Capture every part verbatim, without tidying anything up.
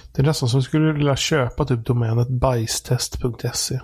Det är nästan som skulle du vilja köpa typ domänet bajstest punkt se.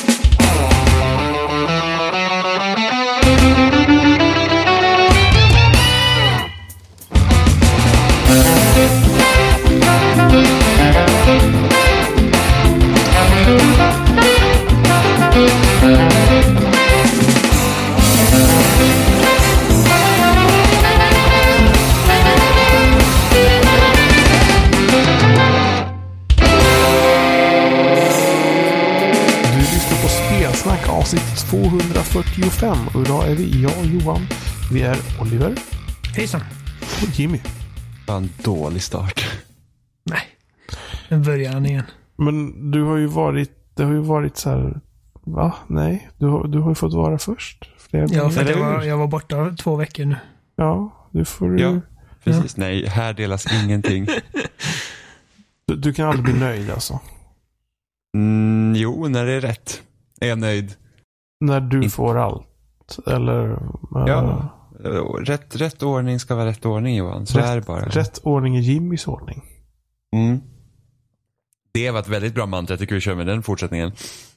Avsnitt tvåhundrafyrtiofem och idag är vi jag och Johan. Vi är Oliver. Hejsan. Och Jimmy. En dålig start. Nej. Nu börjar han igen. Men du har ju varit, det har ju varit så här, va? Nej, du har, du har ju fått vara först. Ja, för det var, jag var borta två veckor nu. Ja, du får Ja, precis. Ja. Nej, här delas ingenting. Du, du kan aldrig bli nöjd alltså. Mm, jo, när det är rätt är jag nöjd. När du In... får allt, eller... Ja, uh... rätt, rätt ordning ska vara rätt ordning, Johan. Så rätt, är det bara. Rätt ordning är Jimmys ordning. Mm. Det var ett väldigt bra mantra. Jag tycker vi kör med den fortsättningen.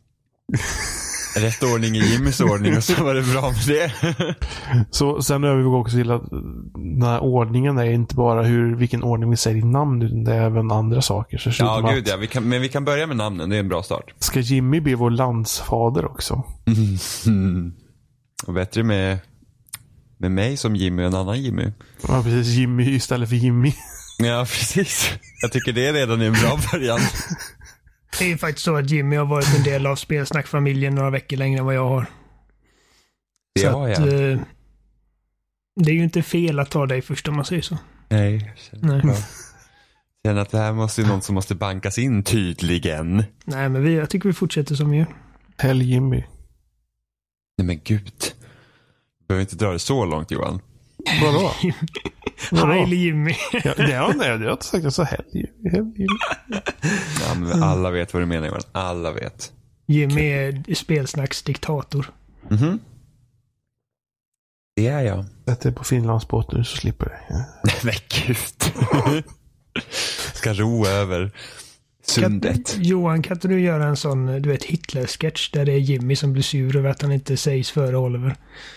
Rätt ordning är Jimmys ordning och så var det bra med det. Så sen övergår vi också till att den här ordningen är inte bara hur, vilken ordning vi säger i namn, utan det är även andra saker. Så ja, gud att, ja. Vi kan, men vi kan börja med namnen. Det är en bra start. Ska Jimmy bli vår landsfader också? Mm. Och bättre med, med mig som Jimmy och en annan Jimmy. Ja, precis. Jimmy istället för Jimmy. Ja, precis. Jag tycker det är redan en bra början. Det är faktiskt så att Jimmy har varit en del av spelsnackfamiljen några veckor längre än vad jag har. Det så har att, jag. eh, det är ju inte fel att ta dig först om man säger så. Nej, jag känner, Nej. jag känner att det här måste ju någon som måste bankas in tydligen. Nej, men vi, jag tycker vi fortsätter som vi gör. Hell Jimmy. Nej men gud. Du behöver inte dra det så långt, Johan. Vadå? Heil Jimmy. Ja, det har jag, jag har inte sagt så. Hell Jimmy. Hell Jimmy. Ja, men alla vet vad du menar, Johan. Alla vet. Jimmy är spelsnacksdiktator. Mhm. Det är jag. Sätt dig på Finlands båt nu så slipper det. Ja. Men gud. Ska ro över sundet. Kan, Johan, kan inte du göra en sån, du vet, Hitler-sketch där det är Jimmy som blir sur över att han inte sägs före Oliver?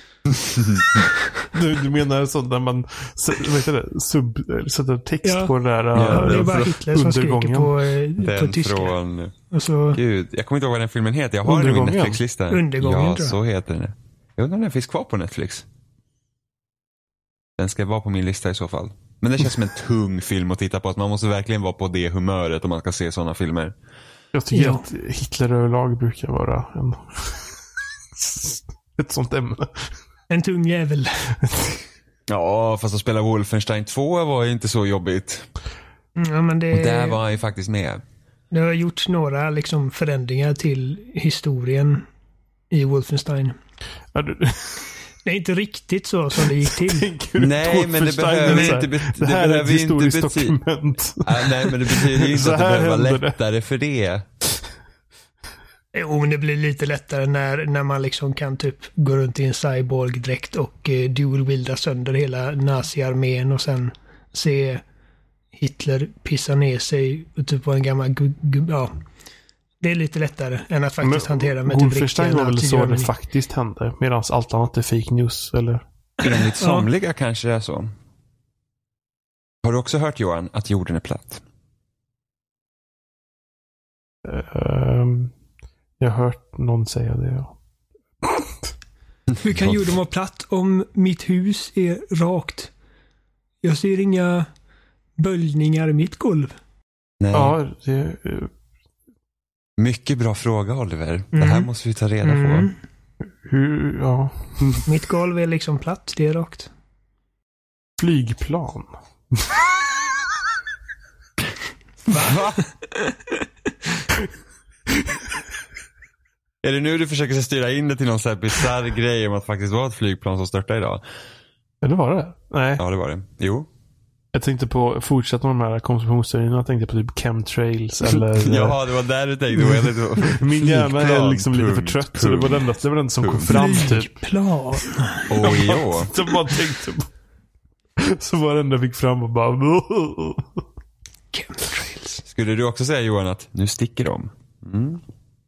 du, du menar sånt där man vet det, sub, sätter text ja. på den där ja, det är bara Hitler som skriker på, eh, på tyska. Från... Och så... Gud, jag kommer inte ihåg vad den filmen heter. Jag har den i min Netflix-lista. Undergången, ja, tror jag. Så heter den. Jag undrar om den finns kvar på Netflix. Den ska vara på min lista i så fall. Men det känns som en tung film att titta på. Att man måste verkligen vara på det humöret om man ska se sådana filmer. Jag tycker ja. att Hitler överlag brukar vara en... ett sånt ämne. En tung jävel. Ja, fast att spela Wolfenstein två var ju inte så jobbigt. Ja, men det... Och där var han ju faktiskt med. Det har gjorts några liksom förändringar till historien i Wolfenstein. Ja, du... Det är inte riktigt så som det gick till. Nej, men det behöver ju inte betyda... Det här är ett historiskt dokument. Nej, men det betyder ju inte att det behöver vara lättare det. För det. Jo, men det blir lite lättare när, när man liksom kan typ gå runt i en cyborg-dräkt och eh, dual-wielda sönder hela nazi-armén och sen se Hitler pissa ner sig typ på en gammal gu- ja. Det är lite lättare än att faktiskt men, hantera med typ riktiga var väl så det faktiskt hände, medan allt annat är fake news, eller? Enligt somliga ja. Kanske är så. Har du också hört, Johan, att jorden är platt? Um, jag har hört någon säga det, ja. Hur kan jorden vara platt om mitt hus är rakt? Jag ser inga böljningar i mitt golv. Nej. Ja, det... Mycket bra fråga, Oliver. Mm. Det här måste vi ta reda på. Mm. Hur, ja. Mitt golv är liksom platt, det är rakt. Flygplan. Va? Va? Är det nu du försöker styra in det till någon sån här bizarr grej om att faktiskt var ett flygplan som störtade idag? Eller var det? Nej. Ja, det var det. Jo. Jag tänkte på, fortsätta med de här konsumtionsteorierna. Jag tänkte på typ chemtrails eller... ja, det var där du tänkte. Jag tänkte min hjärna är liksom lite för trött. Punkt, så det var den, det var den som punkt. kom fram typ. Flygplan. Oj, jo. Så bara tänkte på. Så var den där fick fram och bara... Chemtrails. Skulle du också säga, Johan, att nu sticker de? Mm.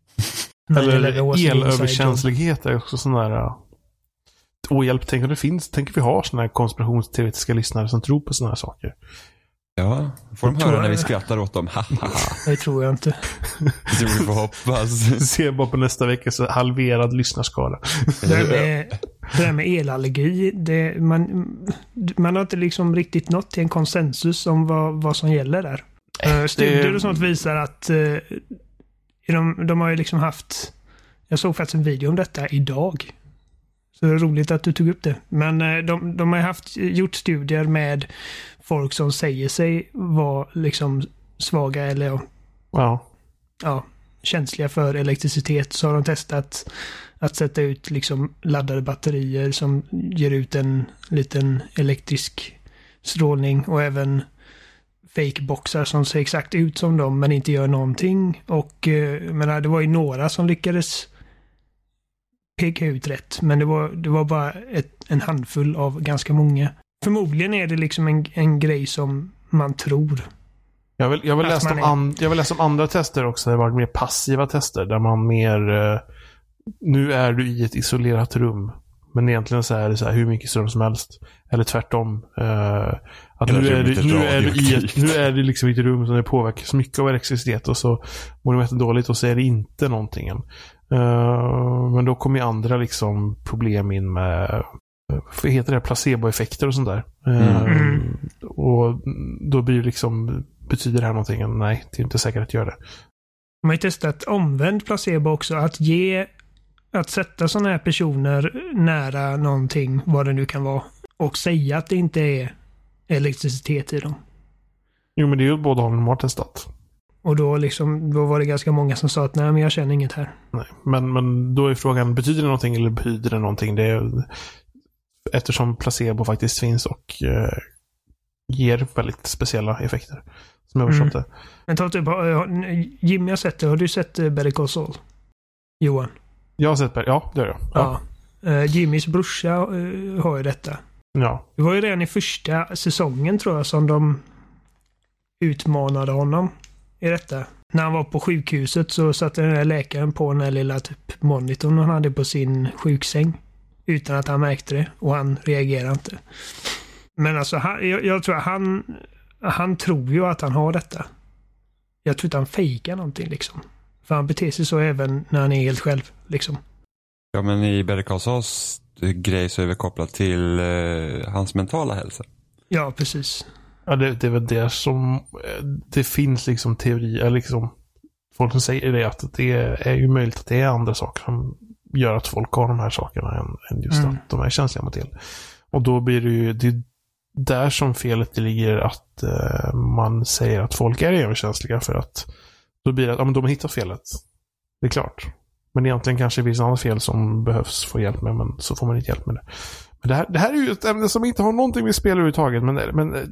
Eller elöverkänslighet är också sån där... Åh, hjälp, tänk om det finns. Tänk att vi har såna här konspirationsteoretiska lyssnare som tror på såna här saker. Ja, får de höra när vi skrattar åt dem. Det tror jag inte. Det tror vi får hoppas. Se bara på nästa vecka så halverad lyssnarskala. Det där med, det där med elallergi, det, man, man har inte liksom riktigt nått till en konsensus om vad, vad som gäller där. Uh, studier och sånt visar att uh, de, de har ju liksom haft... Jag såg faktiskt en video om detta idag. Så det är roligt att du tog upp det. Men uh, de, de har haft, gjort studier med folk som säger sig vara liksom svaga eller ja, ja. ja, känsliga för elektricitet. Så har de testat att sätta ut liksom laddade batterier som ger ut en liten elektrisk strålning och även fake-boxar som ser exakt ut som dem men inte gör någonting. Och eh, men det var ju några som lyckades peka ut rätt, men det var, det var bara ett, en handfull av ganska många. Förmodligen är det liksom en, en grej som man tror. Jag vill, jag vill, läsa om, an, jag vill läsa om andra tester också. Det var mer passiva tester där man mer eh, nu är du i ett isolerat rum. Men egentligen så är det så här hur mycket ström som helst. Eller tvärtom. Eh, att nu är, du, nu, är du i ett, nu är det liksom i ett rum som det påverkas mycket av elektricitet och så mår du jättedåligt och så är det inte någonting än. Uh, men då kommer ju andra liksom problem in med vad heter det, placeboeffekter och sånt där. Uh, mm. Och då blir det liksom, betyder det här någonting? Nej, det är inte säkert att göra det. Man har ju testat omvänd placebo också, att ge att sätta sådana här personer nära någonting, vad det nu kan vara, och säga att det inte är elektricitet i dem. Jo, men det är ju båda hållen de har testat. Och då, liksom, då var det ganska många som sa att nej, men jag känner inget här. Nej, men, men då är frågan, betyder det någonting eller betyder det någonting? Det är, eftersom placebo faktiskt finns och eh, ger väldigt speciella effekter. Som jag förstått det. Mm. Men ta typ, Jimmy har sett det. Har du sett Better Call Saul? Johan? Jag har sett Better, ja det gör jag. Ja. Ja. Uh, Jimmys brorsa uh, har ju detta. Ja. Det var ju redan i första säsongen tror jag som de utmanade honom i detta. När han var på sjukhuset så satte den här läkaren på den här lilla typ monitorn han hade på sin sjuksäng. Utan att han märkte det. Och han reagerade inte. Men alltså, han, jag, jag tror att han, han tror ju att han har detta. Jag tror inte han fejkar någonting liksom. För han beter sig så även när han är helt själv liksom. Ja, men i Better Call Sauls grej så är vi kopplat till eh, hans mentala hälsa. Ja, precis. Ja, det, det är väl det som det finns liksom teorier, liksom folk som säger det, att det är ju möjligt att det är andra saker som gör att folk har de här sakerna än, än just mm. att de är känsliga mot el. Och då blir det ju det är där som felet ligger, att eh, man säger att folk är överkänsliga, för att då blir det att ja, men de har hittat felet. Det är klart. Men egentligen kanske det finns annat fel som behövs få hjälp med, men så får man inte hjälp med det. Men det här, det här är ju ett ämne som inte har någonting med spel överhuvudtaget, men, men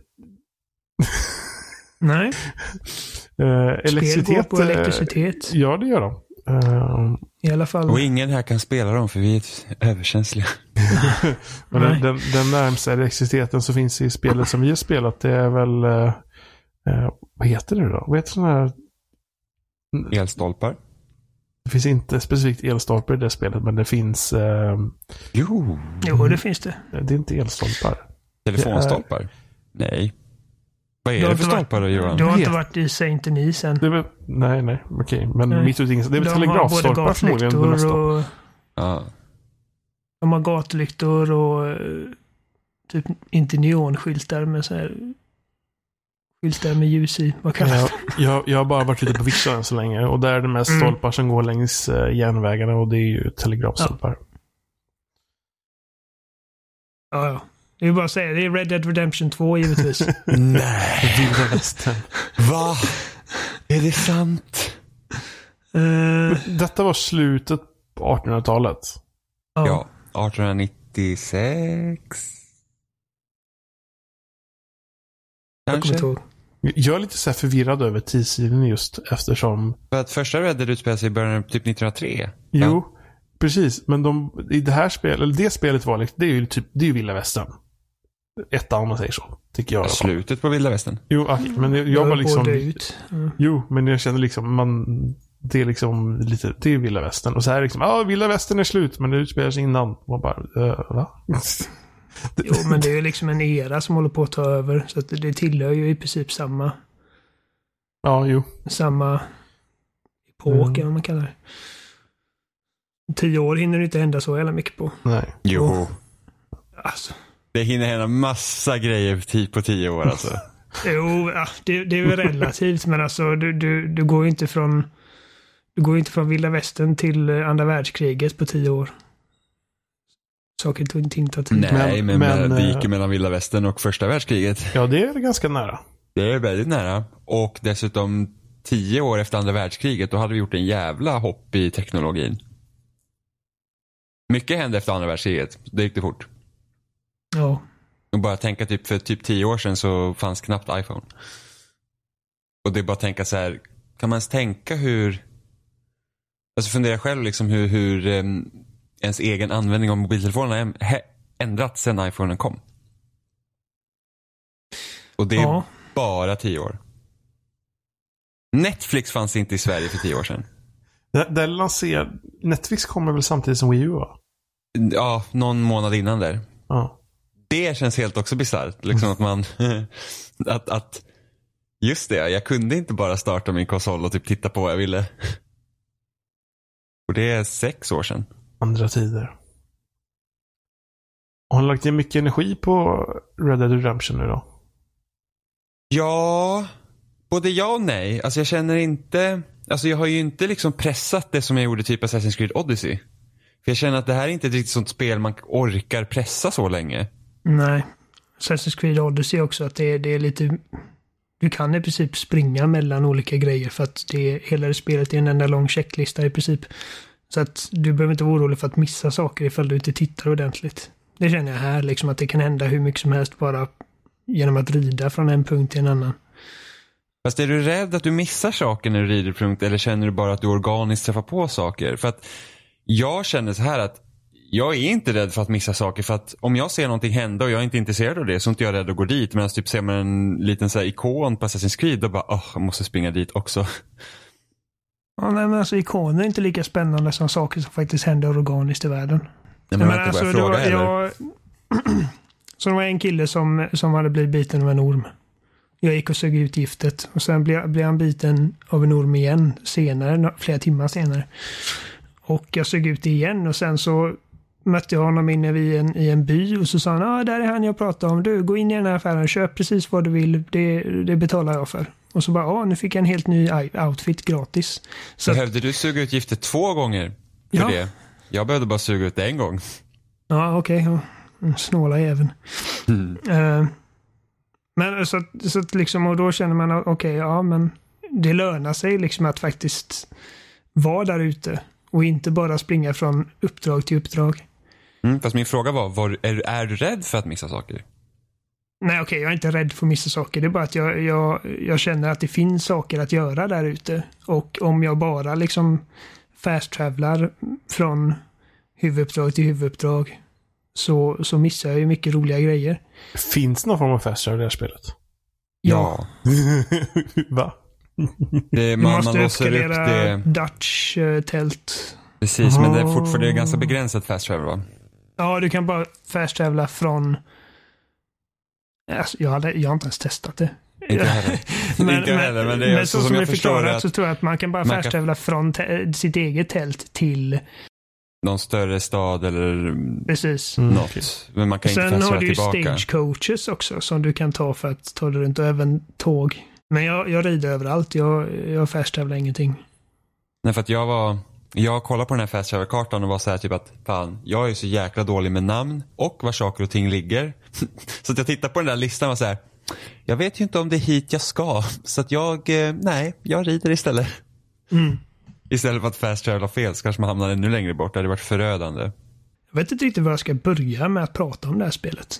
nej. Uh, elektricitet, spel går på elektricitet. Uh, ja, det gör de. Uh, I alla fall. Och ingen här kan spela dem för vi är överkänsliga. Men den, den, den närmsta elektriciteten som finns i spelet som vi har spelat, det är väl uh, uh, vad heter det då? Vad heter sådana här elstolpar? Det finns inte specifikt elstolpar i det spelet, men det finns uh, jo. jo, det finns det. Det är inte elstolpar. Telefonstolpar? Är... Nej. Vad är det för stolpar då, Johan? Du har inte varit i Saint Denis än. Det är väl, nej, nej, okej. Men nej. Mitt ute i, det är väl telegrafstolpar förmodligen det mesta. Och, ja. De har gatlyktor och typ inte neonskyltar med så här skyltar med ljus i. Vad kallas jag, jag, jag har bara varit ute på vissa än så länge, och där är det mest mm. stolpar som går längs uh, järnvägarna, och det är ju telegrafstolpar. Ja, ja. ja. Det är bara att säga, det är Red Dead Redemption två givetvis. Nej. Vilda västern. Va? Är det sant? Uh, Detta var slutet på artonhundratalet. Ja, ja artonhundranittiosex. Kanske. Jag är lite så här förvirrad över tidsidan just eftersom... För att första Red Dead utspelar sig i början av typ nittonhundratre. Jo, ja. Precis. Men de, i det här spelet, eller det spelet var liksom, det är ju typ, det är ju Vilda Västern. ettan om man säger så. Tycker jag. Slutet på Vilda Västern. Jo, okay, men jag, jag var liksom... Mm. Jo, men jag kände liksom, man... Det är liksom lite, det är Vilda Västern. Och så här liksom, ja, Vilda Västern är slut, men det utspelar sig innan. Man bara, uh, va? Jo, men det är ju liksom en era som håller på att ta över. Så att det tillhör ju i princip samma... Ja, jo. Samma epok, mm. om man kallar det. Tio år hinner det inte hända så jävla mycket på. Nej. Jo. Och, alltså. Det hinner hända massa grejer på tio år alltså. Jo, ja, det, det är ju relativt, men alltså du, du, du går ju inte från du går inte från Vilda Västern till andra världskriget på tio år. Saker tog inte inte tid. Nej, men, men, men det gick ju mellan Vilda Västern och första världskriget. Ja, det är ganska nära. Det är väldigt nära. Och dessutom tio år efter andra världskriget, då hade vi gjort en jävla hopp i teknologin. Mycket hände efter andra världskriget. Det gick det fort. Ja. Och bara tänka typ för typ tio år sedan så fanns knappt iPhone. Och det är bara att tänka så här, kan man ens tänka hur, alltså fundera själv liksom hur, hur um, ens egen användning av mobiltelefonerna har ändrats sedan iPhonen kom. Och det är ja. bara tio år. Netflix fanns inte i Sverige för tio år sedan. Det, det lanser, Netflix kommer väl samtidigt som Wii U, va? Ja, någon månad innan där. Ja. Det känns helt också bisarrt. Liksom att man... att, att... Just det, jag kunde inte bara starta min konsol och typ titta på vad jag ville. Och det är sex år sedan. Andra tider. Har han lagt in mycket energi på Red Dead Redemption nu då? Ja, både ja och nej. Alltså jag känner inte... Alltså jag har ju inte liksom pressat det som jag gjorde typ Assassin's Creed Odyssey. För jag känner att det här är inte ett riktigt sånt spel man orkar pressa så länge. Nej. Assassin's Creed Odyssey också, att det, det är lite... Du kan i princip springa mellan olika grejer för att det, hela det spelet är en enda lång checklista i princip. Så att du behöver inte vara orolig för att missa saker ifall du inte tittar ordentligt. Det känner jag här, liksom att det kan hända hur mycket som helst bara genom att rida från en punkt till en annan. Fast är du rädd att du missar saker när du rider punkt, eller känner du bara att du organiskt träffar på saker? För att jag känner så här att jag är inte rädd för att missa saker, för att om jag ser någonting hända och jag är inte intresserad av det så är inte jag rädd att gå dit. Men typ ser man en liten så här ikon på Assassin's Creed och bara, åh, oh, jag måste springa dit också. Ja, nej, men alltså ikoner är inte lika spännande som saker som faktiskt händer organiskt i världen. Nej, men, men jag alltså, inte fråga heller. Jag... Så det var en kille som, som hade blivit biten av en orm. Jag gick och sög ut giftet och sen blev, blev han biten av en orm igen senare, flera timmar senare. Och jag sög ut det igen och sen så mötte jag honom inne vid en, i en by och så sa han, ja ah, där är han jag pratade om, du gå in i den här affären, köp precis vad du vill, det, det betalar jag för. Och så bara, ja nu fick jag en helt ny outfit gratis. Så behövde du suga ut giftet två gånger för ja. det? Jag behövde bara suga ut det en gång. Ja okej, okay. ja. Snåla även. Mm. Uh, men så, så liksom, och då känner man, okej, okay, ja men det lönar sig liksom att faktiskt vara där ute och inte bara springa från uppdrag till uppdrag. Mm, fast min fråga var, var är, är du rädd för att missa saker? Nej okej, okay, jag är inte rädd för att missa saker. Det är bara att jag, jag, jag känner att det finns saker att göra där ute. Och om jag bara liksom fast-travlar från huvuduppdrag till huvuduppdrag så, så missar jag ju mycket roliga grejer. Finns det någon form av fast-travel i det här spelet? Ja. Va? Det, man, man låser upp det. Dutch uh, tält. Precis, men det är fortfarande ganska begränsat fast-travel, va? Ja, du kan bara fast-travla från... Alltså, jag, hade, jag har inte ens testat det. Inte heller. men, inte heller, men det är men så som, som jag förstår det så tror jag att man kan bara man fast-travla kan... från te- sitt eget tält till... någon större stad eller precis. något. Mm. Men man kan sen inte fast-travla tillbaka. Sen har du ju stagecoaches också som du kan ta för att ta dig runt och även tåg. Men jag, jag rider överallt. Jag, jag fast-travlar ingenting. Nej, för att jag var... Jag kollade på den här fast travel-kartan och var så här typ att fan, jag är så jäkla dålig med namn och var saker och ting ligger. Så att jag tittade på den där listan och var så här, jag vet ju inte om det är hit jag ska. Så att jag, nej, jag rider istället. Mm. Istället för att fast travela fel så kanske man hamnar ännu längre bort. Det hade varit förödande. Jag vet inte riktigt vad jag ska börja med att prata om det här spelet.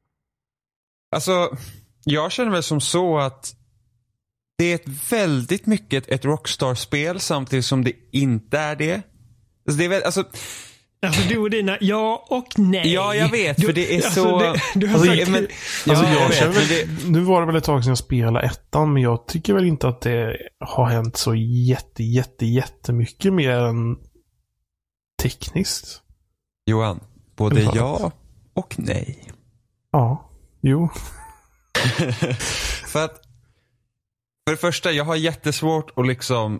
Alltså, jag känner väl som så att det är ett väldigt mycket ett Rockstar-spel samtidigt som det inte är det. Alltså, det är väl, alltså, Alltså du och dina ja och nej. Ja, jag vet, du, för det är alltså, så... Det, du har alltså, sagt... men, ja, alltså, jag jag vet, känner väl, det... nu var det väl ett tag sedan jag spelade ettan, men jag tycker väl inte att det har hänt så jätte, jätte, jättemycket mer än tekniskt. Johan, både ja och nej. Ja, jo. För att för det första, jag har jättesvårt att liksom...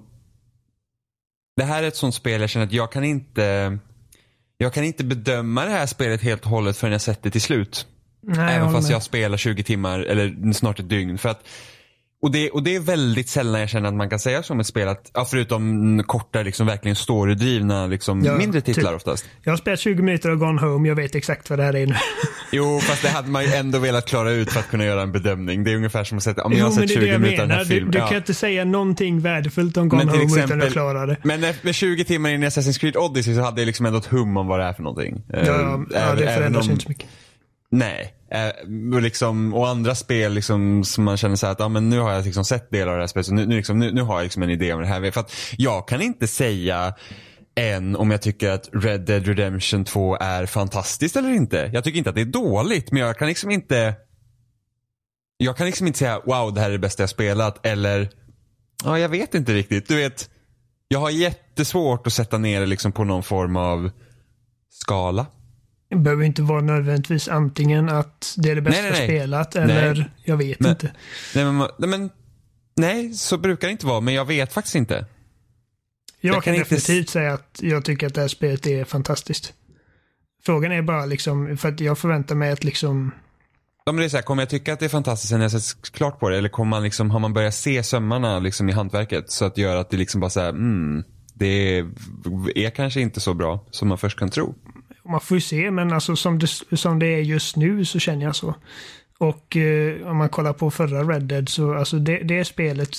Det här är ett sånt spel jag känner att jag kan inte... Jag kan inte bedöma det här spelet helt och hållet förrän jag sett det till slut. Nej, Även jag fast med. jag spelar tjugo timmar eller snart ett dygn. För att, och, det, och det är väldigt sällan jag känner att man kan säga som ett spel att, ja, förutom korta, liksom, verkligen storydrivna, liksom, Ja, mindre titlar typ. oftast. Jag har spelat tjugo minuter och gone home, jag vet exakt vad det här är nu. Jo, fast det hade man ju ändå velat klara ut för att kunna göra en bedömning. Det är ungefär som att säga, om jag Jo, har men sett det är tjugo det jag minuter av den menar. här Du, filmen. du Ja. kan inte säga någonting värdefullt om gone Men till home exempel, utan att klara det. Men efter tjugo timmar in i Assassin's Creed Odyssey så hade jag liksom ändå ett hum om vad det är för någonting. Ja, ja, ja det förändras om, inte så mycket. Nej, eh, och, liksom, och andra spel liksom, som man känner så här att ja, men nu har jag liksom sett delar av det här spelet, så nu, nu, liksom, nu, nu har jag liksom en idé om det här. För att jag kan inte säga än om jag tycker att Red Dead Redemption två är fantastiskt eller inte. Jag tycker inte att det är dåligt, men jag kan liksom inte jag kan liksom inte säga wow, det här är det bästa jag spelat, eller ja, jag vet inte riktigt. Du vet, jag har jättesvårt att sätta ner det liksom på någon form av skala. Det behöver inte vara nödvändigtvis antingen att det är det bästa Nej, nej, nej. spelat eller Nej. jag vet Men- inte. Nej men, nej, men nej, så brukar det inte vara, men jag vet faktiskt inte. Jag, jag kan kan inte definitivt säga att jag tycker att det här spelet är fantastiskt. Frågan är bara liksom, för att jag förväntar mig att liksom... Ja, men det är så här, kommer jag tycka att det är fantastiskt när jag sett klart på det, eller kommer man liksom, har man börjat se sömmarna liksom i hantverket så att göra att det liksom bara så här, mm, det är, är kanske inte så bra som man först kan tro. Man får ju se, men alltså som det, som det är just nu så känner jag så. Och eh, om man kollar på förra Red Dead så alltså det, det spelet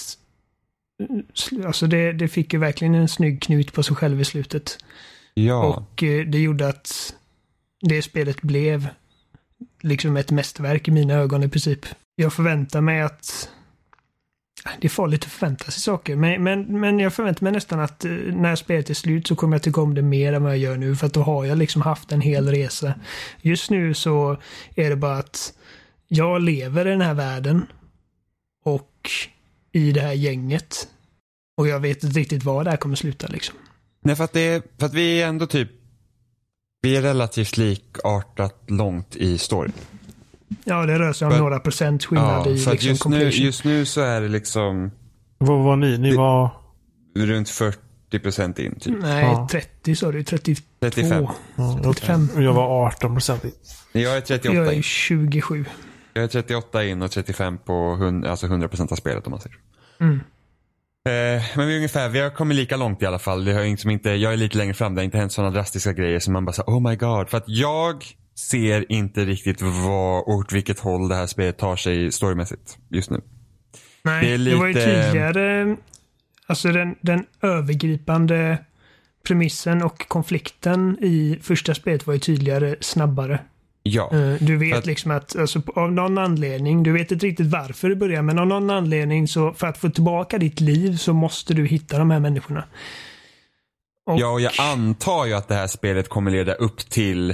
alltså det, det fick ju verkligen en snygg knut på sig själv i slutet. Ja. Och eh, det gjorde att det spelet blev liksom ett mästerverk i mina ögon i princip. Jag förväntar mig att det är farligt att förvänta sig saker, men, men, men jag förväntar mig nästan att eh, när spelet är slut så kommer jag tycka om det mer än vad jag gör nu, för att då har jag liksom haft en hel resa. Just nu så är det bara att jag lever i den här världen och i det här gänget och jag vet inte riktigt var det här kommer sluta liksom. Nej, för att, det är, för att vi är ändå typ vi är relativt likartat långt i storyn. Ja, det rör sig om För- några procent skillnad Ja, i för att liksom just, nu, completion. just nu så är det liksom Vad var ni? Ni Det- var... runt fyrtio procent in typ. Nej, Ja. trettio sa du, trettiotvå. trettiofem. Ja, trettiofem. och jag var arton procent. Jag är Jag trettioåtta är in. tjugosju. Jag är trettioåtta in och trettiofem på hundra, alltså hundra procent av spelet om man säger. Mm. Eh, men vi är ungefär, vi har kommit lika långt i alla fall. Det har liksom inte, jag är lite längre fram, det har inte hänt sådana drastiska grejer som man bara säger, oh my god. För att jag ser inte riktigt vad, åt vilket håll det här spelet tar sig storymässigt just nu. Nej, Det är det var ju lite- tidigare, alltså den, den övergripande premissen och konflikten i första spelet var ju tydligare, snabbare. Ja. Eh, Du vet För att- liksom att alltså, av någon anledning, du vet inte riktigt varför det börjar, men av någon anledning så för att få tillbaka ditt liv så måste du hitta de här människorna. Och, Ja, och jag antar ju att det här spelet kommer leda upp till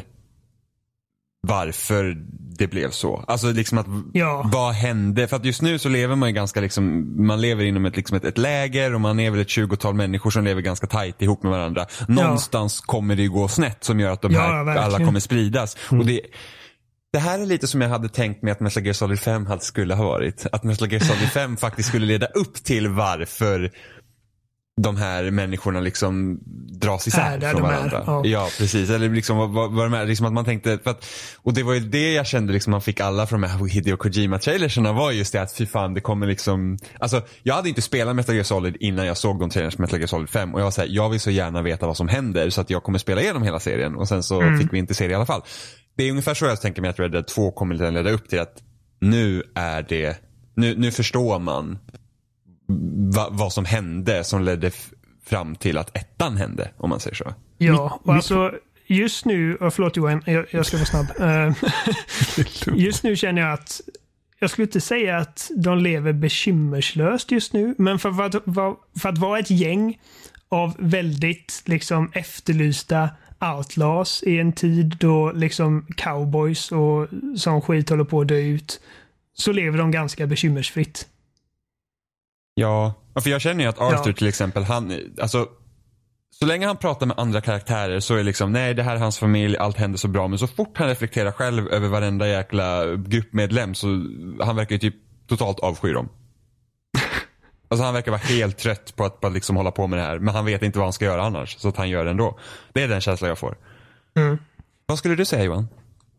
varför det blev så. Alltså liksom att Ja. vad hände? För att just nu så lever man ju ganska liksom, man lever inom ett, liksom ett, ett läger och man är väl ett tjugotal människor som lever ganska tajt ihop med varandra. Någonstans kommer det ju gå snett som gör att de Ja, här verkligen. alla kommer spridas. Och det, det här är lite som jag hade tänkt mig att Metal Gear Solid fem hade skulle ha varit. Att Metal Gear Solid fem faktiskt skulle leda upp till varför de här människorna liksom dras isär Är där från de är, varandra. ja. Ja, precis. Eller liksom vad, vad, vad de är, liksom att man tänkte, för att, och det var ju det jag kände liksom man fick alla från de här Hideo Kojima-trailerserna var just det att fy fan, det kommer liksom, alltså jag hade inte spelat Metal Gear Solid innan jag såg de trailers på Metal Gear Solid fem och jag var såhär, jag vill så gärna veta vad som händer så att jag kommer spela igenom hela serien och sen så Mm. fick vi inte se det i alla fall. Det är ungefär så jag tänker mig att Red Dead två kommer att leda upp till att nu är det, nu, nu förstår man va, vad som hände som ledde f- fram till att ettan hände, om man säger så. Ja, och alltså just nu, oh, förlåt Johan, jag, jag ska vara snabb. Eh, just nu känner jag att jag skulle inte säga att de lever bekymmerslöst just nu, men för, för, att, för, för att vara ett gäng av väldigt liksom efterlysta outlaws i en tid då liksom cowboys och sån skit håller på att dö ut. Så lever de ganska bekymmersfritt. Ja, för jag känner ju att Arthur Ja. till exempel, han, alltså så länge han pratar med andra karaktärer så är liksom, nej det här är hans familj, allt händer så bra. Men så fort han reflekterar själv över varenda jäkla gruppmedlem så han verkar ju typ totalt avsky dem. Alltså han verkar vara helt trött på att, på att liksom hålla på med det här. Men han vet inte vad han ska göra annars. Så att han gör det ändå. Det är den känslan jag får. Mm. Vad skulle du säga, Johan?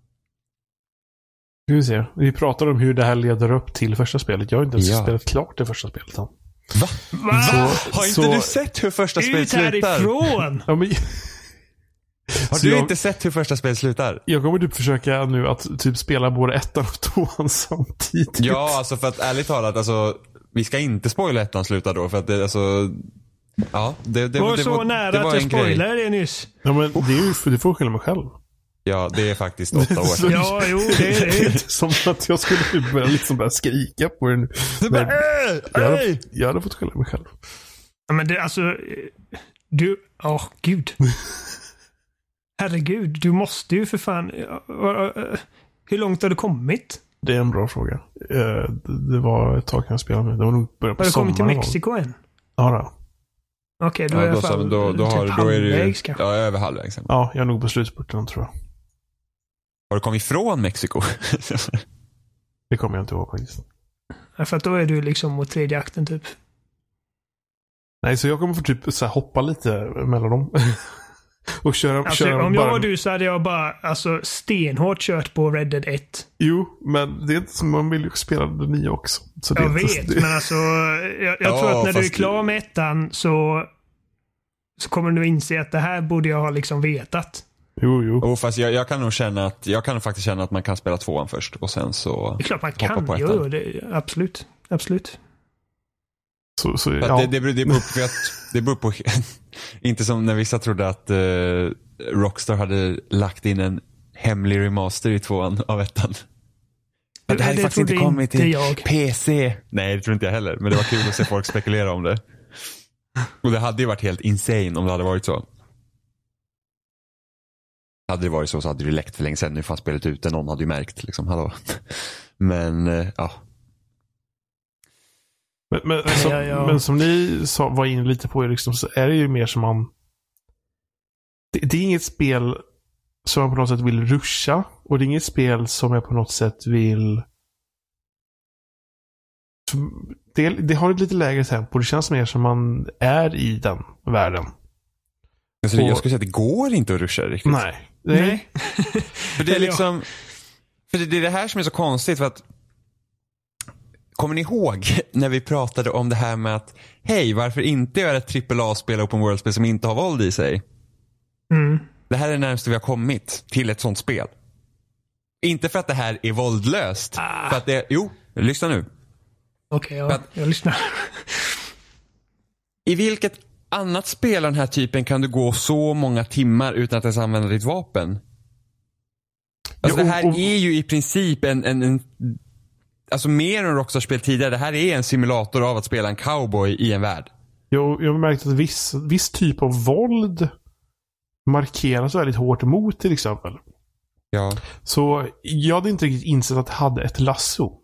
Vi ser. Vi pratar om hur det här leder upp till första spelet. Jag har inte ens Ja. spelat klart det första spelet än. Va? Va? Så, Har inte så, du sett hur första spelet Ut slutar? härifrån! Ja, men, Har så du jag, inte sett hur första spelet slutar? jag kommer typ försöka nu att typ spela både ettan och tvåan samtidigt. Ja, alltså för att ärligt talat, alltså vi ska inte spoila ettan slutar då. För att det, alltså... Ja, det, det, var det, så var, nära det var att jag en grej. spoilade det nyss. Ja, men det är ju för det får skylla mig själv. Ja, det är faktiskt åtta år sedan. Ja, jo, det är det. Som att jag skulle typ börja liksom börja skrika på den. Du bara, Men äh, jag, hade, äh. jag hade fått skylla mig själv. Ja, men det, alltså... Du... Åh, oh, gud. Herregud, du måste ju för fan... Hur långt har du kommit? Det är en bra fråga. Eh, Det det var ett tag kan jag spela med. Det var nog början på Har du kommit till sommaren. Mexiko än? Ja, då. Okej, då Ja, är jag då, så, fan då, då, har, typ då är det ju, halvvägs kanske. ja, över halvvägs. Ja, jag är nog på slutspurten tror jag. Har du kommit ifrån Mexiko? Det kommer jag inte ihåg faktiskt. Ja, för att då är du liksom mot tredje akten typ. Nej, så jag kommer få typ så här hoppa lite mellan dem. Och köra, Alltså, köra om jag bara... var du så hade jag bara alltså, stenhårt kört på Red Dead ett. Jo, men det är inte som man vill ju spela det nya också. Så det Jag är inte, vet, det... men alltså jag, jag Ja, tror att när du är fast- klar med ettan så så kommer du inse att det här borde jag ha liksom vetat. Jo, jo. Oh, fast jag, jag kan nog känna att jag kan faktiskt känna att man kan spela tvåan först och sen så Det är klart man hoppa kan. på Jo, ettan. jo, det, absolut. Absolut. Så, så, För att ja. det, det, beror, det, beror på, för att, det beror på inte som när vissa trodde att uh, Rockstar hade lagt in en hemlig remaster i tvåan av ettan. Att det här är Det faktiskt trodde inte kommit inte till jag. P C. Nej, det tror inte jag heller. Men det var kul att se folk spekulera om det. Och det hade ju varit helt insane om det hade varit så. Hade det varit så så hade det läckt för länge sedan. Nu fanns spelet ute. Någon hade ju märkt liksom. Hallå. Men uh, ja. Men, men, som, ja, ja. men som ni sa, var inne lite på liksom, så är det ju mer som man... Det, det är inget spel som man på något sätt vill ruscha. Och det är inget spel som jag på något sätt vill... Det, det har ett lite lägre tempo. Det känns mer som man är i den världen. Alltså, Och- jag skulle säga att det går inte att ruscha riktigt. Nej. Nej. Nej. För det är Eller ja. liksom... För det, det är det här som är så konstigt för att... Kommer ni ihåg när vi pratade om det här med att hej, varför inte göra ett trippel A-spel, open world-spel som inte har våld i sig? Mm. Det här är det närmaste vi har kommit till ett sånt spel. Inte för att det här är våldlöst. Ah. För att det... Jo, lyssna nu. Okej, ja. För att- Jag lyssnar. I vilket annat spel av den här typen kan du gå så många timmar utan att ens använda ditt vapen? Alltså Ja, det och- här och- är ju i princip en... en, en alltså mer än Rockstar-spel tidigare. Det här är en simulator av att spela en cowboy i en värld. Jag, jag har märkt att viss, viss typ av våld markeras väldigt hårt emot till exempel. Ja. Så jag hade inte riktigt insett att jag hade ett lasso.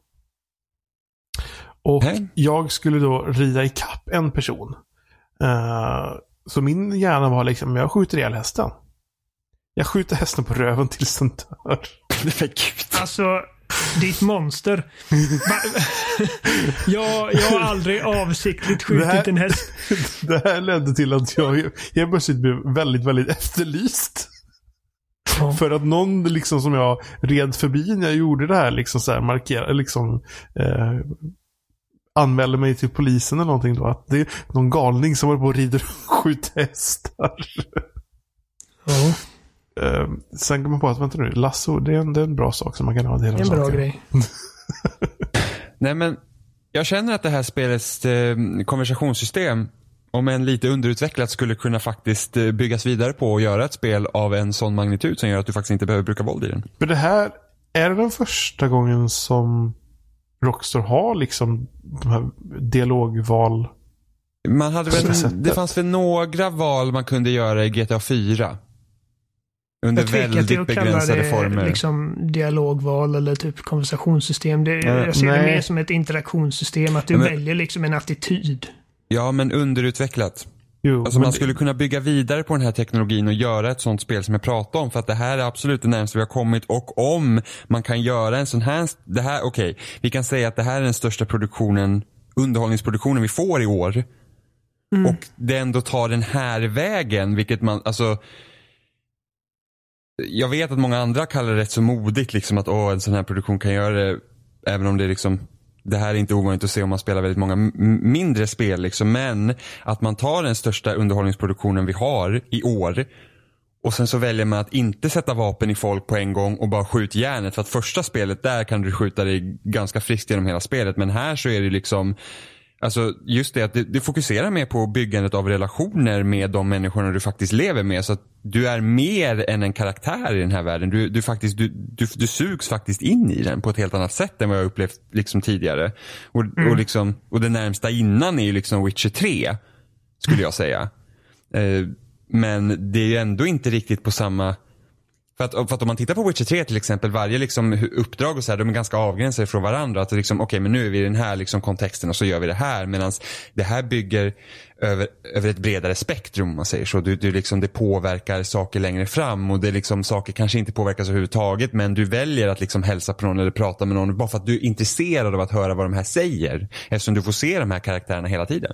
Och Nej. jag skulle då rida i kapp en person. Uh, så min hjärna var liksom, jag skjuter ihjäl hästen. Jag skjuter hästen på röven tills den dör. Alltså, ditt monster. Va- jag, jag har aldrig avsiktligt skjutit Det här- en häst. Det här ledde till att jag, jag plötsligt blev väldigt, väldigt efterlyst. Ja. För att någon liksom som jag red förbi när jag gjorde det här liksom så här markerade liksom eh, anmälde mig till polisen eller någonting då, att det är någon galning som håller på och rider och skjuter hästar. Ja, eh, sen kommer man på att vänta nu, lasso, det är en, det är en bra sak som man kan ha till hela en bra saken. grej. Nej men, jag känner att det här spelets eh, konversationssystem, om en lite underutvecklat, skulle kunna faktiskt eh, byggas vidare på och göra ett spel av en sån magnitud som gör att du faktiskt inte behöver bruka våld i den. För det här är den första gången som Rockstar har liksom de här dialogval. Man hade På det väl, sättet. det fanns väl några val man kunde göra i G T A fyra. Under väldigt begränsade det, former. Liksom dialogval eller typ konversationssystem. Det, ja, jag ser nej. det mer som ett interaktionssystem. Att du ja, men, väljer liksom en attityd. Ja, men underutvecklat. Jo, alltså man det... skulle kunna bygga vidare på den här teknologin och göra ett sånt spel som jag pratade om. För att det här är absolut det närmaste vi har kommit. Och om man kan göra en sån här... Det här okej, okay, vi kan säga att det här är den största produktionen, underhållningsproduktionen vi får i år. Mm. Och det ändå tar den här vägen, vilket man... alltså jag vet att många andra kallar det rätt så modigt liksom att åh, en sån här produktion kan göra det, även om det är liksom det här är inte ovanligt att se om man spelar väldigt många m- mindre spel liksom, men att man tar den största underhållningsproduktionen vi har i år och sen så väljer man att inte sätta vapen i folk på en gång och bara skjuta järnet, för att första spelet där kan du skjuta dig ganska friskt genom hela spelet, men här så är det liksom alltså just det att det, det fokuserar mer på byggandet av relationer med de människorna du faktiskt lever med, så att du är mer än en karaktär i den här världen. Du, du, faktiskt, du, du, du sugs faktiskt in i den på ett helt annat sätt än vad jag upplevt liksom tidigare. Och, mm. och, liksom, och det närmsta innan är ju liksom Witcher tre, skulle jag säga. Eh, men det är ju ändå inte riktigt på samma... För att, för att om man tittar på Witcher tre till exempel, varje liksom uppdrag och så här, de är ganska avgränsade från varandra. Att liksom, okej, okay, men nu är vi i den här liksom kontexten och så gör vi det här. Medan det här bygger över, över ett bredare spektrum, om man säger så. Du, du liksom, det påverkar saker längre fram och det liksom, saker kanske inte påverkas överhuvudtaget. Men du väljer att liksom hälsa på någon eller prata med någon bara för att du är intresserad av att höra vad de här säger. Eftersom du får se de här karaktärerna hela tiden.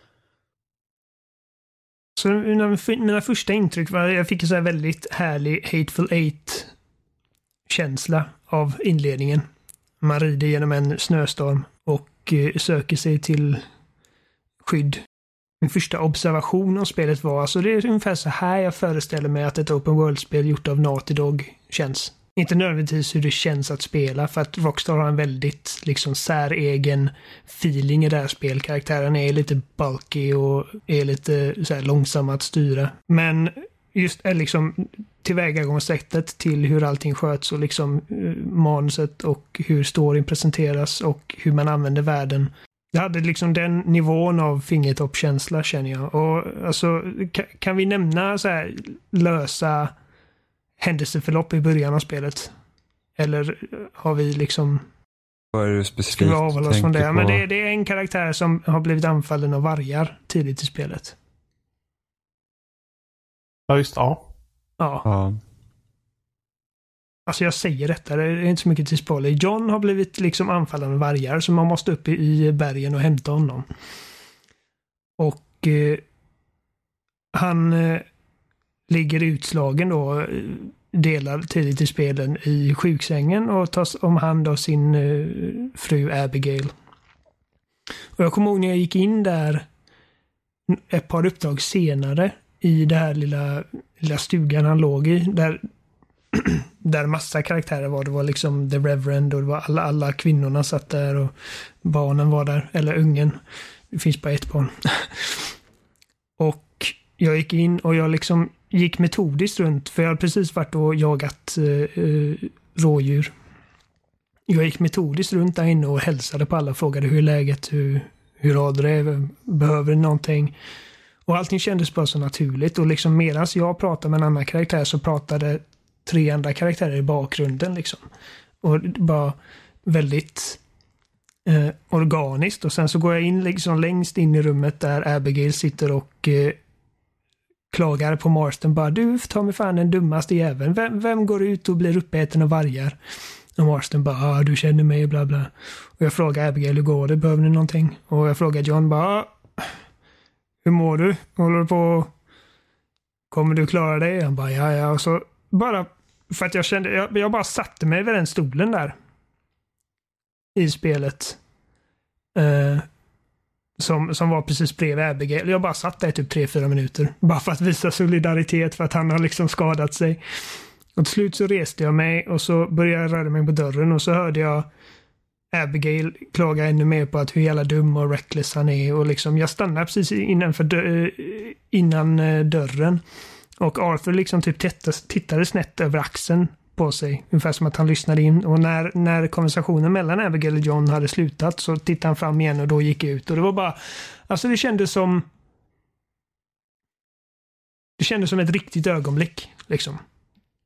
Så mina första intryck var jag fick en så här väldigt härlig Hateful Eight-känsla av inledningen. Man rider genom en snöstorm och söker sig till skydd. Min första observation av spelet var alltså det är ungefär så här jag föreställer mig att ett open world-spel gjort av Naughty Dog känns. Inte nödvändigtvis hur det känns att spela, för att Rockstar har en väldigt liksom säregen feeling i det här spelkaraktären. Är lite bulky och är lite så här långsam att styra. Men just är liksom tillvägagångssättet till hur allting sköts och liksom manuset och hur storyn presenteras och hur man använder världen. Jag hade liksom den nivån av fingertoppkänsla, känner jag. Och alltså, kan vi nämna så här lösa händelseförlopp i början av spelet? Eller har vi liksom... Vad är det specifikt tänker från det? På? Men det, det är en karaktär som har blivit anfallen av vargar tidigt i spelet. Ja, just ja. Ja. ja. Alltså jag säger detta, det är inte så mycket till spoiler. John har blivit liksom anfallen av vargar, så man måste upp i bergen och hämta honom. Och eh, han eh, ligger utslagen då, delar tidigt i spelen i sjuksängen och tas om hand av sin eh, fru Abigail. Och jag kommer ihåg när jag gick in där ett par uppdrag senare i det här lilla, lilla stugan han låg i, där där massa karaktärer var. Det var liksom The Reverend och det var alla, alla kvinnorna satt där och barnen var där, eller ungen. Det finns bara ett barn. Och jag gick in och jag liksom gick metodiskt runt, för jag hade precis varit och jagat uh, rådjur. Jag gick metodiskt runt där inne och hälsade på alla, frågade hur är läget, hur, hur har du det, behöver du någonting? Och allting kändes bara så naturligt, och liksom medan jag pratade med en annan karaktär så pratade tre andra karaktärer i bakgrunden liksom. Och bara väldigt eh, organiskt. Och sen så går jag in liksom längst in i rummet där Abigail sitter och eh, klagar på Marston. Bara, du tar mig fan den dummaste jäveln. Vem, vem går ut och blir uppäten av vargar? Och Marston bara, ah, du känner mig, bla bla. Och jag frågar Abigail, hur går det? Behöver ni någonting? Och jag frågar John, bara, ah, hur mår du? Håller du på? Kommer du klara det? Han bara, ja ja. Och så bara för att jag kände, jag, jag bara satte mig vid den stolen där i spelet eh, som, som var precis bredvid Abigail. Jag bara satt där i typ tre fyra minuter bara för att visa solidaritet, för att han har liksom skadat sig. Och till slut så reste jag mig och så började jag röra mig på dörren, och så hörde jag Abigail klaga ännu mer på att hur jävla dum och reckless han är, och liksom jag stannade precis innanför dö- innan dörren. Och Arthur liksom typ tittade, tittade snett över axeln på sig. Ungefär som att han lyssnade in. Och när, när konversationen mellan Abigail och John hade slutat så tittade han fram igen och då gick ut. Och det var bara... Alltså det kändes som... Det kändes som ett riktigt ögonblick. Liksom.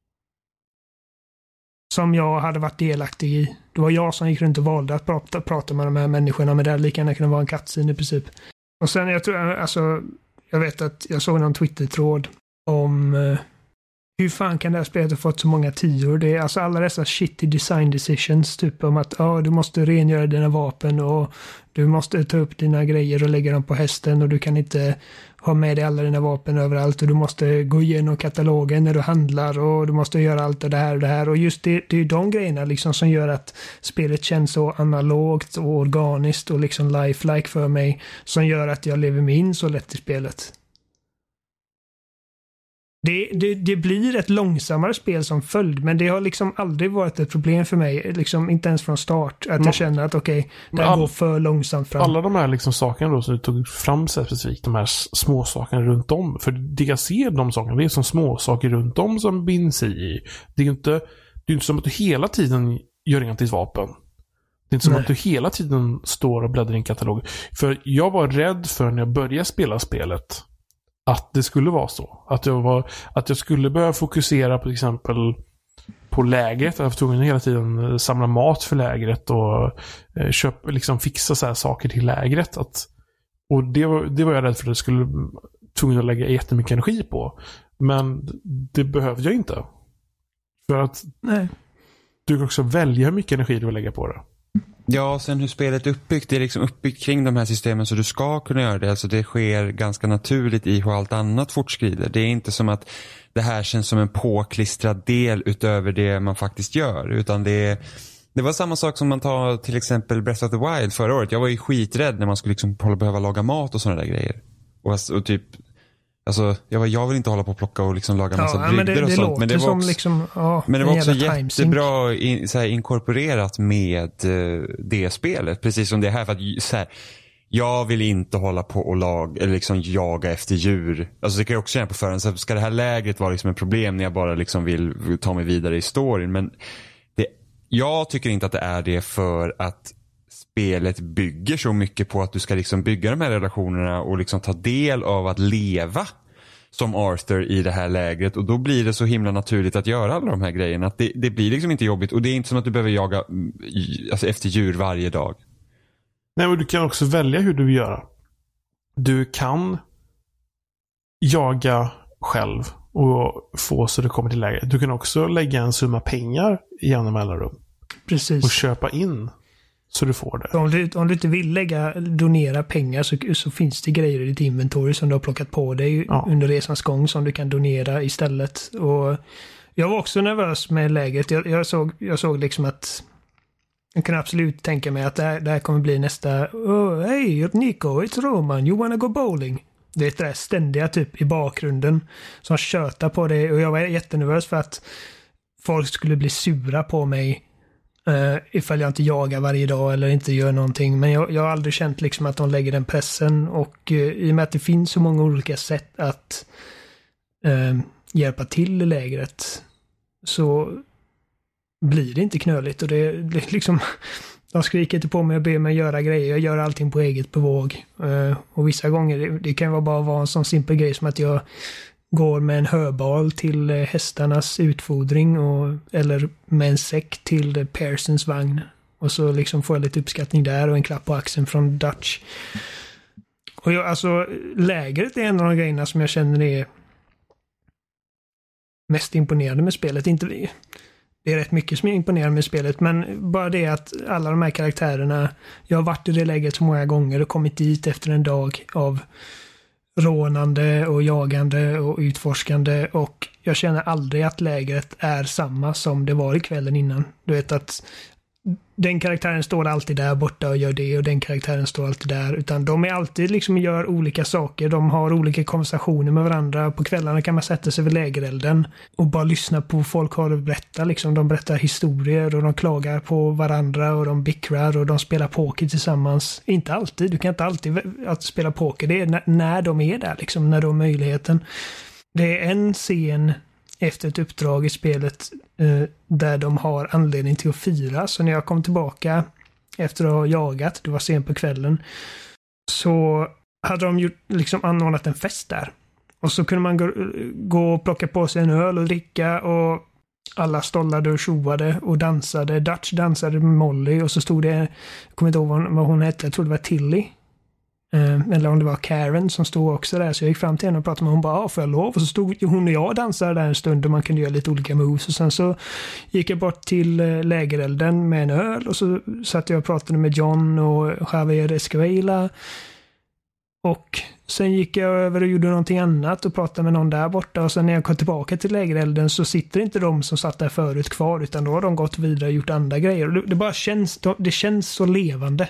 som jag hade varit delaktig i. Det var jag som gick runt och valde att prata, prata med de här människorna, men det hade lika gärna kunnat vara en cutscene i princip. Och sen jag tror, alltså, jag vet att jag såg någon Twitter-tråd om uh, hur fan kan det här spelet ha fått så många tior? Det är alltså alla dessa shitty design decisions, typ om att ja, du måste rengöra dina vapen och du måste ta upp dina grejer och lägga dem på hästen och du kan inte ha med dig alla dina vapen överallt och du måste gå igenom katalogen när du handlar och du måste göra allt det här och det här. Och just det, det är de grejerna liksom som gör att spelet känns så analogt och organiskt och liksom lifelike för mig, som gör att jag lever mig in så lätt i spelet. Det, det, det blir ett långsammare spel som följd, men det har liksom aldrig varit ett problem för mig, liksom inte ens från start, att jag känner att okej, okay, det all, går för långsamt fram. Alla de här liksom sakerna då som du tog fram specifikt, de här små sakerna runt om, för det jag ser de sakerna, det är som små saker runt om som binds i. Det är ju inte, det är inte som att du hela tiden gör rent ditt vapen. Det är inte som Nej. att du hela tiden står och bläddrar i en katalog. För jag var rädd för när jag började spela spelet att det skulle vara så. Att jag, var, att jag skulle börja fokusera på till exempel på lägret. Jag var tvungen hela tiden samla mat för lägret och eh, köpa, liksom fixa så här saker till lägret. Att, och det var, det var jag rädd för att jag skulle tvungen att lägga jättemycket energi på. Men det behövde jag inte. För att Nej. du kan också välja hur mycket energi du vill lägga på det. Ja, sen hur spelet är uppbyggt, det är liksom uppbyggt kring de här systemen så du ska kunna göra det. Alltså det sker ganska naturligt i hur allt annat fortskrider. Det är inte som att det här känns som en påklistrad del utöver det man faktiskt gör. Utan det är, det var samma sak som man tar till exempel Breath of the Wild förra året. Jag var ju skiträdd när man skulle liksom behöva laga mat och sådana där grejer. Och, och typ, alltså jag, var, jag vill inte hålla på och plocka och liksom laga massa ja, brygder och det sånt. Men det var också, liksom, ja, men det var också jättebra in, så här, inkorporerat med uh, det spelet. Precis som det här. För att, så här, jag vill inte hålla på och lag, eller liksom jaga efter djur. Alltså det kan jag också känna på förhand. Så ska det här lägret vara liksom ett problem när jag bara liksom vill ta mig vidare i storyn. Men det, jag tycker inte att det är det, för att spelet bygger så mycket på att du ska liksom bygga de här relationerna och liksom ta del av att leva som Arthur i det här lägret. Och då blir det så himla naturligt att göra alla de här grejerna. Att det, det blir liksom inte jobbigt. Och det är inte som att du behöver jaga alltså, efter djur varje dag. Nej, men du kan också välja hur du vill göra. Du kan jaga själv och få så det kommer till läge. Du kan också lägga en summa pengar i jämna mellanrum. Precis. Och köpa in så du får det. Om du, om du inte vill lägga, donera pengar så, så finns det grejer i ditt inventory som du har plockat på dig ja. under resans gång som du kan donera istället. Och jag var också nervös med läget. Jag, jag, såg, jag såg liksom att jag kan absolut tänka mig att det här, det här kommer bli nästa oh, hey Nico, it's Roman, you wanna go bowling? Det är det där ständiga typ i bakgrunden som tjötar på det, och jag var jättenervös för att folk skulle bli sura på mig uh, ifall jag inte jagar varje dag eller inte gör någonting. Men jag, jag har aldrig känt liksom att de lägger den pressen, och uh, i och med att det finns så många olika sätt att uh, hjälpa till i lägret så blir det inte knöligt, och det, det liksom de skriker inte på mig och ber mig göra grejer. Jag gör allting på eget bevåg. Uh, och vissa gånger, det, det kan vara bara vara en sån simpel grej som att jag går med en höbal till uh, hästarnas utfodring och, eller med en säck till uh, Pearsons vagn. Och så liksom får jag lite uppskattning där och en klapp på axeln från Dutch. Och jag, alltså lägret är en av de grejerna som jag känner är mest imponerande med spelet. Inte det. Det är rätt mycket som är imponerande med spelet, men bara det att alla de här karaktärerna, jag har varit i det läget så många gånger och kommit dit efter en dag av rånande och jagande och utforskande, och jag känner aldrig att lägret är samma som det var i kvällen innan. Du vet att den karaktären står alltid där borta och gör det, och den karaktären står alltid där, utan de är alltid liksom gör olika saker, de har olika konversationer med varandra. På kvällarna kan man sätta sig vid lägerelden och bara lyssna på folk har att berätta, liksom de berättar historier och de klagar på varandra och de bickrar och de spelar poker tillsammans. Inte alltid, du kan inte alltid att spela poker, det är när, när de är där liksom, när de har möjligheten. Det är en scen efter ett uppdrag i spelet eh, där de har anledning till att fira. Så när jag kom tillbaka efter att ha jagat, det var sent på kvällen, så hade de ju liksom anordnat en fest där. Och så kunde man gå, gå och plocka på sig en öl och dricka, och alla stollade och tjoade och dansade. Dutch dansade med Molly och så stod det, jag kommer inte ihåg vad hon hette, jag tror det var Tilly. Eh, eller om det var Karen som stod också där. Så jag gick fram till henne och pratade med hon bara, ah, får jag lov? Och så stod hon och jag och dansade där en stund och man kunde göra lite olika moves. Och sen så gick jag bort till lägerelden med en öl och så satt jag och pratade med John och Javier Escuela. Och sen gick jag över och gjorde någonting annat och pratade med någon där borta. Och sen när jag kom tillbaka till lägerelden så sitter inte de som satt där förut kvar, utan då har de gått vidare och gjort andra grejer. Och det, det bara känns, det känns så levande.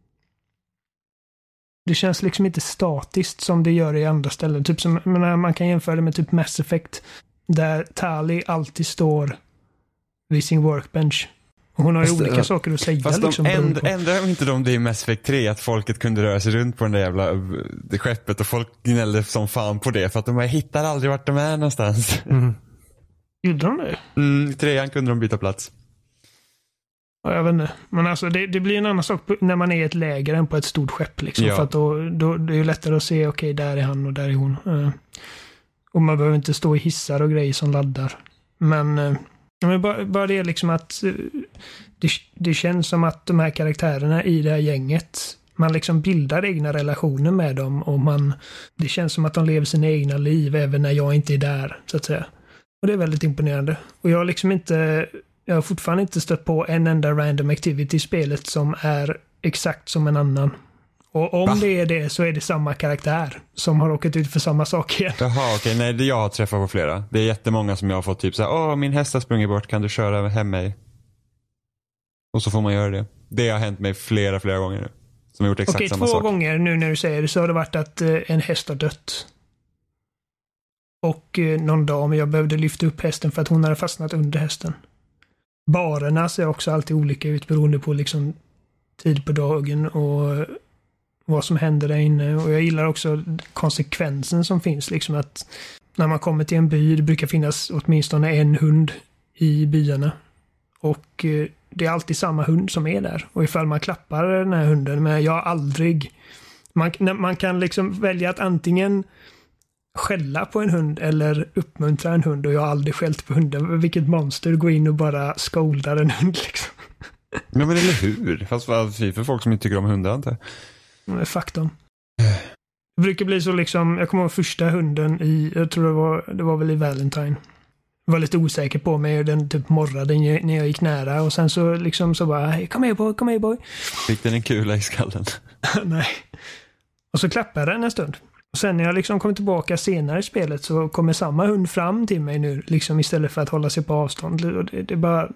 Det känns liksom inte statiskt som det gör i andra ställen. Typ som, menar, man kan jämföra det med typ Mass Effect, där Tali alltid står vid sin workbench. Och hon har ju fast, olika uh, saker att säga. Fast liksom, de änd, ändrar de inte de det i Mass Effect tre att folket kunde röra sig runt på den där jävla det skeppet och folk gnällde som fan på det för att de hittar aldrig vart de är någonstans. Mm. Gjorde de det? Mm, i trean kunde de byta plats. Ja, jag vet inte. Men alltså det, det blir en annan sak när man är i ett läger än på ett stort skepp liksom. Ja. För att då, då det är ju lättare att se, okej, okay, där är han och där är hon. Uh, och man behöver inte stå i hissar och grejer som laddar. Men, uh, men bara, bara det liksom att uh, det, det känns som att de här karaktärerna i det här gänget, man liksom bildar egna relationer med dem och man, det känns som att de lever sina egna liv även när jag inte är där, så att säga. Och det är väldigt imponerande. Och jag har liksom inte Jag har fortfarande inte stött på en enda random activity i spelet som är exakt som en annan. Och om Va? det är det så är det samma karaktär som har råkat ut för samma sak igen. Jaha, okej. Okay. Nej, det jag har träffat på flera. Det är jättemånga som jag har fått typ så här, åh, min häst har sprungit bort, kan du köra hem mig? Och så får man göra det. Det har hänt mig flera, flera gånger nu. Som har gjort exakt okej, samma sak. Okej, två gånger nu när du säger det så har det varit att eh, en häst har dött. Och eh, någon dag, men jag behövde lyfta upp hästen för att hon hade fastnat under hästen. Barerna ser också alltid olika ut beroende på liksom tid på dagen och vad som händer där inne. Och jag gillar också konsekvensen som finns. Liksom att när man kommer till en by, det brukar finnas åtminstone en hund i byarna. Och det är alltid samma hund som är där. Och ifall man klappar den här hunden, men jag har aldrig... Man, man kan liksom välja att antingen skälla på en hund eller uppmuntra en hund, och jag har aldrig skällt på hunden. Vilket monster går in och bara skoldar en hund liksom. Ja, men eller hur? Fast för folk som inte tycker om hundar, inte. Men fuck dem. Det brukar bli så liksom, jag kommer ihåg första hunden i, jag tror det var, det var väl i Valentine. Jag var lite osäker på mig och den typ morrade när jag gick nära och sen så liksom så bara, hey, kom här boy, kom här boy. Fick den en kula i skallen? Nej. Och så klappade den en stund. Och sen när jag liksom kommer tillbaka senare i spelet så kommer samma hund fram till mig nu liksom istället för att hålla sig på avstånd. Och det, det är bara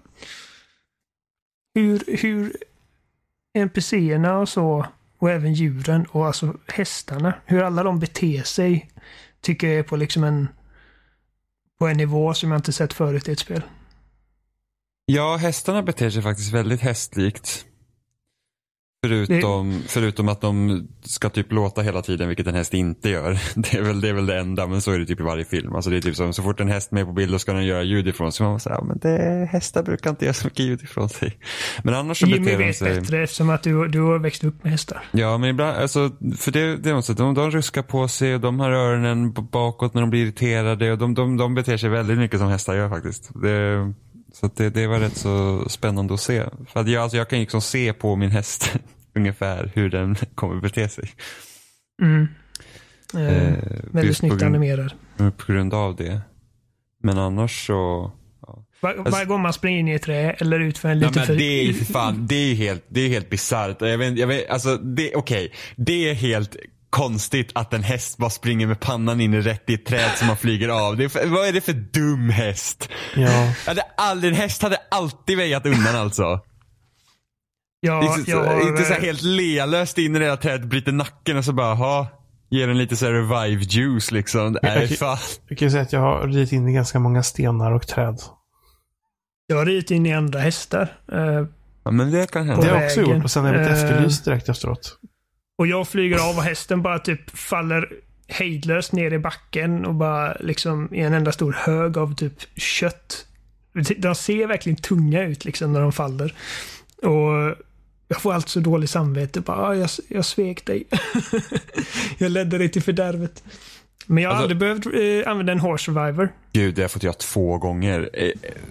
hur, hur N P C-erna och så och även djuren och alltså hästarna, hur alla de beter sig tycker jag är på liksom en på en nivå som jag inte sett förut i ett spel. Ja, hästarna beter sig faktiskt väldigt hästlikt. Förutom, det... förutom att de ska typ låta hela tiden, vilket en häst inte gör. Det är väl det, är väl det enda, men så är det typ i varje film. Alltså det är typ som, så fort en häst är med på bild då ska den göra ljud ifrån sig. Man säger, ja men det, hästar brukar inte göra så mycket ljud ifrån sig. Men annars så Jimmy beter de sig... Jimmy vet bättre eftersom att du, du har växt upp med hästar. Ja, men ibland, alltså, för det, det är något sätt, de, de ruskar på sig och de har öronen bakåt när de blir irriterade och de, de, de beter sig väldigt mycket som hästar gör faktiskt. Det, så att det, det var rätt så spännande att se. För att jag, alltså, jag kan liksom se på min häst ungefär hur den kommer bete sig. Mm. Eh, eh, väldigt snyggt animerad. På grund av det. Men annars så... Ja. Var, alltså, varje gång man springer in i ett trä eller ut för en liten... Ja, men det är ju fan, det är helt, det är helt bisarrt. Jag vet, jag vet, alltså, det, okej. Okay. Det är helt konstigt att en häst bara springer med pannan in i rätt i ett träd som man flyger av. Det är, vad är det för dum häst? Ja. Hade aldrig, en häst hade alltid väjat undan alltså. Ja, inte, jag har, inte så här helt lealöst in i det där trädet, bryter nacken och så bara, ha, ger den lite så här revive juice liksom. Det är fan. Jag kan ju säga att jag har ridit in i ganska många stenar och träd. Jag har ridit in i andra hästar. Eh, ja, men det kan hända. Det har jag också gjort och sen är det lite efterlyst direkt efteråt. Och jag flyger av och hästen bara typ faller hejdlöst ner i backen och bara liksom i en enda stor hög av typ kött. De ser verkligen tunga ut liksom när de faller. Och jag får allt så dålig samvete. Bara, ah, jag, jag svek dig. Jag ledde dig till fördärvet. Men jag har alltså, aldrig behövt eh, använda en horse survivor. Gud, det har jag fått göra två gånger.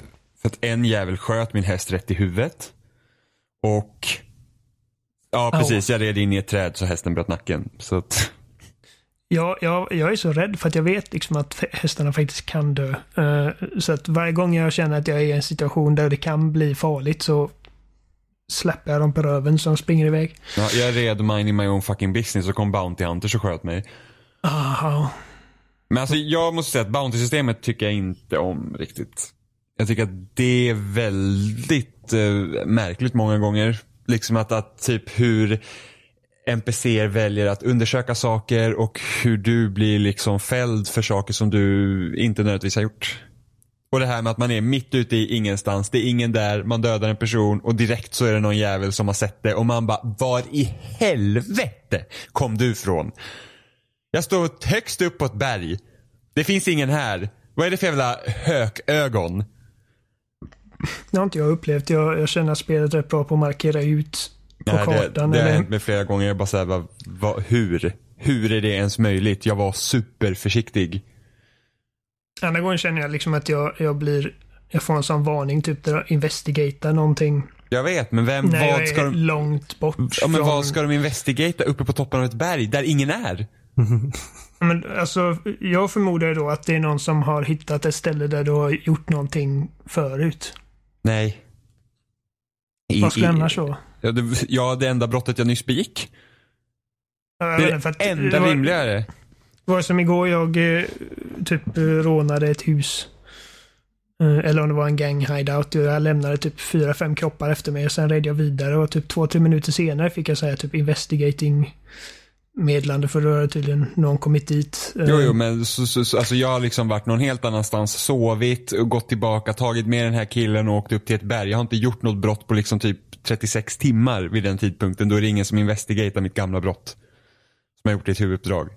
Att en jävel sköt min häst rätt i huvudet. Och ja, precis, jag red in i ett träd så hästen bröt nacken. Så att... Ja, jag, jag är så rädd för att jag vet liksom att hästarna faktiskt kan dö. Uh, så att varje gång jag känner att jag är i en situation där det kan bli farligt så släpper jag dem på röven så de springer iväg. Ja, jag red mine in my own fucking business och kom Bounty Hunter så sköt mig. Aha. Men alltså jag måste säga att Bounty-systemet tycker jag inte om riktigt. Jag tycker att det är väldigt uh, märkligt många gånger. Liksom att, att typ hur N P C väljer att undersöka saker och hur du blir liksom fälld för saker som du inte nödvändigtvis har gjort. Och det här med att man är mitt ute i ingenstans, det är ingen där, man dödar en person och direkt så är det någon jävel som har sett det och man bara, var i helvete kom du ifrån? Jag står högst upp på ett berg. Det finns ingen här. Vad är det för jävla hökögon? Det har inte jag upplevt. Jag, jag känner att spelet är rätt bra på att markera ut på Nej, kartan. det, det har eller... hänt mig flera gånger. Jag bara säger, vad, vad, hur? Hur är det ens möjligt? Jag var superförsiktig. Andra gången känner jag liksom att jag, jag blir... Jag får en sån varning typ där jag investigatar någonting. Jag vet, men vem... Nej, vad jag ska är de... långt bort. Ja, men från... vad ska de investigata uppe på toppen av ett berg där ingen är? Men alltså, jag förmodar då att det är någon som har hittat ett ställe där du har gjort någonting förut. Nej. I, Vad ska i, annars så? Ja det, ja, det enda brottet jag nyss begick. Jag det är vet, för att, det enda det var, rimligare. Det var som igår jag eh, typ eh, rånade ett hus. Eh, eller om det var en gang hideout. Jag lämnade typ fyra, fem kroppar efter mig och sen red jag vidare och typ två, tre minuter senare fick jag säga typ investigating medlande för då hade tydligen någon kommit dit. Jo, jo, men så, så, så, alltså jag har liksom varit någon helt annanstans, sovit och gått tillbaka, tagit med den här killen och åkt upp till ett berg. Jag har inte gjort något brott på liksom typ trettiosex timmar vid den tidpunkten. Då är det ingen som investigerar mitt gamla brott. Som har gjort ett huvuduppdrag.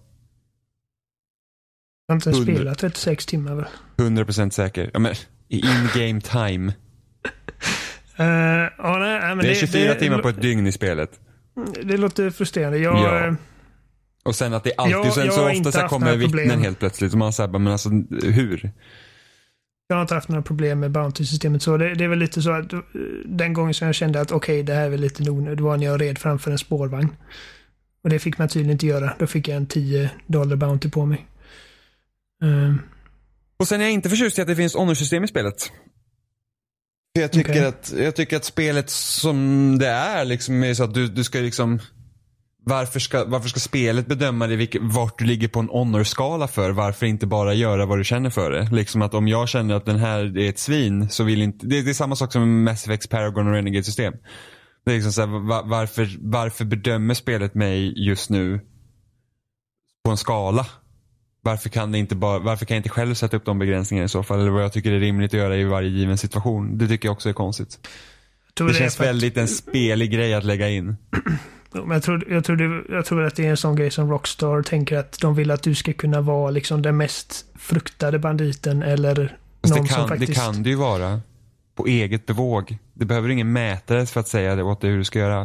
Jag har inte ens spelat trettiosex timmar väl? hundra procent säker. Ja, men in-game time. uh, ja, nej, men det är tjugofyra det, timmar det, på ett dygn i spelet. Det låter frustrerande. Jag... Ja. Och sen att det alltid, jag, sen så ofta så kommer vittnen problem. helt plötsligt. Och man säger, men alltså hur? Jag har inte haft några problem med Bounty-systemet. Så det, det är väl lite så att den gången som jag kände att okej, okay, det här är väl lite onödigt. Det var när jag red framför en spårvagn. Och det fick man tydligen inte göra. Då fick jag en tio dollar Bounty på mig. Um. Och sen är jag inte förtjust i att det finns honor-system i spelet. För jag tycker, okay. att, jag tycker att spelet som det är liksom är så att du, du ska liksom... Varför ska, varför ska spelet bedöma dig vilk, vart du ligger på en honor-skala för? Varför inte bara göra vad du känner för det? Liksom att om jag känner att den här är ett svin så vill inte... Det, det är samma sak som Mass Effect, Paragon och Renegade-system. Det är liksom så här, var, varför, varför bedömer spelet mig just nu på en skala? Varför kan, det inte bara, varför kan jag inte själv sätta upp de begränsningarna i så fall? Eller vad jag tycker är rimligt att göra i varje given situation. Det tycker jag också är konstigt. Det, det känns väldigt att... en spelig grej att lägga in. Men jag tror, jag, tror det, jag tror att det är en sån grej som Rockstar tänker att de vill att du ska kunna vara liksom den mest fruktade banditen eller Fast någon det kan, som faktiskt... Det kan det ju vara på eget bevåg. Det behöver ingen mätare för att säga det åt dig hur du ska göra.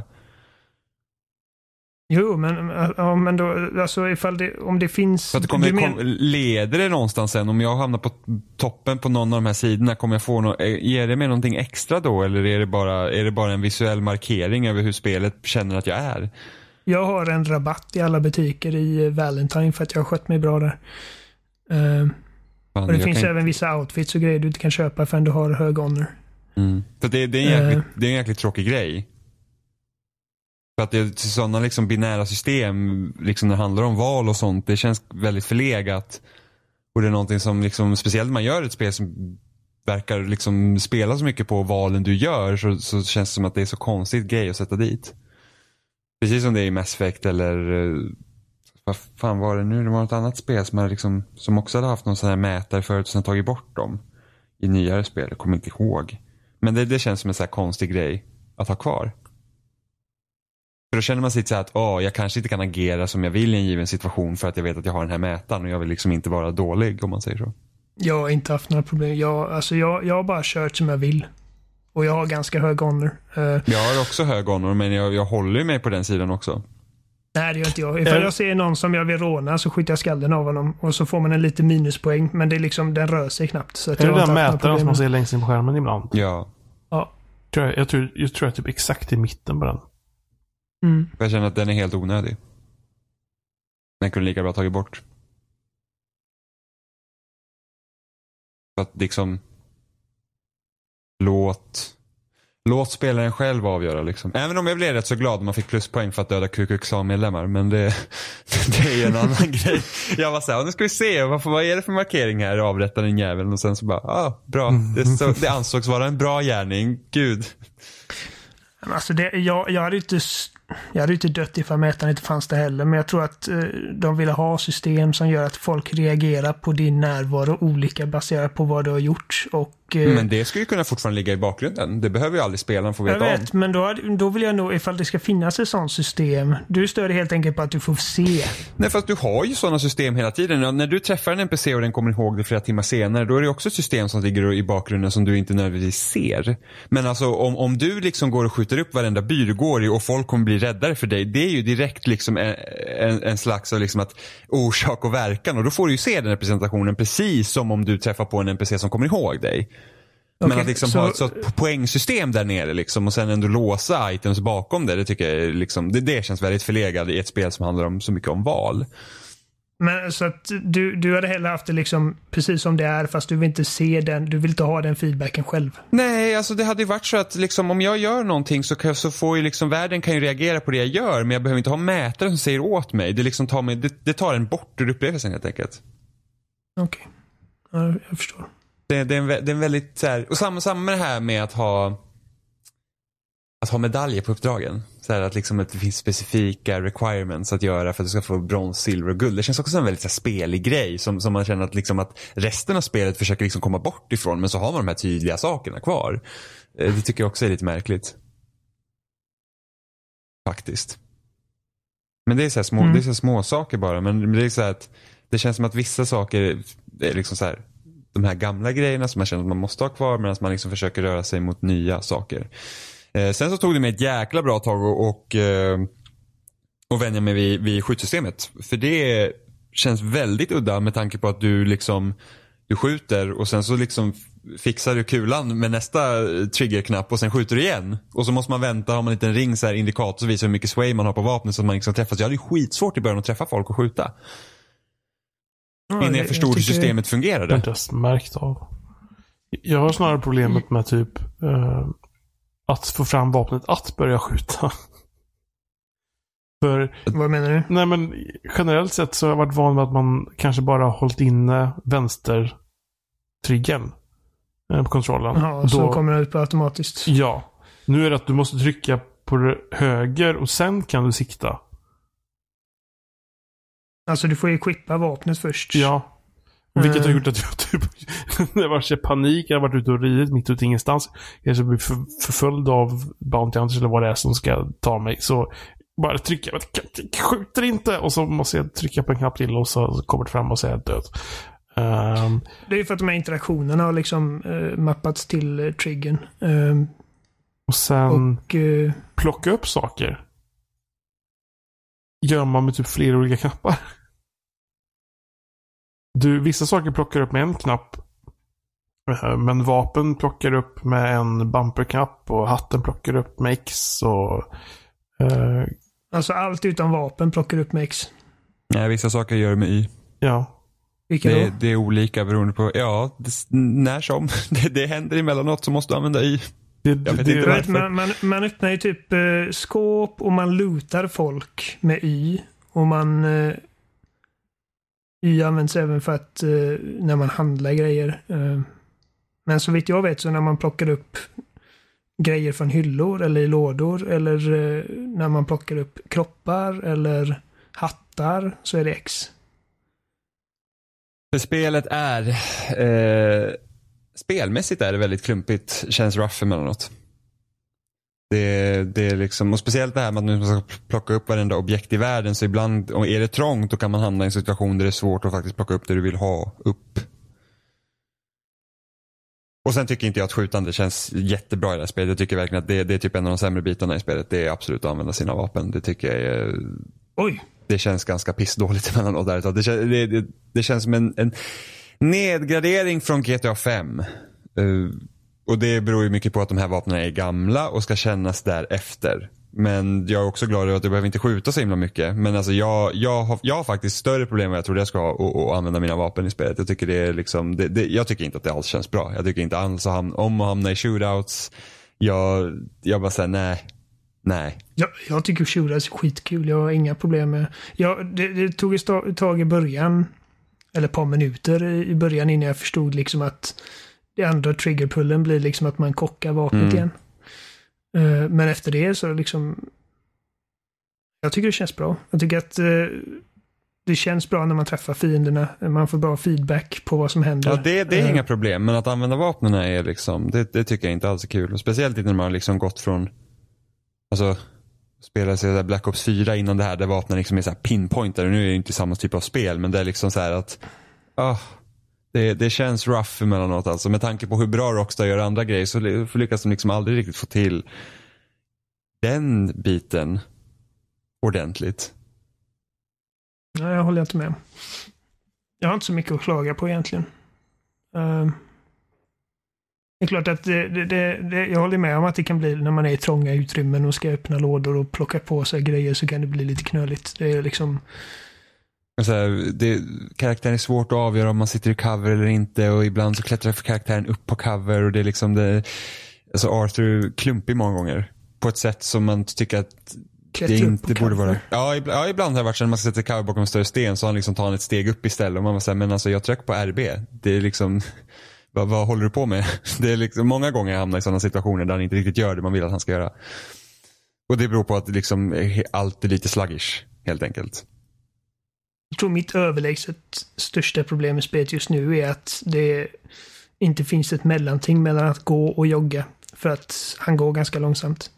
Jo, men, ja, men då, alltså ifall det, om det finns... För att det kommer, men... kom, leder det någonstans sen? Om jag hamnar på toppen på någon av de här sidorna, kommer jag få no, ger det mig någonting extra då? Eller är det, bara, är det bara en visuell markering över hur spelet känner att jag är? Jag har en rabatt i alla butiker i Valentine för att jag har skött mig bra där. Uh, Fan, och det finns även inte... vissa outfits och grejer du inte kan köpa förrän du har hög honor. Mm. För det, det, är en jäkligt, uh, det är en jäkligt tråkig grej. För att det är sådana liksom binära system liksom när det handlar om val och sånt, det känns väldigt förlegat. Och det är någonting som liksom, speciellt när man gör ett spel som verkar liksom spela så mycket på valen du gör, så, så känns det som att det är så konstigt grej att sätta dit. Precis som det är i Mass Effect eller vad fan var det nu? Det var något annat spel som, hade liksom, som också hade haft någon sån här mätare förut och sen tagit bort dem i nyare spel, jag kommer inte ihåg. Men det, det känns som en sån här konstig grej att ha kvar. För då känner man sig så här att åh, jag kanske inte kan agera som jag vill i en given situation för att jag vet att jag har den här mätaren och jag vill liksom inte vara dålig, om man säger så. Jag har inte haft några problem. Jag, alltså jag, jag har bara kört som jag vill. Och jag har ganska hög honor. Uh, jag har också hög honor, men jag, jag håller mig på den sidan också. Nej, det gör inte jag. Ifall jag ser någon som jag vill råna så skjuter jag skallen av honom och så får man en lite minuspoäng. Men det är liksom, den rör sig knappt. Så att är jag det den mätaren som man ser längst in på skärmen ibland? Ja. Ja. Jag tror jag, tror, jag tror jag typ exakt i mitten på den. Mm. Jag känner att den är helt onödig. Den kunde lika bra tagit bort. För att liksom låt låt spelaren själv avgöra liksom. Även om jag blev rätt så glad om man fick pluspoäng för att döda Ku Klux Klan-medlemmar, men det, det är ju en annan grej. Jag var så här, nu ska vi se vad, vad är det för markering här, avrätta den jäveln, och sen så bara, ja, ah, bra. Det, så, det ansågs vara en bra gärning. Gud. Alltså det, jag, jag hade inte jag hade inte dött ifall mätaren inte fanns det heller, men jag tror att eh, de ville ha system som gör att folk reagerar på din närvaro olika baserat på vad du har gjort. Och, eh, men det ska ju kunna fortfarande ligga i bakgrunden. Det behöver ju aldrig spelaren få veta om. Jag vet, om. Men då, då vill jag nog, ifall det ska finnas ett sånt system, du stör helt enkelt på att du får se. Nej, fast du har ju sådana system hela tiden. Och när du träffar en N P C och den kommer ihåg det flera timmar senare, då är det också ett system som ligger i bakgrunden som du inte nödvändigtvis ser. Men alltså om, om du liksom går och skjuter upp varenda by du går i och folk kommer bli räddare för dig, det är ju direkt liksom en, en, en slags av liksom att orsak och verkan, och då får du ju se den här presentationen precis som om du träffar på en N P C som kommer ihåg dig. Okay, men att liksom så... ha ett sånt poängsystem där nere liksom, och sen ändå låsa items bakom det, det tycker jag är liksom, det, det känns väldigt förlegad i ett spel som handlar om så mycket om val. Men så att du, du hade hellre haft det liksom precis som det är, fast du vill inte se den, du vill inte ha den feedbacken själv. Nej, alltså det hade ju varit så att liksom, om jag gör någonting så, kan, så får ju liksom världen kan ju reagera på det jag gör, men jag behöver inte ha mätare som säger åt mig. Det liksom tar mig, det, det tar en bort ur upplevelsen helt enkelt. Okej, okay. Ja, jag förstår. Det, det, är en, det är en väldigt så här, och samma, samma med det här med att ha att ha medaljer på uppdragen. Så här att liksom att det finns specifika requirements att göra för att du ska få brons, silver och guld. Det känns också som en väldigt så här, spelig grej som, som man känner att, liksom, att resten av spelet försöker liksom komma bort ifrån, men så har man de här tydliga sakerna kvar. Det tycker jag också är lite märkligt. Faktiskt. Men det är så här små, mm. det är så här små saker bara, men det är så här att det känns som att vissa saker är liksom så här, de här gamla grejerna som man känner att man måste ha kvar, medan man liksom försöker röra sig mot nya saker. Eh, sen så tog det mig ett jäkla bra tag och, och, eh, och vänja mig vid, vid skjutsystemet. För det känns väldigt udda med tanke på att du liksom du skjuter och sen så liksom fixar du kulan med nästa triggerknapp och sen skjuter du igen. Och så måste man vänta, har man inte en ring så här indikator så visar hur mycket sway man har på vapnet så att man liksom träffas. Jag hade ju skitsvårt i början att träffa folk och skjuta. Ja, innan jag förstod hur systemet fungerade. Jag har inte märkt av. Jag har snarare problemet med typ uh, att få fram vapnet att börja skjuta. För, vad menar du? Nej, men generellt sett så har jag varit van med att man kanske bara har hållit inne vänster triggern eh, på kontrollen. Ja, och så då kommer det ut på automatiskt. Ja. Nu är det att du måste trycka på höger och sen kan du sikta. Alltså du får ju quippa vapnet först. Ja. Vilket har gjort att jag typ när jag var i panik, jag har varit ute och ridit mitt ute ingenstans. Jag ska bli för, förföljd av Bounty Hunters eller vad det är som ska ta mig. Så bara trycka, jag skjuter inte. Och så måste jag trycka på en knapp till och så kommer det fram och säger död. Um, det är ju för att de här interaktionerna har liksom uh, mappats till uh, triggern. Um, och sen och, uh, plocka upp saker. Gör man med typ flera olika knappar. Du, vissa saker plockar upp med en knapp. Men vapen plockar upp med en bumperknapp. Och hatten plockar upp med X. Och, uh, alltså allt utan vapen plockar upp med X. Nej, vissa saker gör det med Y. Ja. Vilka det, då? det är olika beroende på, ja, det, när som. Det, det händer emellanåt så måste du använda Y. Det, jag vet det, inte vet, man, man, man öppnar ju typ uh, skåp och man lootar folk med Y. Och man... Uh, Y används även för att uh, när man handlar grejer. Uh, men så vitt jag vet så när man plockar upp grejer från hyllor eller i lådor eller uh, när man plockar upp kroppar eller hattar så är det X. För spelet är eh, spelmässigt är det väldigt klumpigt, känns rough emellanåt. Det, det är liksom, och speciellt det här med att man ska plocka upp varenda objekt i världen, så ibland, om är det trångt då kan man hamna i en situation där det är svårt att faktiskt plocka upp det du vill ha upp. Och sen tycker inte jag att skjutande känns jättebra i det här spelet. Jag tycker verkligen att det, det är typ en av de sämre bitarna i spelet. Det är absolut att använda sina vapen. Det tycker jag är Oj. Det känns ganska pissdåligt emellanåt där. Det, kän, det, det, det känns som en, en nedgradering från G T A fem. Uh, och det beror ju mycket på att de här vapnen är gamla och ska kännas därefter. Men jag är också glad över att jag behöver inte skjuta så himla mycket. Men alltså jag, jag, har, jag har faktiskt större problem med jag tror jag ska ha att använda mina vapen i spelet. Jag tycker det är liksom, det, det, jag tycker inte att det alls känns bra. Jag tycker inte alls ham- om att hamna i shootouts. Jag, jag bara säger nej. Nej. Ja, jag tycker shootouts är skitkul. Jag har inga problem med... Ja, det, det tog ett tag i början, eller ett par minuter i början innan jag förstod liksom att det andra triggerpullen blir liksom att man kockar vapnet mm. igen. Uh, men efter det så liksom... Jag tycker det känns bra. Jag tycker att uh, det känns bra när man träffar fienderna. Man får bra feedback på vad som händer. Ja, det, det är uh, inga problem. Men att använda vapnen är liksom... Det, det tycker jag inte alls är kul. Och speciellt när man har liksom gått från... Alltså... Spelade sig Black Ops fyra innan det här där vapnen liksom är så här pinpointer. Nu är det inte samma typ av spel. Men det är liksom så här att... Oh, det, det känns rough emellanåt alltså. Med tanke på hur bra Rockstar gör andra grejer så lyckas de liksom aldrig riktigt få till den biten ordentligt. Nej, jag håller inte med. Jag har inte så mycket att klaga på egentligen. Uh, det är klart att det, det, det, det, jag håller med om att det kan bli när man är i trånga utrymmen och ska öppna lådor och plocka på sig grejer så kan det bli lite knöligt. Det är liksom... Så här, det, karaktären är svårt att avgöra om man sitter i cover eller inte och ibland så klättrar för karaktären upp på cover och det är liksom det, alltså Arthur klumpig många gånger på ett sätt som man tycker att klättrar det inte borde cover. Vara. Ja, ibland, ja, ibland har det varit så när man sätter cover bakom en större sten så har han liksom tagit ett steg upp istället och man säger men alltså jag trycker på R B. Det är liksom vad, vad håller du på med? Det är liksom många gånger jag hamnar i sådana situationer där han inte riktigt gör det man vill att han ska göra. Och det beror på att det liksom allt är lite sluggish helt enkelt. Jag tror mitt överlägset största problem med spelet just nu är att det inte finns ett mellanting mellan att gå och jogga. För att han går ganska långsamt.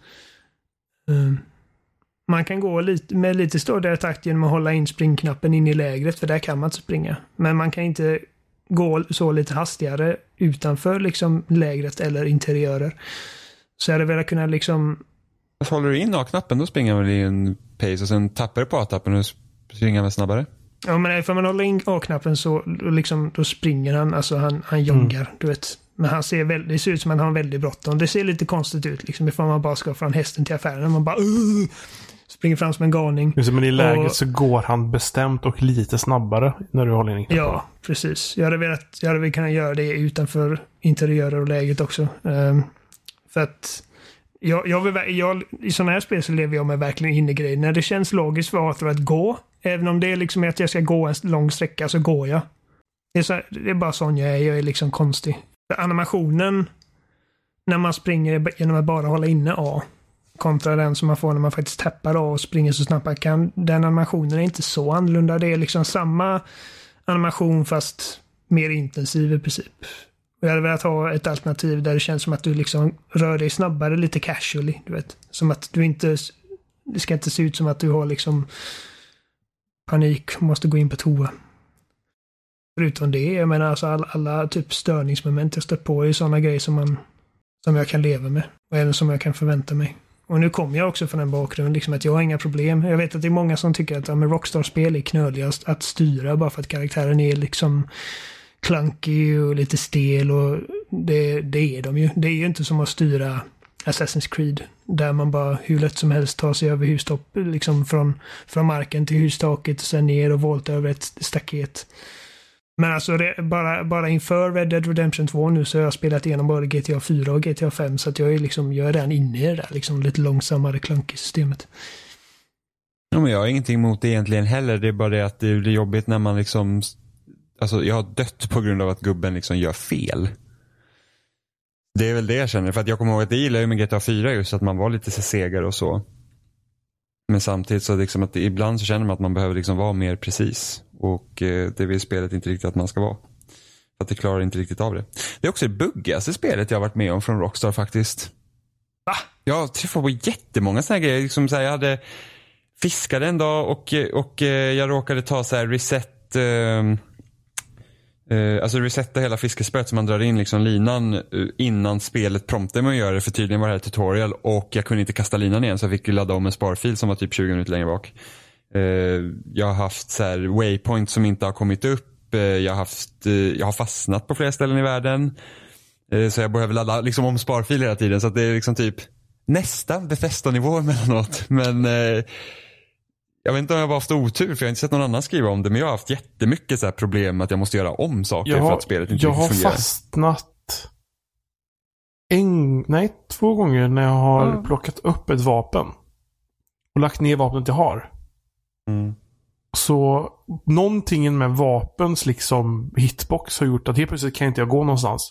Um, man kan gå lite, med lite större takt genom att hålla in springknappen in i lägret. För där kan man inte springa. Men man kan inte gå så lite hastigare utanför liksom lägret eller interiörer. Så jag hade velat kunna liksom... Så håller du in A-knappen då springer man i en pace och sen tappar du på A-knappen och springer man snabbare. Ja, men ifall man håller in A-knappen så liksom, då springer han, alltså han, han joggar, mm. du vet. Men han ser väldigt, det ser ut som att han har väldigt bråttom. Det ser lite konstigt ut, liksom, ifall man bara ska från hästen till affären. Man bara uh, springer fram som en galning. Just, men i läget och, så går han bestämt och lite snabbare när du håller in knappen. Ja, precis. Jag hade velat, jag hade velat kunna göra det utanför interiörer och läget också. Um, för att jag, jag vill, jag, i sådana här spel så lever jag med verkligen inne grejer. När det känns logiskt för Arthur att gå, även om det är liksom att jag ska gå en lång sträcka så går jag. Det är, så, det är bara sån jag är. Jag är liksom konstig. För animationen när man springer genom att bara hålla inne A kontra den som man får när man faktiskt tappar A och springer så snabbt man kan. Den animationen är inte så annorlunda. Det är liksom samma animation fast mer intensiv i princip. Och jag hade velat ha ett alternativ där det känns som att du liksom rör dig snabbare lite casually, du vet. Som att du inte, det ska inte se ut som att du har liksom panik, måste gå in på toa. Förutom det, jag menar alltså alla, alla typ störningsmoment jag stött på är sådana grejer som man som jag kan leva med och även som jag kan förvänta mig. Och nu kommer jag också från en bakgrund liksom att jag har inga problem. Jag vet att det är många som tycker att ja, men Rockstar-spel är knöligast att styra bara för att karaktären är liksom clunky och lite stel och det, det är de ju. Det är ju inte som att styra Assassin's Creed där man bara hur lätt som helst tar sig över hustopp liksom från, från marken till hustaket och sen ner och volta över ett staket. Men alltså det, bara, bara inför Red Dead Redemption två nu så har jag spelat igenom både G T A fyra och G T A fem så att jag är liksom, jag är redan inne i det där liksom lite långsammare clunky systemet. Ja, men jag har ingenting emot det egentligen heller. Det är bara det att det blir jobbigt när man liksom, alltså jag har dött på grund av att gubben liksom gör fel. Det är väl det jag känner. För att jag kommer ihåg att det gillar ju med G T A fyra just att man var lite så segare och så. Men samtidigt så liksom att det, ibland så känner man att man behöver liksom vara mer precis. Och eh, det vill spelet inte riktigt att man ska vara. För att det klarar inte riktigt av det. Det är också det buggigaste spelet jag har varit med om från Rockstar faktiskt. Va? Jag träffade på jättemånga sådana grejer. Liksom så här, jag hade fiskat en dag och, och eh, jag råkade ta så här reset... Eh, Uh, alltså resetta hela fiskespöet så man drar in liksom linan uh, innan spelet promptade mig att göra det för tydligen var det här tutorial och jag kunde inte kasta linan igen så jag fick ladda om en sparfil som var typ tjugo minuter längre bak. Uh, jag har haft så här waypoints som inte har kommit upp. Uh, jag, har haft, uh, jag har fastnat på flera ställen i världen. Uh, så jag behöver ladda liksom, om sparfiler hela tiden. Så att det är liksom typ nästan Bethesda-nivå emellanåt. Men uh, jag vet inte om jag bara haft otur, för jag har inte sett någon annan skriva om det. Men jag har haft jättemycket så här problem med att jag måste göra om saker har, för att spelet inte jag fungerar. Jag har fastnat en, nej, två gånger när jag har mm. plockat upp ett vapen och lagt ner vapnet jag har. Mm. Så någonting med vapens liksom hitbox har gjort att helt plötsligt kan inte jag gå någonstans.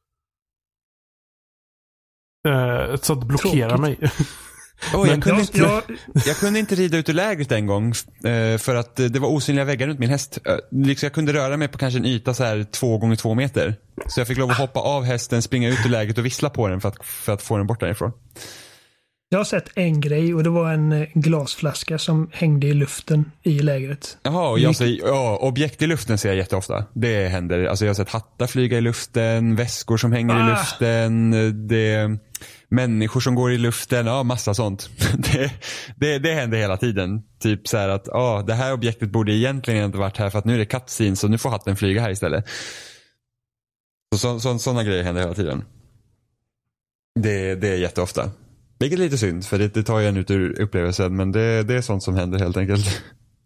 Uh, så att det blockerar Tråkigt. mig. Oh, jag, kunde inte, jag, jag kunde inte rida ut ur lägret en gång uh, för att det var osynliga väggar runt min häst. Uh, liksom jag kunde röra mig på kanske en yta så här två gånger två meter. Så jag fick lov att hoppa av hästen, springa ut ur lägret och vissla på den för att, för att få den bort därifrån. Jag har sett en grej och det var en glasflaska som hängde i luften i lägret. Jaha, och jag säger, ja, objekt i luften ser jag jätteofta. Det händer. Alltså jag har sett hattar flyga i luften, väskor som hänger ah. i luften, det, människor som går i luften, ja, massa sånt. Det, det, det händer hela tiden. Typ så här att, ja, det här objektet borde egentligen inte varit här för att nu är det cutscene, så nu får hatten flyga här istället. Så, så, så, sådana grejer händer hela tiden. Det, det är jätteofta. Vilket är lite synd, för det, det tar ju en ut ur upplevelsen, men det, det är sånt som händer helt enkelt.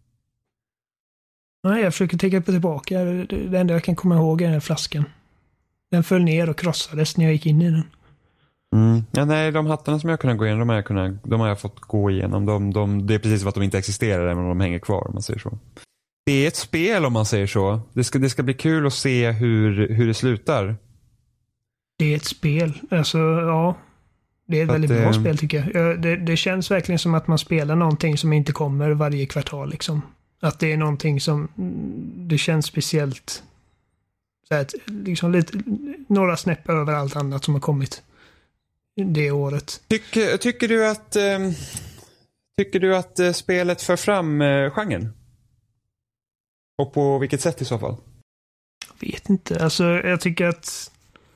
Nej, jag försöker tänka på tillbaka. Det enda jag kan komma ihåg är den här flaskan. Den föll ner och krossades när jag gick in i den. Mm. Ja, nej, de hattarna som jag kunnat gå igenom, de har jag, kunnat, de har jag fått gå igenom. De, de, det är precis som att de inte existerar, men de hänger kvar, om man säger så. Det är ett spel, om man säger så. Det ska, det ska bli kul att se hur, hur det slutar. Det är ett spel. Alltså, ja... Det är ett väldigt att, bra eh, spel tycker jag. Det, det känns verkligen som att man spelar någonting som inte kommer varje kvartal liksom. Att det är någonting som det känns speciellt så att, liksom lite, några snäpp över allt annat som har kommit det året. Tycker, tycker du att eh, tycker du att eh, spelet för fram eh, genren? Och på vilket sätt i så fall? Jag vet inte. Alltså jag tycker att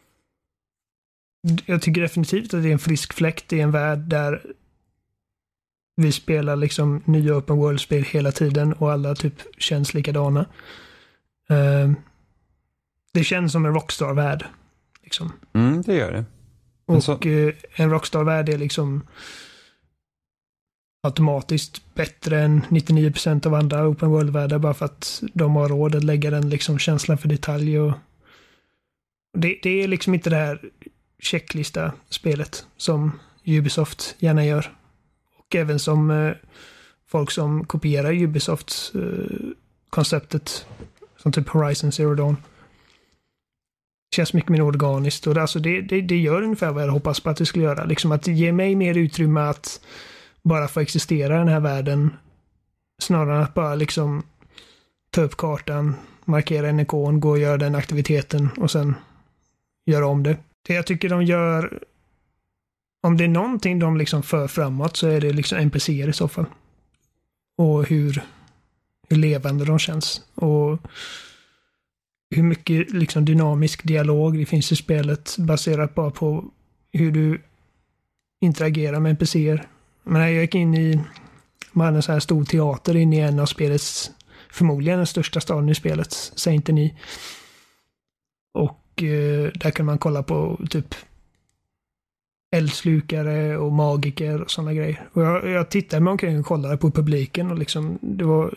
Jag tycker definitivt att det är en frisk fläkt i en värld där vi spelar liksom nya open world-spel hela tiden och alla typ känns likadana. Uh, det känns som en Rockstar-värld. Liksom. Mm, det gör det. Och så... uh, en Rockstar-värld är liksom automatiskt bättre än nittionio procent av andra open world-världar bara för att de har råd att lägga den liksom känslan för detalj. Och det, det är liksom inte det här checklista spelet som Ubisoft gärna gör. Och även som eh, folk som kopierar Ubisofts eh, konceptet som typ Horizon Zero Dawn. Känns mycket mer organiskt och det, alltså det, det, det gör ungefär vad jag hoppas på att det skulle göra. Liksom att ge mig mer utrymme att bara få existera i den här världen snarare än att bara liksom ta upp kartan, markera en ikon, gå och göra den aktiviteten och sen göra om det. Det jag tycker de gör, om det är någonting de liksom för framåt så är det liksom N P C:er i så fall. Och hur, hur levande de känns. Och hur mycket liksom dynamisk dialog det finns i spelet baserat bara på hur du interagerar med N P C:er. Men jag gick in i, man hade en så här stor teater in i en av spelets, förmodligen den största staden i spelet, Saint Denis. Och där kan man kolla på typ eldslukare och magiker och sådana grejer. Och jag, jag tittade mig omkring och kollade på publiken och liksom det var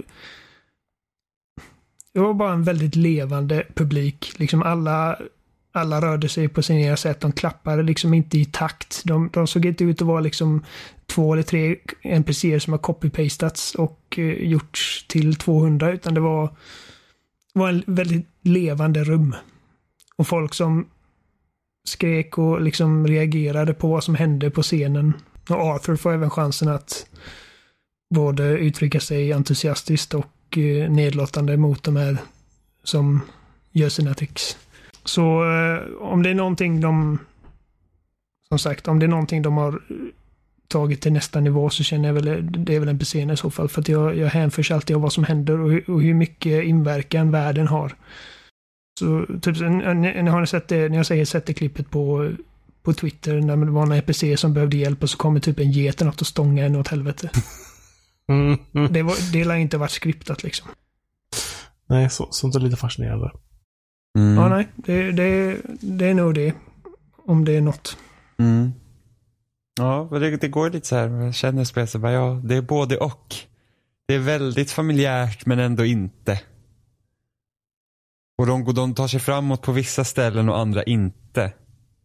det var bara en väldigt levande publik. Liksom alla alla rörde sig på sina sätt. De klappade liksom inte i takt. De, de såg inte ut att vara liksom två eller tre N P C:er som har copy-pastats och eh, gjorts till tvåhundra utan det var var en väldigt levande rum. Och folk som skrek och liksom reagerade på vad som hände på scenen. Och Arthur får även chansen att både uttrycka sig entusiastiskt och eh, nedlåtande mot de här som gör sina tricks. Så eh, om det är någonting de som sagt, om det är någonting de har tagit till nästa nivå så känner jag väl det är väl en P C i så fall för att jag, jag hänförs alltid av vad som händer och, och hur mycket inverkan världen har. Så typ, ni har sett det, ni har säkert sett det klippet på, på Twitter när det var en N P C som behövde hjälp och så kommer typ en get något och stånga en åt helvete. Mm, mm. Det, var, det lär inte varit skriptat liksom. Nej, så, sånt är lite fascinerande. Mm. Ja, nej. Det, det, det är nog det. Om det är något. Mm. Ja, det, det går lite så här. Jag känner spelet så bara, ja, det är både och. Det är väldigt familjärt men ändå inte. Och de, de tar sig framåt på vissa ställen och andra inte.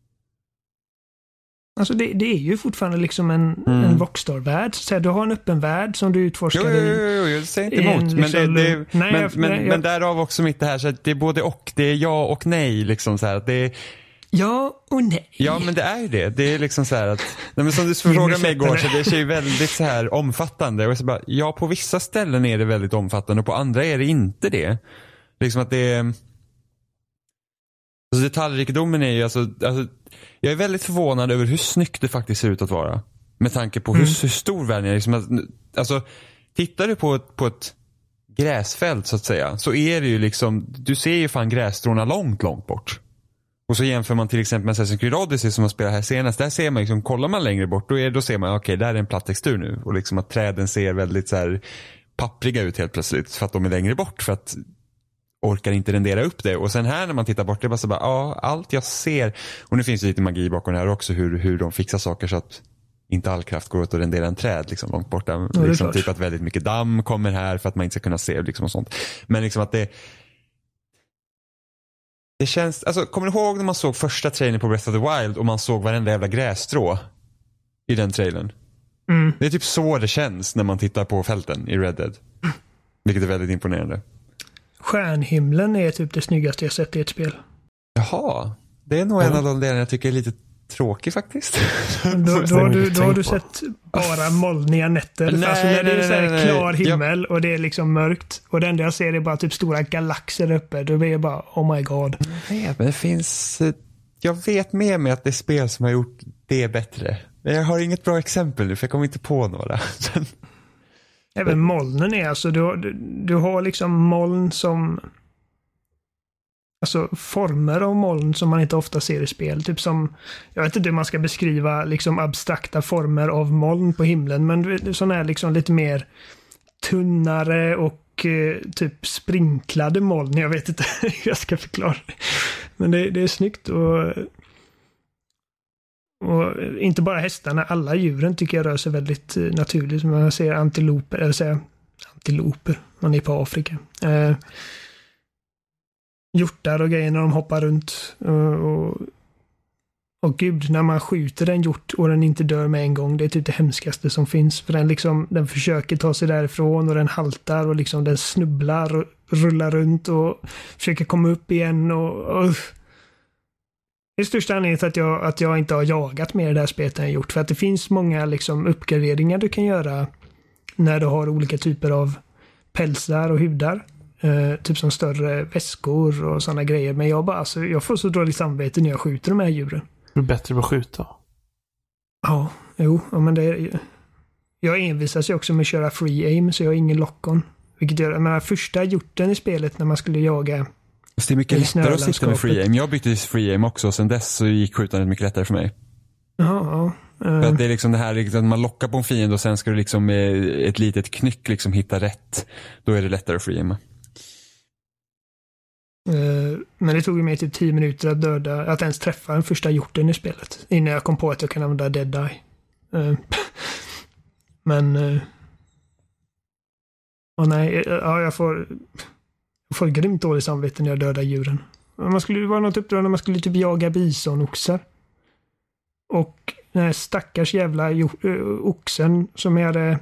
Alltså det, det är ju fortfarande liksom en, Mm. en Rockstar-värld. Så här, du har en öppen värld som du utforskar Jo, jo, i. jo, jo, jag säger inte en emot. Men, liksom- det, det, nej, men, jag- men, nej, jag- men därav också mitt det här. Så att det är både och. Det är ja och nej. Liksom så här, att det är, Ja och nej. ja, men det är ju det. Det är liksom så här att, nej, men som du frågade mig igår, så det är ju väldigt så här omfattande. Och så bara, ja, på vissa ställen är det väldigt omfattande och på andra är det inte det. Liksom att det är... Alltså detaljrikedomen är ju alltså, alltså... Jag är väldigt förvånad över hur snyggt det faktiskt ser ut att vara. Med tanke på hur, Mm. hur stor världen är. Liksom att, alltså, tittar du på ett, på ett gräsfält så att säga, så är det ju liksom, du ser ju fan grässtråna långt, långt bort. Och så jämför man till exempel med Assassin's Creed Odyssey som man spelar här senast. Där ser man liksom, kollar man längre bort, då, är, då ser man, okej, okay, där är en platt textur nu. Och liksom att träden ser väldigt så här pappriga ut helt plötsligt. För att de är längre bort, för att orkar inte rendera upp det. Och sen här när man tittar bort, det är bara så bara, ja, allt jag ser. Och nu finns det lite magi bakom det här också, hur, hur de fixar saker så att inte all kraft går åt att rendera en träd liksom långt borta. Ja, liksom, typ att väldigt mycket damm kommer här för att man inte ska kunna se liksom och sånt. Men liksom att det Det känns, alltså kommer du ihåg när man såg första trailern på Breath of the Wild och man såg varenda jävla grässtrå i den trailern? Mm. Det är typ så det känns när man tittar på fälten i Red Dead. Vilket är väldigt imponerande. Stjärnhimlen är typ det snyggaste jag sett i ett spel. Jaha, det är nog en av de delarna jag tycker är lite tråkig faktiskt. Då, då, har du, då har du sett bara molniga nätter. Nej, alltså när det är så här nej, nej, nej. klar himmel och det är liksom mörkt. Och det enda jag ser är bara typ stora galaxer uppe. Då blir jag bara, oh my god. Nej, men det finns... Jag vet med mig att det är spel som har gjort det bättre. Men jag har inget bra exempel nu för jag kommer inte på några. Även molnen är alltså, du, du, du har liksom moln som... Alltså former av moln som man inte ofta ser i spel. Typ som, jag vet inte hur man ska beskriva liksom abstrakta former av moln på himlen. Men sådana här liksom lite mer tunnare och eh, typ sprinklade moln. Jag vet inte hur jag ska förklara det. Men det, det är snyggt och, och inte bara hästarna, alla djuren tycker jag rör sig väldigt naturligt. Man ser antiloper, eller säga antiloper, man är på Afrika. Eh, hjortar och grejer när de hoppar runt. Och, och, och gud, när man skjuter en hjort och den inte dör med en gång, det är typ det hemskaste som finns. För den liksom, den försöker ta sig därifrån och den haltar och liksom den snubblar och rullar runt och försöker komma upp igen och... och det är största anledningen till att jag, att jag inte har jagat mer i det här spelet än jag gjort. För att det finns många liksom uppgraderingar du kan göra när du har olika typer av pälsar och hudar. Uh, typ som större väskor och sådana grejer. Men jag bara, alltså, jag får så dåligt samvete när jag skjuter de här djuren. Det är bättre att skjuta. Ja, jo, ja, men det är... Jag envisas ju också med att köra free aim, så jag har ingen lock-on. Vilket gör, jag menar, första hjorten i spelet när man skulle jaga... Det är mycket lättare att sitta med free aim. Jag bytte till free aim också, och sen dess så gick skjutandet mycket lättare för mig. Ja, ja. Uh... För att det är liksom det här, liksom, man lockar på en fiende och sen ska du liksom med ett litet knyck liksom hitta rätt. Då är det lättare att free aim. Uh, men det tog ju mig typ tio minuter att döda, att ens träffa den första hjorten i spelet. Innan jag kom på att jag kan använda Dead Eye. Uh, men... Uh, oh nej, uh, ja, jag får... Jag får grymt dåligt samvete när jag dödar djuren. Man skulle ju vara något uppdrag när man skulle typ jaga bisonoxar. Och den här stackars jävla uh, oxen som jag hade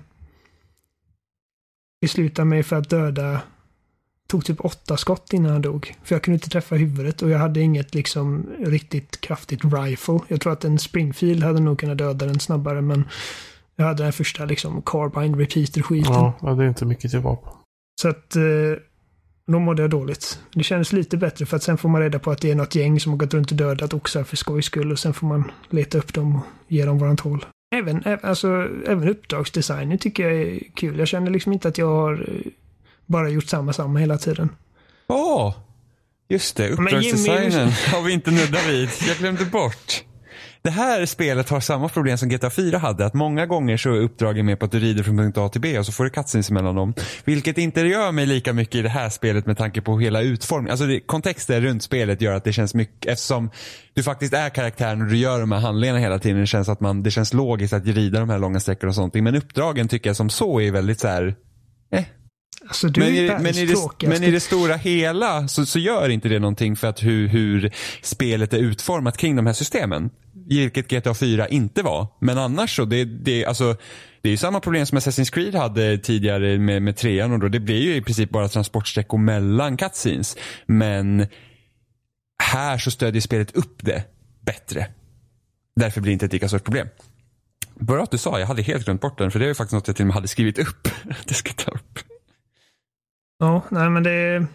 beslutat mig för att döda tog typ åtta skott innan han dog. För jag kunde inte träffa huvudet och jag hade inget liksom riktigt kraftigt rifle. Jag tror att en Springfield hade nog kunnat döda den snabbare, men jag hade den första liksom carbine repeater skiten. Ja, det är inte mycket till vapen. Så att eh, då mådde jag dåligt. Det kändes lite bättre för att sen får man reda på att det är något gäng som har gått runt och dödat oxar för skojs skull och sen får man leta upp dem och ge dem varant hål. Även, alltså, även uppdragsdesignen tycker jag är kul. Jag känner liksom inte att jag har bara gjort samma samma hela tiden. Åh, oh, just det. Uppdragsdesignen har vi inte nuddat vid. Jag glömde bort. det här spelet har samma problem som G T A fyra hade. Att många gånger så är uppdragen med på att du rider från punkt A till B och så får du cutscenes mellan dem. Vilket inte gör mig lika mycket i det här spelet med tanke på hela utformningen. Alltså det, kontexten runt spelet gör att det känns mycket, eftersom du faktiskt är karaktären och du gör de här handlingarna hela tiden. Det känns att man, det känns logiskt att rida de här långa sträckor och sånt. Men uppdragen tycker jag som så är väldigt så här, eh. Alltså, du men, är i, men, i det, men i det stora hela så, så gör inte det någonting för att hur, hur spelet är utformat kring de här systemen. Vilket G T A fyra inte var. Men annars så, det, det, alltså, det är ju samma problem som Assassin's Creed hade tidigare med, med trean. Och då, det blir ju i princip bara transportsträckor mellan cutscenes. Men här så stödjer spelet upp det bättre. Därför blir det inte ett lika stort problem. Bra att du sa, jag hade helt glömt bort den. För det är ju faktiskt något jag till och med hade skrivit upp. Det ska ta upp. Ja, nej men det...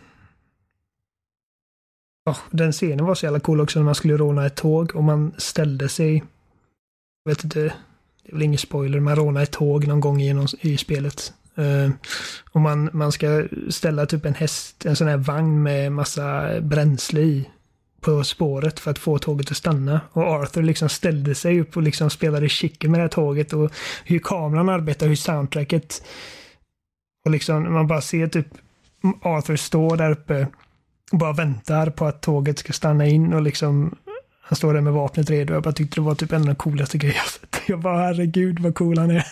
Oh, den scenen var så jävla cool också när man skulle råna ett tåg och man ställde sig... Jag vet inte, det är väl ingen spoiler, man rånar ett tåg någon gång genom, i spelet. Uh, och man, man ska ställa typ en häst, en sån här vagn med massa bränsle i på spåret för att få tåget att stanna. Och Arthur liksom ställde sig upp och liksom spelade chicken med det här tåget och hur kameran arbetar, hur soundtracket... Och liksom man bara ser typ Arthur står där uppe och bara väntar på att tåget ska stanna in och liksom han står där med vapnet redo. Jag bara tyckte det var typ en av de coolaste grejerna. Jag bara, herregud vad cool han är.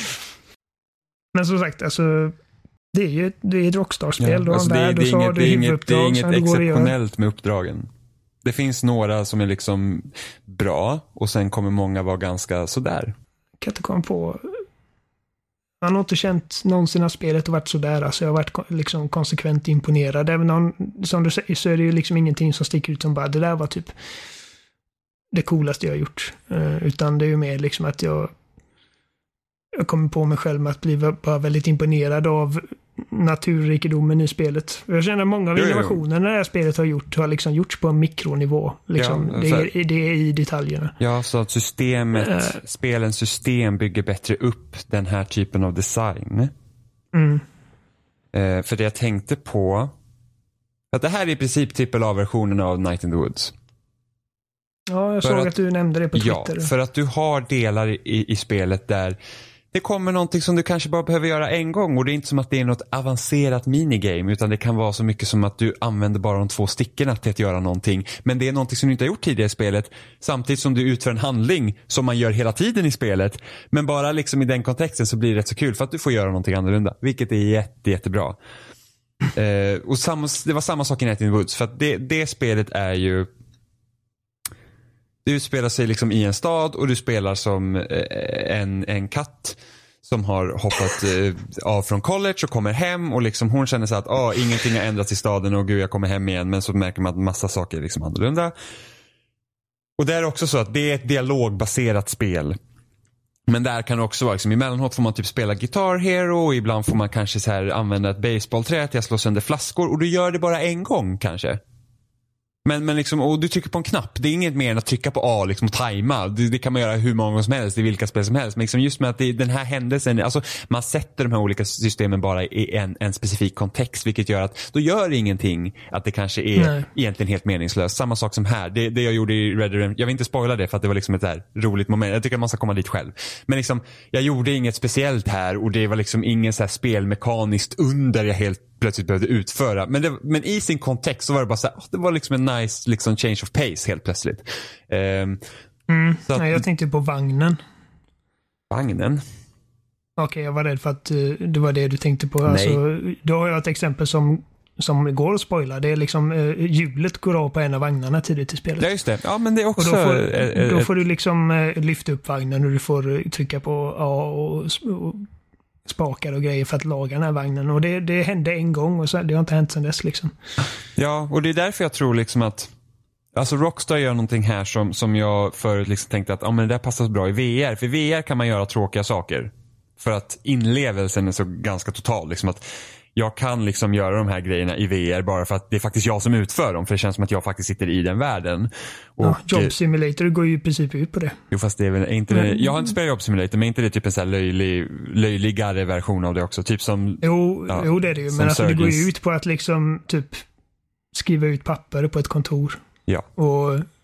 Men som sagt, alltså det är ju det är ett Rockstar-spel. Ja, alltså det, värld, det, är inget, det, det är inget, det är inget det exceptionellt med uppdragen. Det finns några som är liksom bra och sen kommer många vara ganska sådär. Jag kan inte komma på... Man har inte känt någonsin att spelet har varit sådär. Alltså jag har varit liksom konsekvent imponerad. Även om, som du säger, så är det ju liksom ingenting som sticker ut som bara, det där var typ det coolaste jag har gjort. Uh, utan det är ju mer liksom att jag jag kommer på mig själv med att bli bara väldigt imponerad av naturrikedomen i spelet. Jag känner att många av innovationerna det här spelet har gjort har liksom gjorts på en mikronivå. Liksom. Ja, det, är, det är i detaljerna. Ja, så att systemet, uh, spelens system bygger bättre upp den här typen av design. Mm. Uh, för det jag tänkte på att det här är i princip trippel A-versionen av Night in the Woods. Ja, jag för såg att, att du nämnde det på Twitter. Ja, för att du har delar i, i spelet där det kommer någonting som du kanske bara behöver göra en gång och det är inte som att det är något avancerat minigame utan det kan vara så mycket som att du använder bara de två stickorna till att göra någonting. Men det är någonting som du inte har gjort tidigare i spelet samtidigt som du utför en handling som man gör hela tiden i spelet. Men bara liksom i den kontexten så blir det rätt så kul för att du får göra någonting annorlunda. Vilket är jätte, jättebra. Eh, och samma, det var samma sak i Night in the Woods för att det, det spelet är ju du spelar sig liksom i en stad och du spelar som en, en katt som har hoppat av från college och kommer hem och liksom hon känner sig att ah, ingenting har ändrats i staden och gud jag kommer hem igen men så märker man att massa saker är liksom annorlunda. Och det är också så att det är ett dialogbaserat spel. Men där kan det också vara liksom, emellanåt får man typ spela Guitar Hero och ibland får man kanske så här använda ett baseballträ till att slå sönder flaskor och du gör det bara en gång kanske. Men, men liksom, och du trycker på en knapp. Det är inget mer än att trycka på A liksom, och tajma. Det, det kan man göra hur många gånger som helst i vilka spel som helst. Men liksom just med att det, den här händelsen, alltså man sätter de här olika systemen bara i en, en specifik kontext. Vilket gör att då gör det ingenting att det kanske är Nej. egentligen helt meningslöst. Samma sak som här. Det, det jag gjorde i Red Dead, jag vill inte spoila det för att det var liksom ett där roligt moment. Jag tycker att man ska komma dit själv. Men liksom, jag gjorde inget speciellt här och det var liksom ingen så här spelmekaniskt under jag helt plötsligt behövde utföra. Men, det, men i sin kontext så var det bara så här, det var liksom en nice liksom change of pace helt plötsligt. Um, mm. så att, Nej, jag tänkte på vagnen. Vagnen? Okej, okay, jag var rädd för att uh, det var det du tänkte på. Alltså, då har jag ett exempel som, som går att spoila. Det är liksom uh, hjulet går av på en av vagnarna tidigt i spelet. Ja, just det. Ja, men det är också... Och då får, äh, då får du liksom uh, lyfta upp vagnen och du får uh, trycka på A och, och spakar och grejer för att laga den här vagnen. Och det, det hände en gång och så, det har inte hänt sedan dess liksom. Ja, och det är därför jag tror liksom att alltså Rockstar gör någonting här som, som jag förut liksom tänkte att ah, men det där passar bra i V R. För i V R kan man göra tråkiga saker. För att inlevelsen är så ganska total. Liksom att jag kan liksom göra de här grejerna i V R bara för att det är faktiskt jag som utför dem. För det känns som att jag faktiskt sitter i den världen. Och, ja, Job Simulator går ju i princip ut på det. Jo, fast det är väl inte det, jag har inte spelat Job Simulator, men inte det typ en så här löjlig, löjligare version av det också. Typ som... Jo, ja, jo det är det ju. Men alltså det går ju ut på att liksom typ skriva ut papper på ett kontor. Ja. Och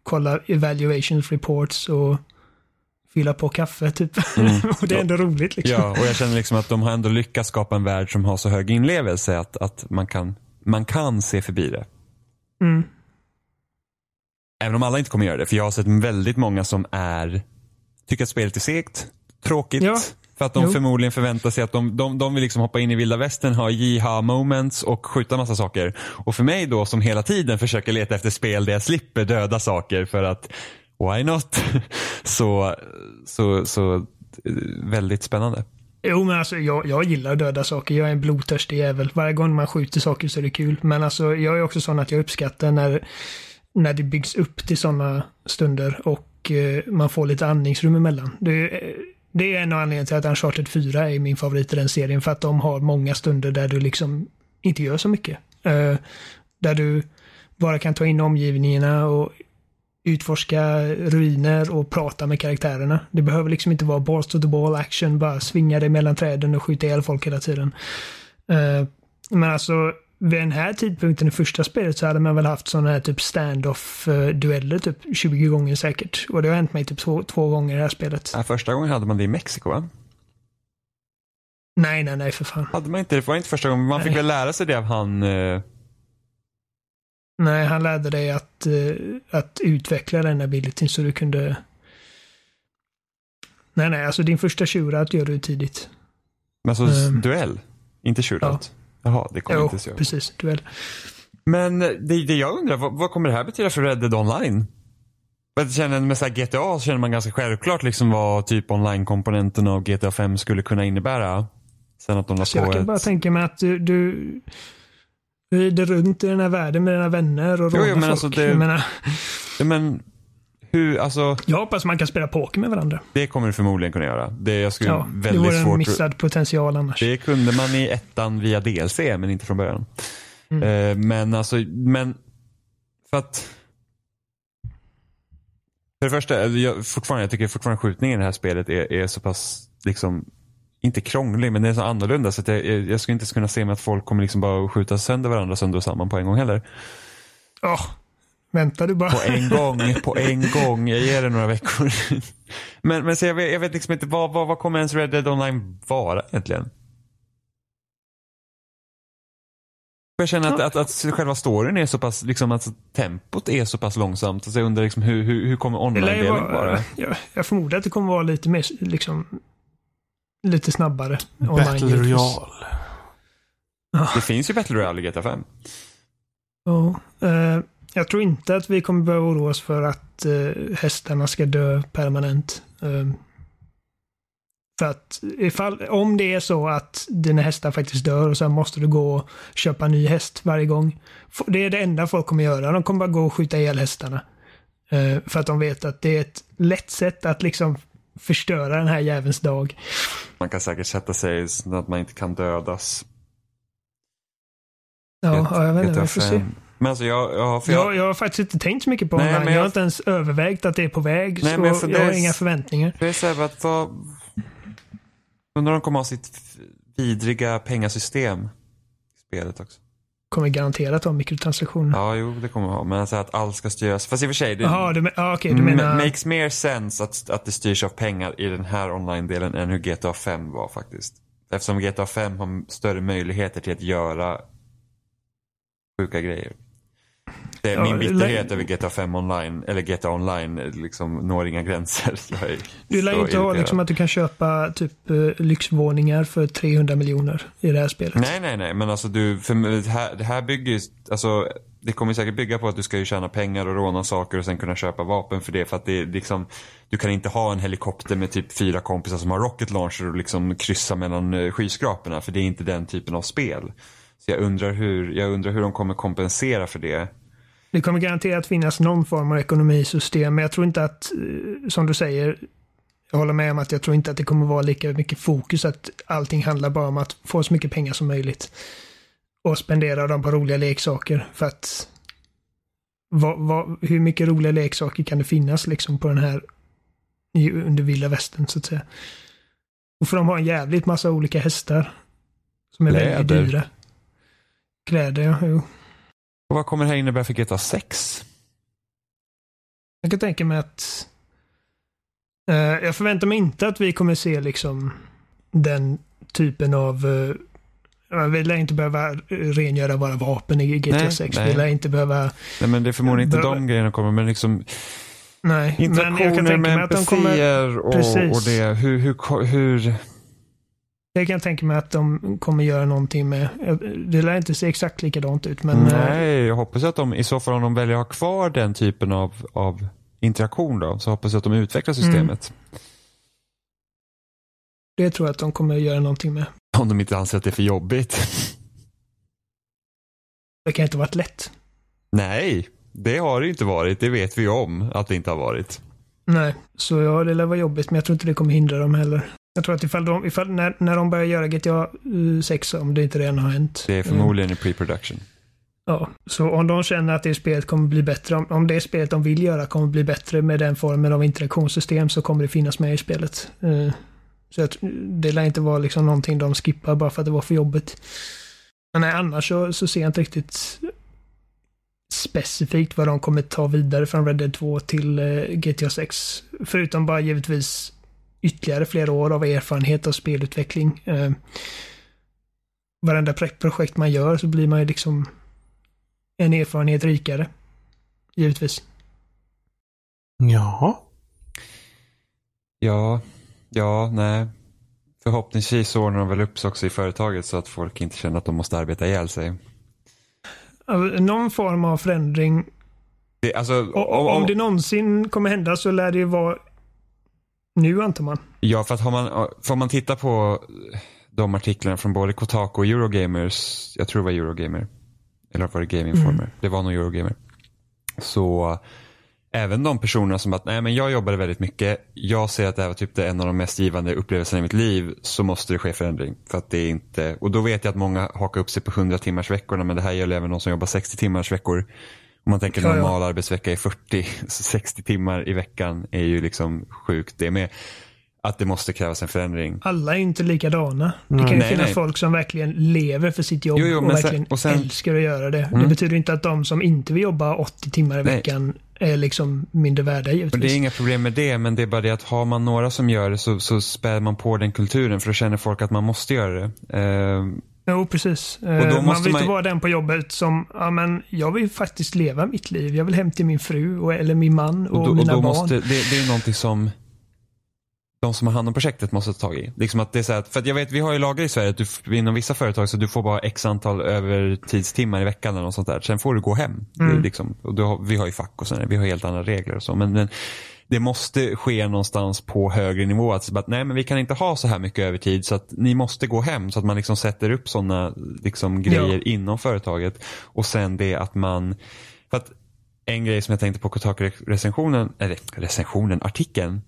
kolla evaluation reports och fylla på kaffe typ. Mm. Och det är ändå roligt liksom. Ja, och jag känner liksom att de har ändå lyckats skapa en värld som har så hög inlevelse att, att man, kan, man kan se förbi det. Mm. Även om alla inte kommer göra det. För jag har sett väldigt många som är tycker att spelet är segt, tråkigt. Ja. För att de Jo. förmodligen förväntar sig att de, de, de vill liksom hoppa in i vilda västern, ha jiha moments och skjuta massa saker. Och för mig då som hela tiden försöker leta efter spel där jag slipper döda saker för att why not? så, så, så väldigt spännande. Jo, men alltså jag, jag gillar att döda saker. Jag är en blodtörstig jävel. Varje gång man skjuter saker så är det kul. Men alltså jag är också sån att jag uppskattar när, när det byggs upp till sådana stunder och eh, man får lite andningsrum emellan. Det, det är en av anledningarna till att Uncharted fyra är min favorit i den serien. För att de har många stunder där du liksom inte gör så mycket. Eh, där du bara kan ta in omgivningarna och utforska ruiner och prata med karaktärerna. Det behöver liksom inte vara balls to the ball action, bara svinga dig mellan träden och skjuta ihjäl folk hela tiden. Uh, men alltså vid den här tidpunkten i första spelet så hade man väl haft sådana här typ stand-off-dueller typ tjugo gånger säkert. Och det har hänt mig typ två, två gånger i det här spelet. Ja, första gången hade man det i Mexiko, va? Nej, nej, nej för fan. Hade man inte, det var inte första gången. Man fick Nej. väl lära sig det av han... Uh... Nej, han lärde dig att, uh, att utveckla den abilityn så du kunde... Nej, nej, alltså din första shootout gör du tidigt. Men alltså Um, duell? Inte shootout? Ja. Jaha, det kommer Jo, inte så. precis, duell. Men det, det jag undrar, vad, vad kommer det här betyda för Red Dead Online? För att känna, med så här G T A så känner man ganska självklart liksom vad typ online-komponenten av G T A fem skulle kunna innebära. Sen att de la Så på jag kan ett... bara tänka mig att du, du rider runt i den här världen med dina vänner och Jo, rånar jo, men folk. alltså det- Jag menar, Ja, men hur, alltså jag hoppas man kan spela poker med varandra. det kommer du förmodligen kunna göra. Det jag skulle Ja, det väldigt vore en svårt. missad potential annars. Det kunde man i ettan via D L C men inte från början. Mm. Eh, men alltså, men för att för det första, jag, fortfarande, jag tycker fortfarande skjutningen i det här spelet är, är så pass liksom inte krånglig, men det är så annorlunda så att jag, jag, jag skulle inte kunna se mig att folk kommer liksom bara skjuta sönder varandra sönder och samman på en gång heller. Åh, vänta du bara. På en gång, på en gång. Jag ger det några veckor. men men så jag, vet, jag vet liksom inte, vad, vad, vad kommer ens Red Dead Online vara egentligen? Jag känner att, att, att själva storyn är så pass, liksom att tempot är så pass långsamt. Så jag undrar liksom hur, hur, hur kommer Det lär ju online-delen vara- vara? Jag, jag förmodar att det kommer vara lite mer liksom lite snabbare. Battle givetvis. Royale. Det finns ju Battle Royale i G T A fem. Ja, eh, jag tror inte att vi kommer behöva oroa oss för att eh, hästarna ska dö permanent. Eh, för att ifall, om det är så att dina hästar faktiskt dör och sen måste du gå och köpa en ny häst varje gång. F- Det är det enda folk kommer göra. De kommer bara gå och skjuta ihjäl hästarna. Eh, för att de vet att det är ett lätt sätt att liksom förstöra den här jävens dag. Man kan säkert sätta sig så att man inte kan dödas. Ja, ja jag vet inte. G T A Vi får se. fem. Men alltså jag, jag, för jag, Jag, jag har faktiskt inte tänkt så mycket på Nej, online. men Jag jag- har inte ens övervägt att det är på väg. Nej, så men jag jag, funderar- har inga förväntningar. det är så här att vad... Undrar om de kommer ha sitt vidriga pengasystem i spelet också. Kommer garanterat ha mikrotransaktioner. Ja, jo, det kommer de ha. Men alltså att allt ska styras. Fast i och för sig, det Jaha, du, men- ja, okej, du menar... m- makes mer sense att, att det styrs av pengar i den här online-delen än hur G T A fem var faktiskt. Eftersom G T A fem har större möjligheter till att göra sjuka grejer. Det är Ja, min bitterhet lä- över G T A fem online, eller G T A online, liksom når inga gränser. Jag är Du lär så ju inte ha irriterad. liksom att du kan köpa typ uh, lyxvåningar för trehundra miljoner i det här spelet. Nej, nej, nej. Men alltså du, för det här, det här bygger ju, alltså det kommer säkert bygga på att du ska ju tjäna pengar och råna saker och sen kunna köpa vapen för det. För att det är liksom, du kan inte ha en helikopter med typ fyra kompisar som har rocket launcher och liksom kryssa mellan eh, skyskraporna. För det är inte den typen av spel. Så jag undrar hur, jag undrar hur de kommer kompensera för det. Det kommer garanterat finnas någon form av ekonomisystem, men jag tror inte att, eh, som du säger, jag håller med om att jag tror inte att det kommer vara lika mycket fokus att allting handlar bara om att få så mycket pengar som möjligt och spendera dem på roliga leksaker. För att vad, vad, hur mycket roliga leksaker kan det finnas liksom på den här i- under vilda västern så att säga. Och för de har en jävligt massa olika hästar som är väldigt Kläder. dyra. Kläder, ja. Jo. Och vad kommer det här innebära för G T A sex? Jag kan tänka mig att uh, jag förväntar mig inte att vi kommer se liksom den typen av uh, vi lär inte behöva rengöra våra vapen i G T A sex. Vi lär inte behöva nej, men det är förmodligen inte de grejerna kommer, men liksom nej, interaktioner men jag kan tänka med mig att de kommer och, och det, hur, hur, hur jag kan tänka mig att de kommer göra någonting med, det lär inte se exakt likadant ut, men nej, jag hoppas att de, i så fall om de väljer att ha kvar den typen av, av interaktion då, så hoppas jag att de utvecklar systemet. Mm. Det tror jag att de kommer göra någonting med. Om de inte anser att det är för jobbigt. Det kan inte ha varit lätt. Nej, det har det inte varit. Det vet vi om att det inte har varit. Nej, så ja, det lär vara jobbigt, men jag tror inte det kommer hindra dem heller. Jag tror att ifall de, ifall, när, när de börjar göra G T A sex, om det inte redan har hänt. Det är förmodligen i pre-production. Ja, så om de känner att det spelet kommer bli bättre, om, om det spelet de vill göra kommer bli bättre med den formen av interaktionssystem, så kommer det finnas med i spelet. Uh, så att, det lär inte vara liksom någonting de skippar bara för att det var för jobbigt. Men nej, annars så, så ser jag inte riktigt specifikt vad de kommer ta vidare från Red Dead två till uh, G T A sex. Förutom bara givetvis ytterligare flera år av erfarenhet av spelutveckling. Uh, varenda projekt man gör så blir man ju liksom en erfarenhet rikare. Givetvis. Ja. Ja, ja, nej. Förhoppningsvis så ordnar de väl upp sig också i företaget så att folk inte känner att de måste arbeta ihjäl sig. Någon form av förändring. Det, alltså, om, om det någonsin kommer hända så lär det ju vara nu, antar man. Ja, för att har man, får man titta på de artiklarna från både Kotaku och Eurogamers, jag tror det var Eurogamer, eller var det Game Informer, mm. det var nog Eurogamer. Så även de personerna som att, nej men jag jobbade väldigt mycket, jag ser att det här var typ det en av de mest givande upplevelserna i mitt liv, så måste det ske förändring. För att det är inte, och då vet jag att många hakar upp sig på hundra timmars veckorna, men det här gäller även de som jobbar sextio timmars veckor. Om man tänker ja, normal ja. arbetsvecka är fyrtio, så sextio timmar i veckan är ju liksom sjukt. Det är med att det måste krävas en förändring. Alla är inte likadana. Det kan ju nej, finnas nej. folk som verkligen lever för sitt jobb jo, jo, och verkligen sen, och sen, älskar att göra det. Mm. Det betyder inte att de som inte vill jobba åttio timmar i nej. veckan är liksom mindre värda givetvis. Och det är inga problem med det, men det är bara det att har man några som gör det så, så spär man på den kulturen, för då känner folk att man måste göra det. Uh, Jo, precis. Och då man vill man... inte vara den på jobbet som, ja men jag vill faktiskt leva mitt liv. Jag vill hem till min fru och, eller min man och, och då, mina och då barn. Måste, det, det är någonting som de som har hand om projektet måste ta tag i. Liksom att det är så här, för att jag vet, vi har ju lagar i Sverige att du, inom vissa företag så du får bara x antal övertidstimmar i veckan eller något sånt där. Sen får du gå hem. Mm. Det, liksom, och då, vi har ju fack och sådär, vi har helt andra regler och så. Men, men det måste ske någonstans på högre nivå. Att, att nej men vi kan inte ha så här mycket övertid så att ni måste gå hem. Så att man liksom sätter upp sådana liksom, grejer ja. inom företaget. Och sen det att man, för att en grej som jag tänkte på Kotaku-recensionen, eller recensionen, artikeln,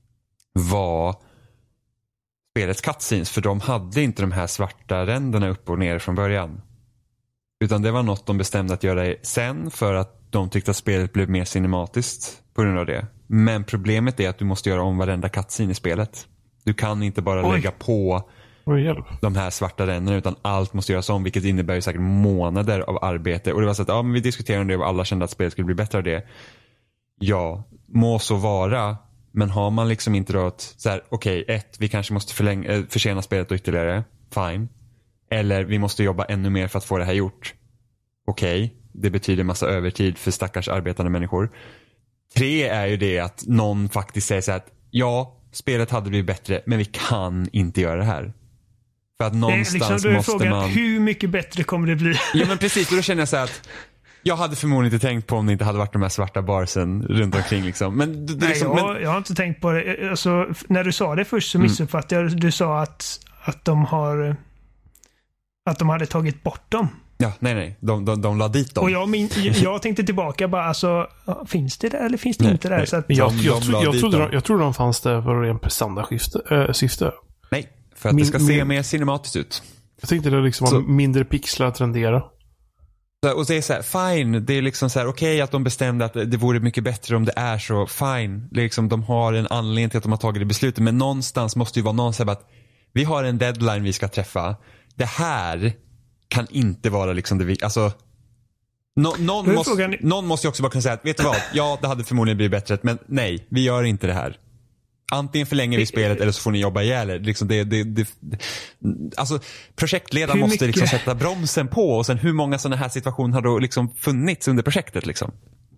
var spelets cutscenes, för de hade inte de här svarta ränderna upp och ner från början. Utan det var något de bestämde att göra sen för att de tyckte att spelet blev mer cinematiskt på grund av det. Men problemet är att du måste göra om varenda cutscene i spelet. Du kan inte bara Oj. lägga på Oj, de här svarta ränderna, utan allt måste göras om, vilket innebär ju säkert månader av arbete. Och det var så att ja, men vi diskuterade det och alla kände att spelet skulle bli bättre av det. Ja, må så vara. Men har man liksom inte då ett, så här, okej, okay, ett, vi kanske måste förlänga, äh, försena spelet ytterligare, fine. Eller vi måste jobba ännu mer för att få det här gjort. Okej, okay, det betyder massa övertid för stackars arbetande människor. Tre är ju det att någon faktiskt säger så här att ja, spelet hade blivit bättre, men vi kan inte göra det här. För att någonstans liksom, måste frågan, man... hur mycket bättre kommer det bli? Ja, men precis, och då känner jag så här att jag hade förmodligen inte tänkt på om det inte hade varit de här svarta barsen runt omkring liksom. Men, det, Nej, liksom, jag, men... jag har inte tänkt på det. Alltså, när du sa det först så missuppfattade jag. Mm. Du sa att, att de har att de hade tagit bort dem. Ja, nej, nej. De, de, de la dit dem. Och jag, min, jag tänkte tillbaka bara, alltså, finns det där eller finns det nej, inte där? Nej. Så att, jag, de, jag, de jag, jag, trodde de, jag trodde de fanns där för en prestandasyfte. Äh, nej, för att min, det ska se min, mer cinematiskt ut. Jag tänkte det liksom var mindre pixlar att rendera. Och det är så här, fine, det är liksom så här, okej okay, att de bestämde att det vore mycket bättre om det är så, fine, liksom, de har en anledning till att de har tagit det beslutet, men någonstans måste ju vara någon som att vi har en deadline vi ska träffa, det här kan inte vara liksom det vi, alltså Nå, någon, måste, frågan... någon måste ju också bara kunna säga att, vet du vad? Ja, det hade förmodligen blivit bättre, men nej, vi gör inte det här. Antingen förlänger vi spelet eller så får ni jobba ihjäl er. Liksom det, det, det, alltså, projektledaren måste mycket... liksom sätta bromsen på. Och sen hur många sådana här situationer har då liksom funnits under projektet liksom?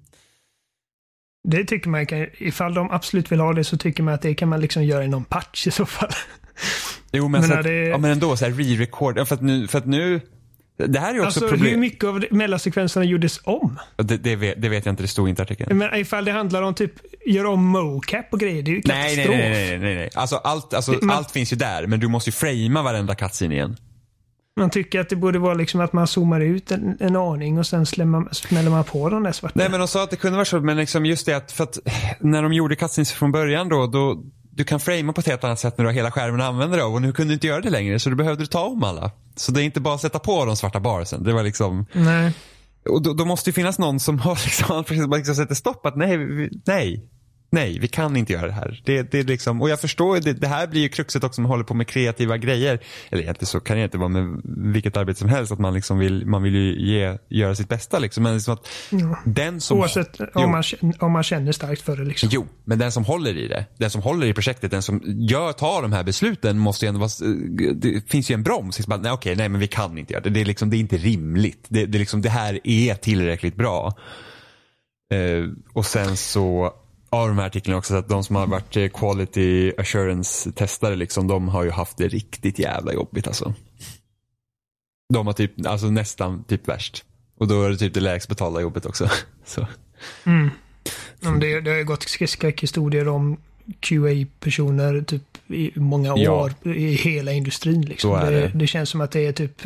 Det tycker man kan, ifall de absolut vill ha det så tycker man att det kan man liksom göra i någon patch i så fall. Jo, men, men, så att, det... ja, men ändå så här re-record. För att nu, för att nu det här är ju också alltså, problem. Hur mycket av mellansekvenserna gjordes om? Det, det, vet, det vet jag inte, det stod inte i artikeln. Men ifall det handlar om typ göra om mocap och grejer, det är ju nej, katastrof. Nej, nej, nej, nej, nej. Alltså, allt, alltså, man, allt finns ju där, men du måste ju framea varenda cutscene igen. Man tycker att det borde vara liksom att man zoomar ut en, en aning och sen slämmer, smäller man på de där svarta. Nej, men de sa att det kunde vara så, men liksom just det att, för att när de gjorde cutscenes från början då, då du kan framea på ett helt annat sätt när du har hela skärmen att använda det av, och nu kunde du inte göra det längre, så du behövde ta om alla. Så det är inte bara att sätta på de svarta barsen. Det var liksom... Nej. Och då, då måste det finnas någon som har liksom, liksom sätter stopp att nej, vi, nej, nej, vi kan inte göra det här. Det, det är liksom, och jag förstår, det, det här blir ju kruxet också, man håller på med kreativa grejer. Eller egentligen så kan det inte vara med vilket arbete som helst, att man liksom vill, man vill ju ge, göra sitt bästa liksom. Men liksom att ja. den som... Oavsett om man, om man känner starkt för det liksom. Jo, men den som håller i det, den som håller i projektet, den som gör, tar de här besluten måste ju ändå vara, det finns ju en broms. Liksom, nej, okej, nej men vi kan inte göra det. Det är liksom, det är inte rimligt. Det, det, liksom, det här är tillräckligt bra. Uh, och sen så av de här artiklarna också, att de som har varit quality assurance-testare liksom, de har ju haft det riktigt jävla jobbigt alltså. De har typ, alltså nästan typ värst. Och då är det typ det lägst betalda jobbet också. Så. Mm. Det, det har gått skräckhistorier om Q A-personer typ i många år ja. I hela industrin liksom. Det. Det, det känns som att det är typ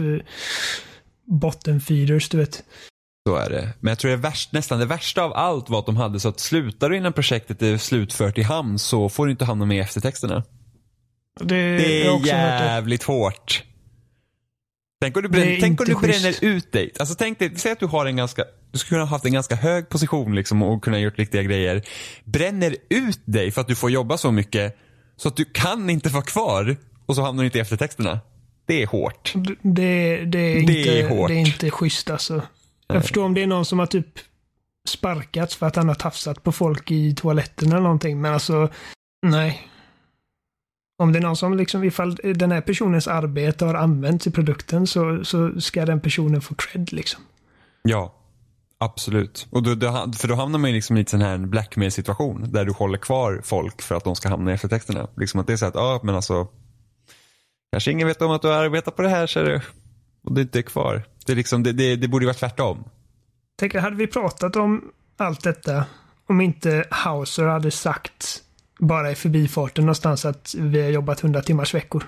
bottom feeders, du vet. Så är det. Men jag tror det är värst, nästan det värsta av allt var att de hade så att slutar du innan projektet är slutfört i hamn så får du inte hamna med i eftertexterna. Det, det är jävligt hårt. Tänk om du bränner, tänk om du bränner ut dig. Alltså tänk dig, säg att du har en ganska, du skulle kunna ha haft en ganska hög position liksom och kunna gjort riktiga grejer. Bränner ut dig för att du får jobba så mycket så att du kan inte vara kvar och så hamnar du inte i eftertexterna. Det är hårt. Det, det, är, det inte, är hårt. Det är inte schysst alltså. Jag förstår om det är någon som har typ sparkats för att han har tafsat på folk i toaletten eller någonting. Men alltså, nej. Om det är någon som liksom, ifall den här personens arbete har använts i produkten så, så ska den personen få cred liksom. Ja, absolut. Och då, då, för då hamnar man ju liksom i en sån här blackmail-situation där du håller kvar folk för att de ska hamna i eftertexterna. Liksom att det är så att, ja men alltså kanske ingen vet om att du arbetar på det här så är det, och det inte är kvar. Det, är liksom, det, det, det borde vara tvärtom. Tänk, hade vi pratat om allt detta om inte Houser hade sagt bara i förbifarten någonstans att vi har jobbat hundra timmars veckor?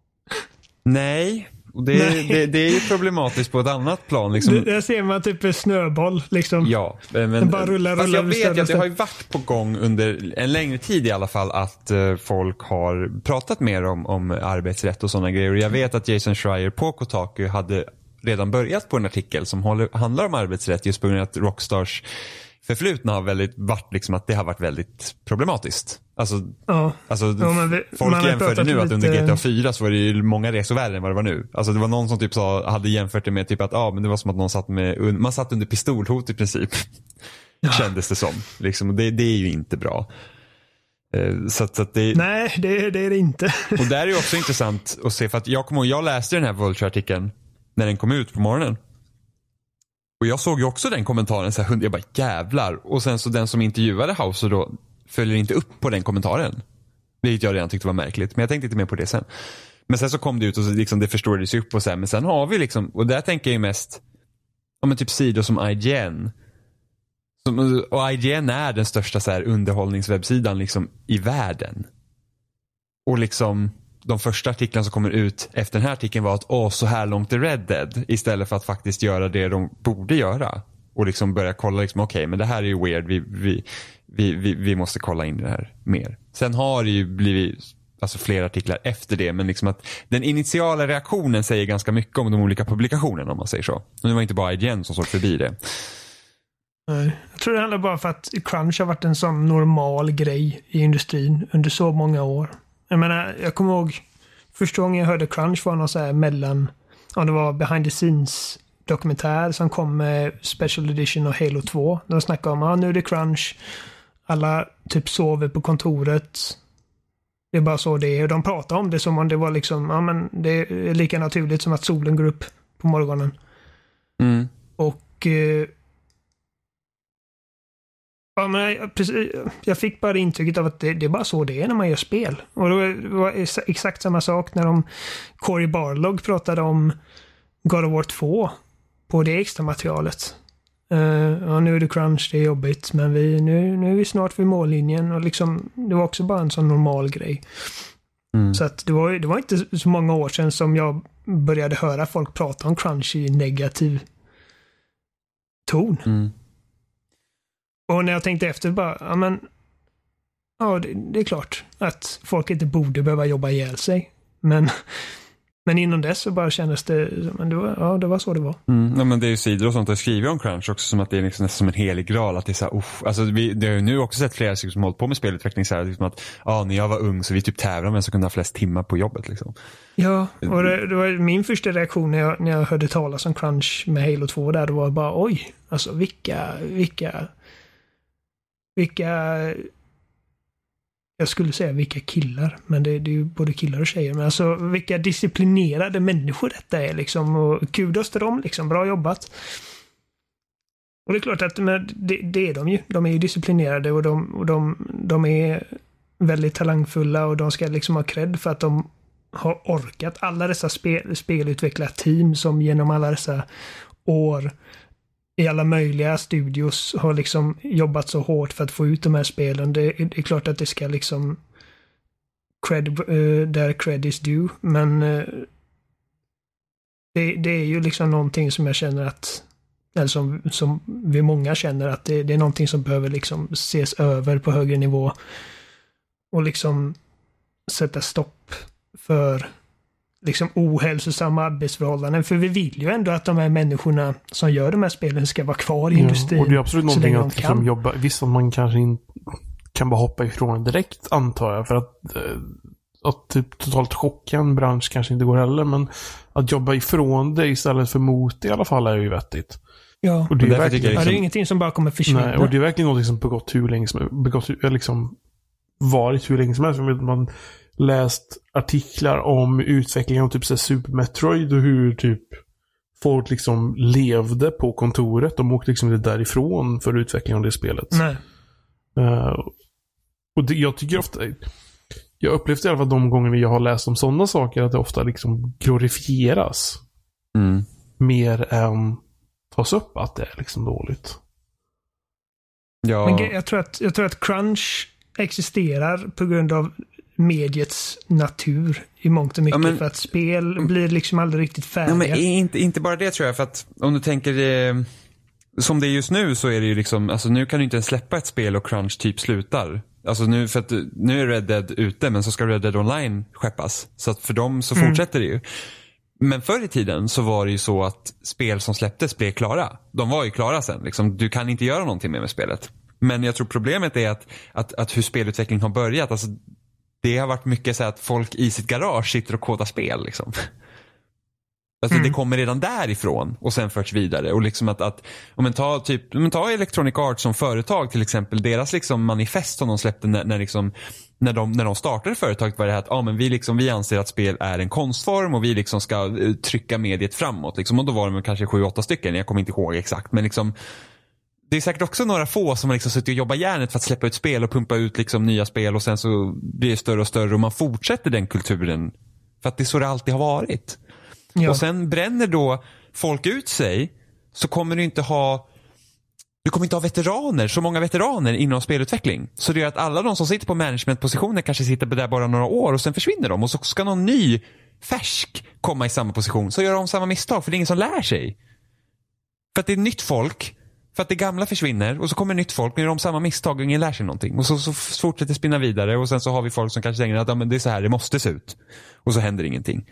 Nej, och det, Nej. det, det är ju problematiskt på ett annat plan. Liksom. Det, där ser man typ en snöboll. Liksom. Ja, men den bara rullar, rullar, jag vet ju att det har ju varit på gång under en längre tid i alla fall att uh, folk har pratat mer om, om arbetsrätt och sådana grejer. Och jag vet att Jason Schreier på Kotaku hade redan börjat på en artikel som håller, handlar om arbetsrätt just på grund av att Rockstars förflutna har väldigt varit liksom att det har varit väldigt problematiskt. Alltså, ja. alltså ja, vi, folk jämförde nu att under G T A fyra så var det ju många resor värre än vad det var nu. Alltså det var någon som typ sa, hade jämfört det med typ att ja, ah, men det var som att någon satt med, man satt under pistolhot i princip. Ja. Kändes det som. Liksom, och det, det är ju inte bra. Så att, så att det, Nej, det, det är det inte. Och där är ju också intressant att se, för att jag kommer ihåg, jag läste den här Vulture-artikeln när den kom ut på morgonen. Och jag såg ju också den kommentaren så här, jag bara jävlar. Och sen så den som intervjuade Houser då följer inte upp på den kommentaren. Vilket jag redan tyckte var märkligt. Men jag tänkte inte mer på det sen. Men sen så kom det ut och så liksom det förstorades sig upp och så här. Men sen har vi liksom, och där tänker jag ju mest om en typ sidor som I G N. Som, och I G N är den största så här underhållningswebbsidan liksom i världen. Och liksom de första artiklarna som kommer ut efter den här artikeln var att åh, så här långt är Red Dead, istället för att faktiskt göra det de borde göra och liksom börja kolla liksom, okej, okay, men det här är ju weird, vi, vi, vi, vi, vi måste kolla in det här mer. Sen har det ju blivit alltså flera artiklar efter det, men liksom att den initiala reaktionen säger ganska mycket om de olika publikationerna, om man säger så. Och det var inte bara I G N som såg förbi det. Nej, jag tror det handlar bara för att crunch har varit en sån normal grej i industrin under så många år. Jag menar, jag kommer ihåg första gången jag hörde crunch var någon så här mellan, ja, det var behind the scenes dokumentär som kom med Special Edition och Halo två. De snackar om, ja nu är det crunch. Alla typ sover på kontoret. Det är bara så det är. Och de pratar om det som om det var liksom, ja men det är lika naturligt som att solen går upp på morgonen. Mm. Och eh, ja, men jag, precis, jag fick bara intrycket av att det, det är bara så det är när man gör spel. Och det var exakt samma sak när de Cory Barlog pratade om God of War två på det extra materialet. Uh, ja, nu är det crunch, det är jobbigt, men vi, nu, nu är vi snart vid mållinjen och liksom, det var också bara en sån normal grej. Mm. Så att det var, det var inte så många år sedan som jag började höra folk prata om crunch i negativ ton. Mm. Och när jag tänkte efter bara, ja men ja, det, det är klart att folk inte borde behöva jobba ihjäl sig. Men Men innan dess så bara kändes det, men det var, ja, det var så det var. Mm, ja, men det är ju sidor och sånt att skriva om crunch också som att det är liksom nästan som en helig graal. Att det är så här, uff. Alltså vi, det har ju nu också sett flera som hållit på med spelutveckling så här, liksom att ja, när jag var ung så vi typ tävlade men så kunde ha flest timmar på jobbet liksom. Ja, och det, det var min första reaktion när jag, när jag hörde talas om crunch med Halo två där, det var bara oj, alltså vilka, vilka, vilka... Jag skulle säga vilka killar, men det, det är ju både killar och tjejer. Men alltså vilka disciplinerade människor detta är liksom. Och kudos till dem liksom, bra jobbat. Och det är klart att men det, det är de ju. De är ju disciplinerade och de, och de, de är väldigt talangfulla och de ska liksom ha cred för att de har orkat. Alla dessa spel, spelutvecklarteam som genom alla dessa år i alla möjliga studios har liksom jobbat så hårt för att få ut de här spelen. Det, det är klart att det ska liksom cred, uh, där cred is due, men uh, det, det är ju liksom någonting som jag känner att, eller som, som vi många känner att det, det är någonting som behöver liksom ses över på högre nivå och liksom sätta stopp för liksom ohälsosamma arbetsförhållanden. För vi vill ju ändå att de här människorna som gör de här spelen ska vara kvar i ja, industrin. Och det är absolut någonting att liksom jobba, visst att man kanske inte kan bara hoppa ifrån direkt, antar jag, för att, att typ totalt chocka en bransch kanske inte går heller, men att jobba ifrån det istället för mot det i alla fall är ju vettigt. Ja, och det är, verkligen, liksom, ja, det är ingenting som bara kommer försvinna. Nej, och det är verkligen något som begått hur länge som begått, liksom varit hur länge som helst. Man läst artiklar om utvecklingen av typ så Super Metroid och hur typ folk liksom levde på kontoret. De åkte liksom inte därifrån för utvecklingen av det spelet. Nej. Uh, och det, jag tycker ofta, jag upplevt i alla fall de gånger jag har läst om sådana saker att det ofta liksom glorifieras mm. mer än tas upp att det är liksom dåligt. Ja. Men jag tror att, jag tror att crunch existerar på grund av mediets natur i mångt och mycket, ja, men, för att spel blir liksom aldrig riktigt färdiga. Ja, men inte, inte bara det tror jag, för att om du tänker eh, som det är just nu så är det ju liksom, alltså nu kan du inte ens släppa ett spel och crunch typ slutar. Alltså nu, för att nu är Red Dead ute, men så ska Red Dead Online skeppas. Så att för dem så mm. fortsätter det ju. Men förr i tiden så var det ju så att spel som släpptes blev klara. De var ju klara sen. Liksom, du kan inte göra någonting med med spelet. Men jag tror problemet är att, att, att hur spelutveckling har börjat, alltså det har varit mycket så att folk i sitt garage sitter och kodar spel liksom. Alltså mm. det kommer redan därifrån och sen förts vidare. Och liksom att, att om man tar typ, om man tar Electronic Arts som företag till exempel, deras liksom manifest som de släppte när, när liksom när de, när de startade företaget var det här att ah, men vi, liksom, vi anser att spel är en konstform och vi liksom ska uh, trycka mediet framåt liksom. Och då var de kanske sju, åtta stycken, jag kommer inte ihåg exakt, men liksom det är säkert också några få som har liksom suttit och jobbat järnet för att släppa ut spel och pumpa ut liksom nya spel och sen så blir det större och större och man fortsätter den kulturen för att det är så det alltid har varit. Ja. Och sen bränner då folk ut sig, så kommer du inte ha du kommer inte ha veteraner, så många veteraner inom spelutveckling. Så det gör att alla de som sitter på managementpositioner kanske sitter där bara några år och sen försvinner de och så ska någon ny färsk komma i samma position, så gör de samma misstag för det är ingen som lär sig. För att det är nytt folk. För att det gamla försvinner och så kommer nytt folk och gör de samma misstag och ingen lär sig någonting. Och så, så fortsätter spinna vidare och sen så har vi folk som kanske tänker att ja, men det är så här det måste se ut. Och så händer ingenting.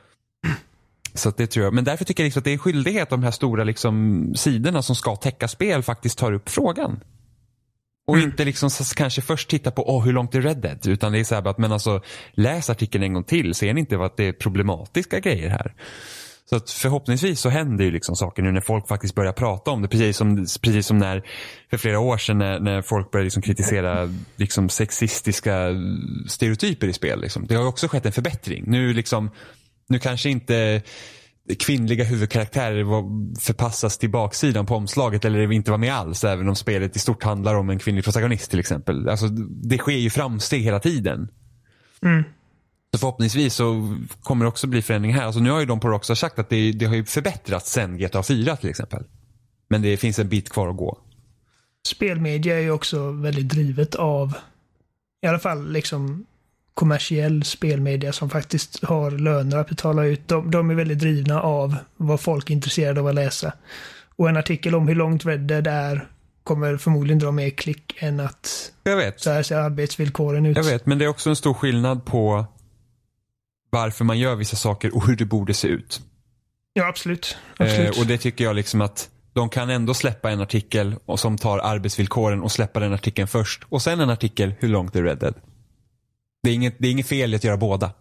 Så att det tror jag. Men därför tycker jag liksom att det är skyldighet de här stora liksom, sidorna som ska täcka spel faktiskt tar upp frågan. Och mm. inte liksom så, kanske först titta på oh, hur långt är Red Dead. Utan det är så här att men alltså, läs artikeln en gång till. Ser ni inte vad det är problematiska grejer här? Så att förhoppningsvis så händer ju liksom saker nu när folk faktiskt börjar prata om det. Precis som, precis som när för flera år sedan när, när folk började liksom kritisera liksom sexistiska stereotyper i spel. Liksom. Det har också skett en förbättring. Nu, liksom, nu kanske inte kvinnliga huvudkaraktärer förpassas till baksidan på omslaget eller inte var med alls, även om spelet i stort handlar om en kvinnlig protagonist till exempel. Alltså, det sker ju framsteg hela tiden. Mm. Så förhoppningsvis så kommer det också bli förändring här. Alltså nu har ju de på Rockstar sagt att det, det har ju förbättrats sen G T A fyra till exempel. Men det finns en bit kvar att gå. Spelmedia är ju också väldigt drivet av, i alla fall liksom kommersiell spelmedia som faktiskt har löner att betala ut. De, de är väldigt drivna av vad folk är intresserade av att läsa. Och en artikel om hur långt Red Dead är kommer förmodligen dra mer klick än att jag vet. Så här ser arbetsvillkoren ut. Jag vet, men det är också en stor skillnad på varför man gör vissa saker och hur det borde se ut. Ja, absolut. absolut. Eh, och det tycker jag liksom att de kan ändå släppa en artikel och som tar arbetsvillkoren och släppa den artikeln först. Och sen en artikel, hur långt är Red Dead? Det är inget, det är inget fel att göra båda.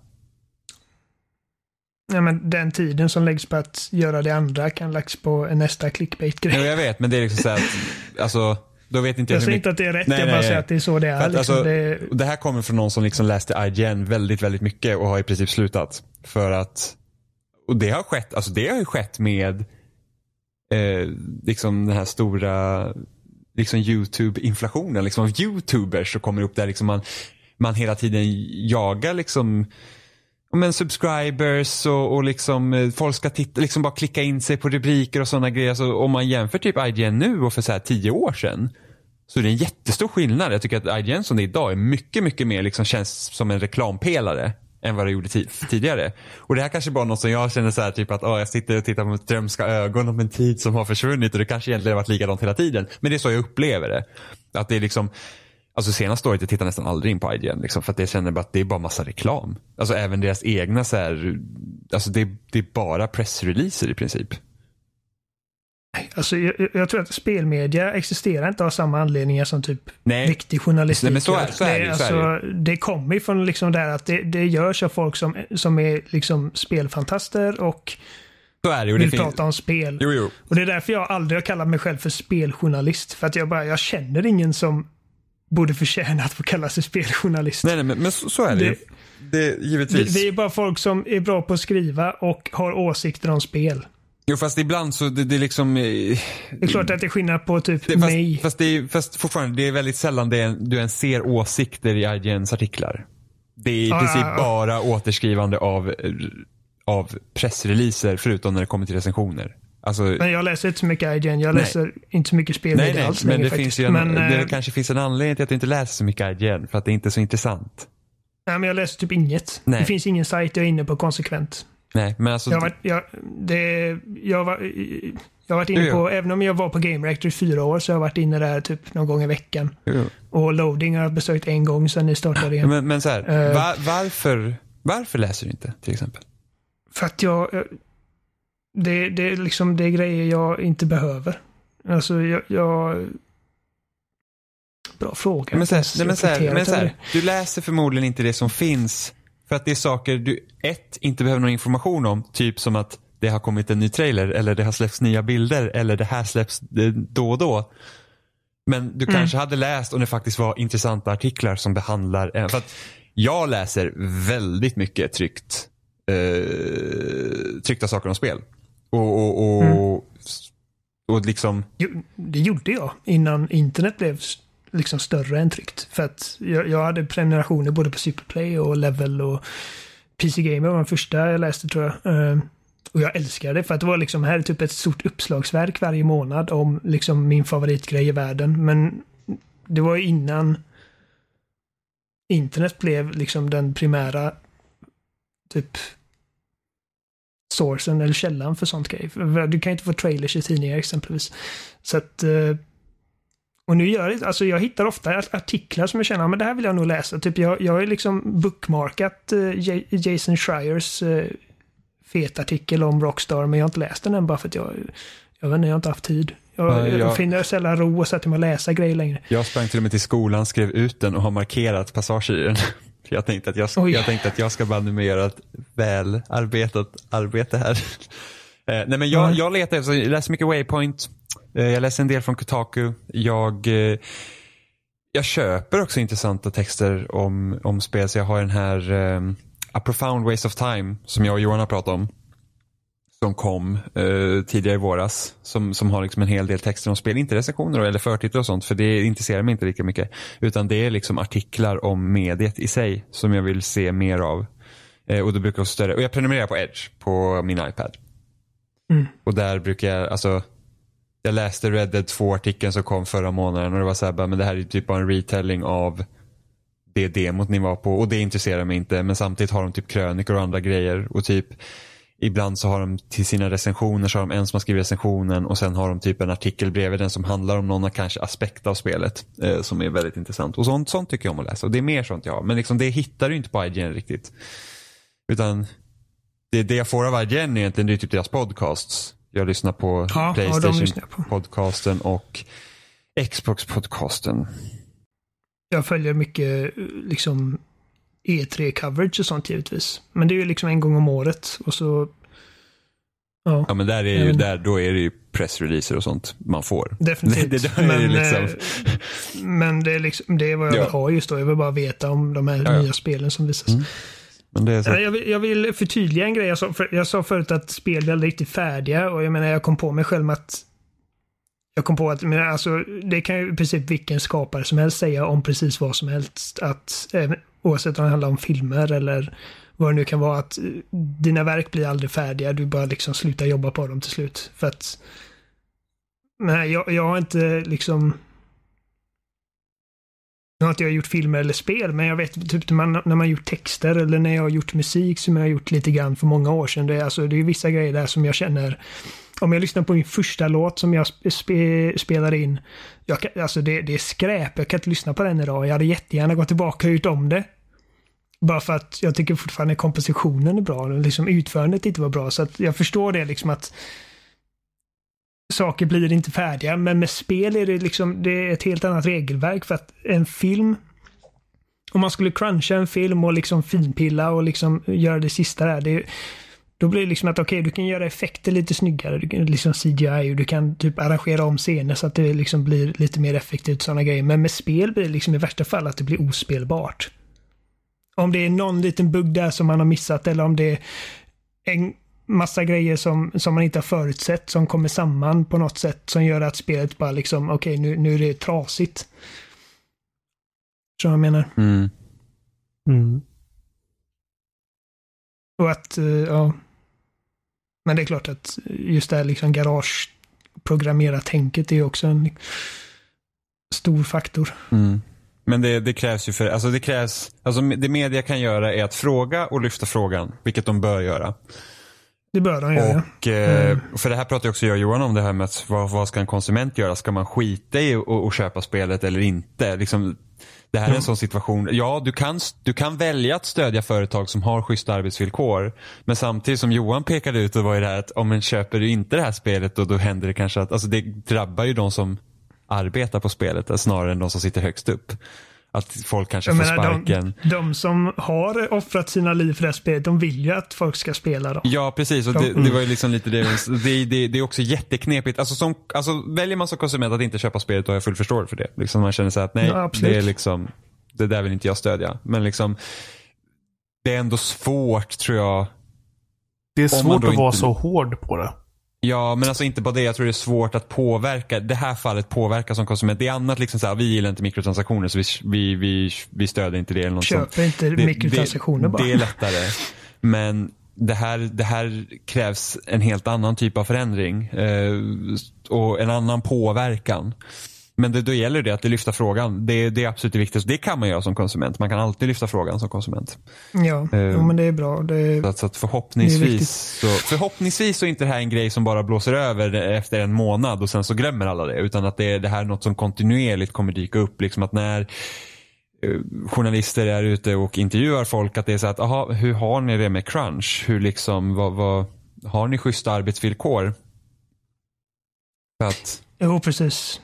Ja, men den tiden som läggs på att göra det andra kan läggas på en nästa clickbait-grej. Ja, jag vet, men det är liksom så här att, alltså, då vet inte jag hur säger mycket... inte att det är rätt, nej, jag nej, bara nej. säger att det är så det är. Att, liksom, alltså, det... det här kommer från någon som liksom läste I G N väldigt, väldigt mycket och har i princip slutat. För att, och det har skett, alltså det har ju skett med eh, liksom den här stora liksom YouTube-inflationen, liksom av YouTubers som kommer upp där liksom man, man hela tiden jagar liksom men subscribers och, och liksom folk ska titta, liksom bara klicka in sig på rubriker och sådana grejer. Alltså, om man jämför typ I G N nu och för så här tio år sedan så är det en jättestor skillnad. Jag tycker att I G N som det är idag är mycket, mycket mer liksom känns som en reklampelare än vad det gjorde tid, tidigare. Och det här kanske bara något som jag känner så här typ att åh, jag sitter och tittar med drömska ögon om en tid som har försvunnit och det kanske egentligen har varit likadant hela tiden. Men det är så jag upplever det. Att det är liksom alltså senaste året jag tittar nästan aldrig in på I G N liksom, för att jag känner bara att det är bara massa reklam. Alltså även deras egna så här, alltså det, det är bara pressreleaser i princip. Alltså jag, jag tror att spelmedia existerar inte av samma anledningar som typ Nej. riktig journalistik. Nej, men så är, så är det, det, så är det. Alltså, det kommer ju från liksom där att det, det görs av folk som, som är liksom spelfantaster och så är det, och vill det prata finns... om spel. Jo, jo. Och det är därför jag aldrig har kallat mig själv för speljournalist. För att jag bara, jag känner ingen som borde förtjäna att få kalla sig speljournalist. Nej, nej men, men så, så är det, det, det givetvis. Vi är bara folk som är bra på att skriva och har åsikter om spel. Jo, fast ibland så det, det är liksom... Eh, det är klart att det är skillnad på typ det, fast, mig. Fast, det är, fast fortfarande, det är väldigt sällan det är, du ens ser åsikter i I G N:s artiklar. Det är i ah, princip ah, ah. bara återskrivande av, av pressreleaser förutom när det kommer till recensioner. Alltså, men jag läser inte så mycket I G N. Jag läser nej. inte så mycket spelmedia nej, nej, alls men längre, det faktiskt. finns ju en, men, det äh, kanske finns en anledning till att du inte läser så mycket I G N för att det inte är så intressant. Nej, men jag läser typ inget. Nej. Det finns ingen sajt jag är inne på konsekvent. Nej, men alltså... Jag har varit, jag, det, jag var, jag har varit inne på, även om jag var på Game Reactor i fyra år så har jag varit inne där typ någon gång i veckan. Jo. Och loading har jag besökt en gång sedan ni startade igen. Men, men så här, uh, var, varför, varför läser du inte till exempel? För att jag... Det, det, är liksom, det är grejer jag inte behöver. Alltså jag... jag bra fråga. Men så här, nej, men så här, men så här, du läser förmodligen inte det som finns för att det är saker du ett inte behöver någon information om. Typ som att det har kommit en ny trailer eller det har släppts nya bilder eller det här släpps då och då. Men du mm. kanske hade läst om det faktiskt var intressanta artiklar som behandlar... För att jag läser väldigt mycket tryckt eh, tryckta saker om spel. Och, och, och, mm. och liksom... Jo, det gjorde jag innan internet blev liksom större än tryckt. För att jag, jag hade prenumerationer både på Superplay och Level och P C Gamer var den första jag läste tror jag. Uh, och jag älskade det för att det var liksom här typ ett stort uppslagsverk varje månad om liksom min favoritgrej i världen. Men det var innan internet blev liksom den primära typ sourcen eller källan för sånt grej. Du kan inte få trailers i tidningar exempelvis. Så att och nu gör det, alltså jag hittar ofta artiklar som jag känner, men det här vill jag nog läsa. Typ jag, jag har liksom bookmarkat uh, Jason Schreiers uh, fet artikel om Rockstar, men jag har inte läst den än bara för att jag, jag vet inte, jag har inte haft tid. Jag, ja, jag, jag finner sällan ro och sätter mig och läsa grejer längre. Jag sprang till och med till skolan, skrev ut den och har markerat passage i den. Jag tänkte att jag, jag, tänkte att jag ska bara med göra ett välarbetat arbete här. eh, nej men jag, mm. jag letar, alltså, jag läser mycket Waypoint. Eh, jag läser en del från Kotaku. Jag, eh, jag köper också intressanta texter om, om spel. Så jag har den här eh, A Profound Waste of Time som jag och Johan har pratat om. Som kom eh, tidigare i våras. Som, som har liksom en hel del texter om spel. Inte recensioner eller förtitlar och sånt. För det intresserar mig inte lika mycket. Utan det är liksom artiklar om mediet i sig. Som jag vill se mer av. Eh, och då brukar jag också större. Och jag prenumererar på Edge. På min iPad. Mm. Och där brukar jag, alltså. Jag läste Red Dead två-artikeln som kom förra månaden. Och det var så här, men det här är typ bara en retelling av det demot ni var på. Och det intresserar mig inte. Men samtidigt har de typ krönikor och andra grejer. Och typ. Ibland så har de till sina recensioner så har de en som har skrivit recensionen och sen har de typ en artikel bredvid den som handlar om någon kanske aspekt av spelet eh, som är väldigt intressant. Och sånt, sånt tycker jag om att läsa. Och det är mer sånt jag har. Men liksom det hittar du inte på I G N riktigt. Utan det, det jag får av I G N egentligen det är typ deras podcasts. Jag lyssnar på ja, PlayStation-podcasten ja, och Xbox-podcasten. Jag följer mycket liksom E tre-coverage och sånt givetvis. Men det är ju liksom en gång om året. Och så... Ja, ja men där är ju, där, då är det ju pressreleaser och sånt man får. Definitivt. det, det men, är liksom... men det är liksom det är vad jag ja. vill ha just då. Jag vill bara veta om de här ja, ja. nya spelen som visas. Mm. Men det är så... jag, vill, jag vill förtydliga en grej. Jag sa, för, jag sa förut att spel är riktigt färdiga. Och jag menar, jag kom på mig själv med att jag kom på att men alltså, det kan ju i princip vilken skapare som helst säga om precis vad som helst. Att eh, oavsett om det handlar om filmer eller vad det nu kan vara, att dina verk blir aldrig färdiga. Du bara liksom slutar jobba på dem till slut. För att nej, jag, jag har inte liksom nu har inte jag gjort filmer eller spel, men jag vet typ när man, när man gjort texter eller när jag har gjort musik som jag har gjort lite grann för många år sedan. Det är, alltså, det är vissa grejer där som jag känner om jag lyssnar på min första låt som jag spe, spelar in jag kan, alltså det, det är skräp, jag kan inte lyssna på den idag. Jag hade jättegärna gått tillbaka och gjort om det. Bara för att jag tycker fortfarande kompositionen är bra och liksom utförandet inte var bra. Så att jag förstår det liksom att saker blir inte färdiga. Men med spel är det liksom det är ett helt annat regelverk. För att en film, om man skulle cruncha en film och liksom finpilla och liksom göra det sista där, det, då blir det liksom att okej, okay, du kan göra effekter lite snyggare, du kan liksom C G I och du kan typ arrangera om scener så att det liksom blir lite mer effektivt, sådana grejer. Men med spel blir det liksom i värsta fall att det blir ospelbart. Om det är någon liten bugg där som man har missat eller om det är en massa grejer som, som man inte har förutsett som kommer samman på något sätt som gör att spelet bara liksom okej, okay, nu, nu är det trasigt. Så jag menar. Mm. Mm. Och att, ja. Men det är klart att just det här liksom garage programmera tänket är också en stor faktor. Mm. Men det, det krävs ju för, alltså det krävs, alltså det media kan göra är att fråga och lyfta frågan, vilket de bör göra. Det bör de göra. Och mm. för det här pratar jag också jag och Johan om det här med att vad, vad ska en konsument göra? Ska man skita i och, och köpa spelet eller inte? Liksom, det här är en mm. sån situation. Ja, du kan, du kan välja att stödja företag som har schyssta arbetsvillkor. Men samtidigt som Johan pekade ut och var ju det här att om man köper du inte det här spelet då, då händer det kanske att, alltså det drabbar ju de som arbetar på spelet snarare än de som sitter högst upp. Att folk kanske jag får menar, sparken. De, de som har offrat sina liv för det här spelet, de vill ju att folk ska spela då. Ja, precis. Och det, det var ju liksom lite det. Det, det, det är också jätteknepigt. Alltså, som, alltså väljer man som konsument att inte köpa spelet, då har jag full förståelse för det. Liksom man känner sig att nej, ja, det är liksom, det där vill inte jag stödja. Men liksom, det är ändå svårt, tror jag. Det är svårt att vara inte... så hård på det. Ja, men alltså inte bara det. Jag tror det är svårt att påverka. Det här fallet påverka som konsument. Det är annat liksom så här, vi gillar inte mikrotransaktioner så vi, vi, vi, vi stöder inte det. Eller något Köper sånt. inte det, mikrotransaktioner det, bara. Det är lättare. Men det här, det här krävs en helt annan typ av förändring. Eh, och en annan påverkan. Men det, då gäller det att det lyfta frågan. Det, det är absolut det viktigaste. Det kan man göra som konsument. Man kan alltid lyfta frågan som konsument. Ja, uh, ja men det är bra. Det är, så att, så att förhoppningsvis, så, förhoppningsvis så är inte det här en grej som bara blåser över efter en månad och sen så glömmer alla det. Utan att det, är, det här är något som kontinuerligt kommer dyka upp. Liksom att när uh, journalister är ute och intervjuar folk att det är så att, aha, hur har ni det med crunch? Hur liksom, vad, vad, har ni schyssta arbetsvillkor? För att jo, precis.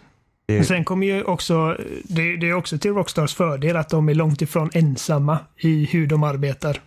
Det... Men sen kommer ju också, det, det är också till Rockstars fördel att de är långt ifrån ensamma i hur de arbetar.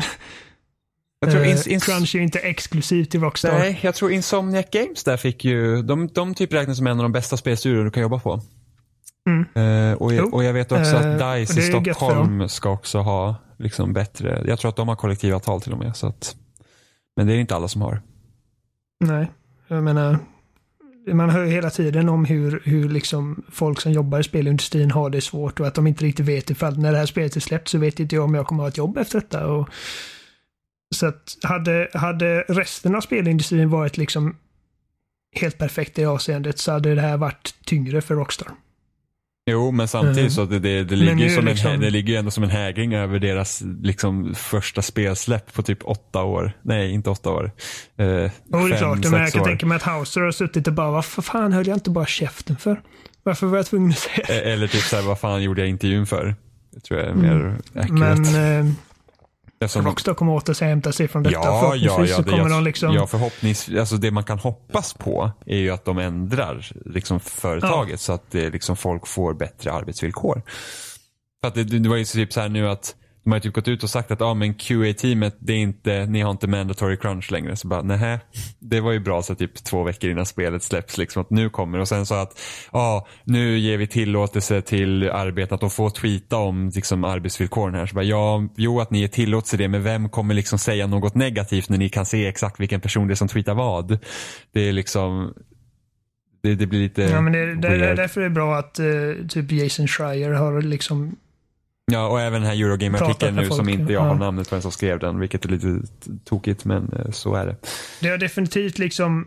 Jag tror uh, ins- ins- Crunch är inte exklusivt till Rockstar. Nej, jag tror Insomniac Games där fick ju, de, de typ räknas som en av de bästa spelstudior du kan jobba på. Mm. Uh, och, jag, och jag vet också uh, att DICE i Stockholm ska också ha liksom bättre, jag tror att de har kollektivavtal till och med. Så att, men det är inte alla som har. Nej, jag menar, man hör ju hela tiden om hur, hur liksom folk som jobbar i spelindustrin har det svårt och att de inte riktigt vet ifall när det här spelet är släppt så vet inte jag om jag kommer att ha ett jobb efter detta. Och, så att hade, hade resten av spelindustrin varit liksom helt perfekt i avseendet så hade det här varit tyngre för Rockstar. Jo, men samtidigt mm. så det, det, det, ligger som liksom... en, det ligger ju ändå som en hägring över deras liksom, första spelsläpp på typ åtta år. Nej, inte åtta år. Eh, oh, det är fem, klart, men jag kan år. tänka mig att Hauser har suttit och bara, vad fan höll jag inte bara käften för? Varför var jag tvungen att säga det? Eller typ såhär, vad fan gjorde jag intervjun för? Det tror jag är mer mm. accurate. Men... Eh... Eftersom... Rockstar kommer åter hämta sig från detta. Ja, förhoppningsvis ja, ja, så kommer jag, de liksom... Ja, förhoppningsvis. Alltså det man kan hoppas på är ju att de ändrar liksom företaget ja. Så att det, liksom, folk får bättre arbetsvillkor. För att det, det var ju typ så här nu att de har typ gått ut och sagt att ah, men Q A-teamet, det är inte, ni har inte mandatory crunch längre. Så bara, nej, det var ju bra så typ två veckor innan spelet släpps liksom att nu kommer. Och sen så att, ja, ah, nu ger vi tillåtelse till arbetet att de får tweeta om liksom arbetsvillkoren här. Så bara, ja, jo att ni är tillåtelse det, men vem kommer liksom säga något negativt när ni kan se exakt vilken person det är som tweetar vad? Det är liksom... Det, det blir lite... Ja, men det, det, det är därför det är bra att uh, typ Jason Schreier har liksom... Ja, och även den här Eurogame-artikeln nu folk. Som inte jag har ja. namnet på den som skrev den, vilket är lite tokigt, men så är det. Det har definitivt liksom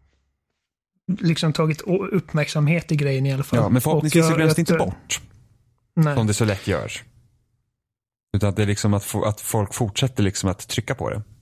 liksom tagit uppmärksamhet i grejen i alla fall. Ja, men förhoppningsvis så glöms det inte bort. Nej. Som det så lätt görs. Utan att det är liksom att, att folk fortsätter liksom att trycka på det.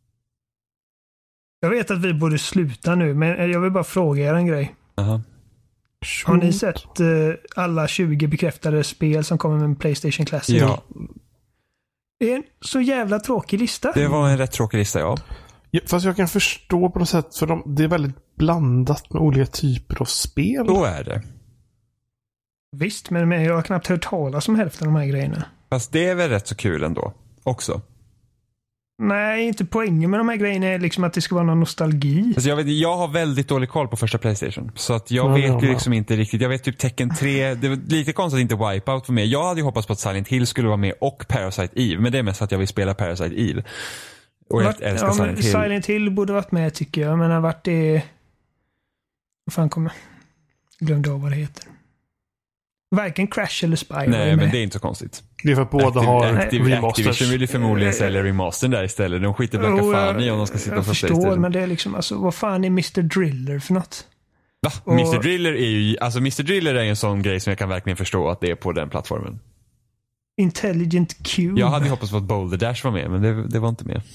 Jag vet att vi borde sluta nu, men jag vill bara fråga er en grej. Aha. Har ni sett uh, alla tjugo bekräftade spel som kommer med en PlayStation Classic? Ja. Det är en så jävla tråkig lista. Det var en rätt tråkig lista, ja. ja fast jag kan förstå på något sätt, för de, det är väldigt blandat med olika typer av spel. Då är det. Visst, men, men jag har knappt hört talas om hälften av de här grejerna. Fast det är väl rätt så kul ändå, också. Nej, inte poängen med de här grejerna är liksom att det ska vara någon nostalgi. Alltså jag, vet, jag har väldigt dålig koll på första PlayStation. Så att jag mm, vet ju liksom mm. inte riktigt. Jag vet typ Tekken tre. Det var lite konstigt att inte Wipeout var med. Jag hade ju hoppats på att Silent Hill skulle vara med och Parasite Eve. Men det är mest för att jag vill spela Parasite Eve. Och jag vart, älskar ja, Silent Hill. Silent Hill borde varit med tycker jag. Men vart det... Vad fan kommer... Jag glömde av vad det heter. Varken Crash eller Spyro. Nej, men det är inte så konstigt. Det är för att båda Activ, har Activ, remasters. Activision vill ju förmodligen sälja remastern där istället. De skiter blacka oh, fan i om de ska sitta jag på förstår, PlayStation. Men det är liksom, alltså, vad fan är mister Driller för något? Va? Och... mister Driller är ju, alltså mister Driller är en sån grej som jag kan verkligen förstå att det är på den plattformen. Intelligent Cube. Jag hade ju hoppats på att Boulder Dash var med, men det, det var inte med.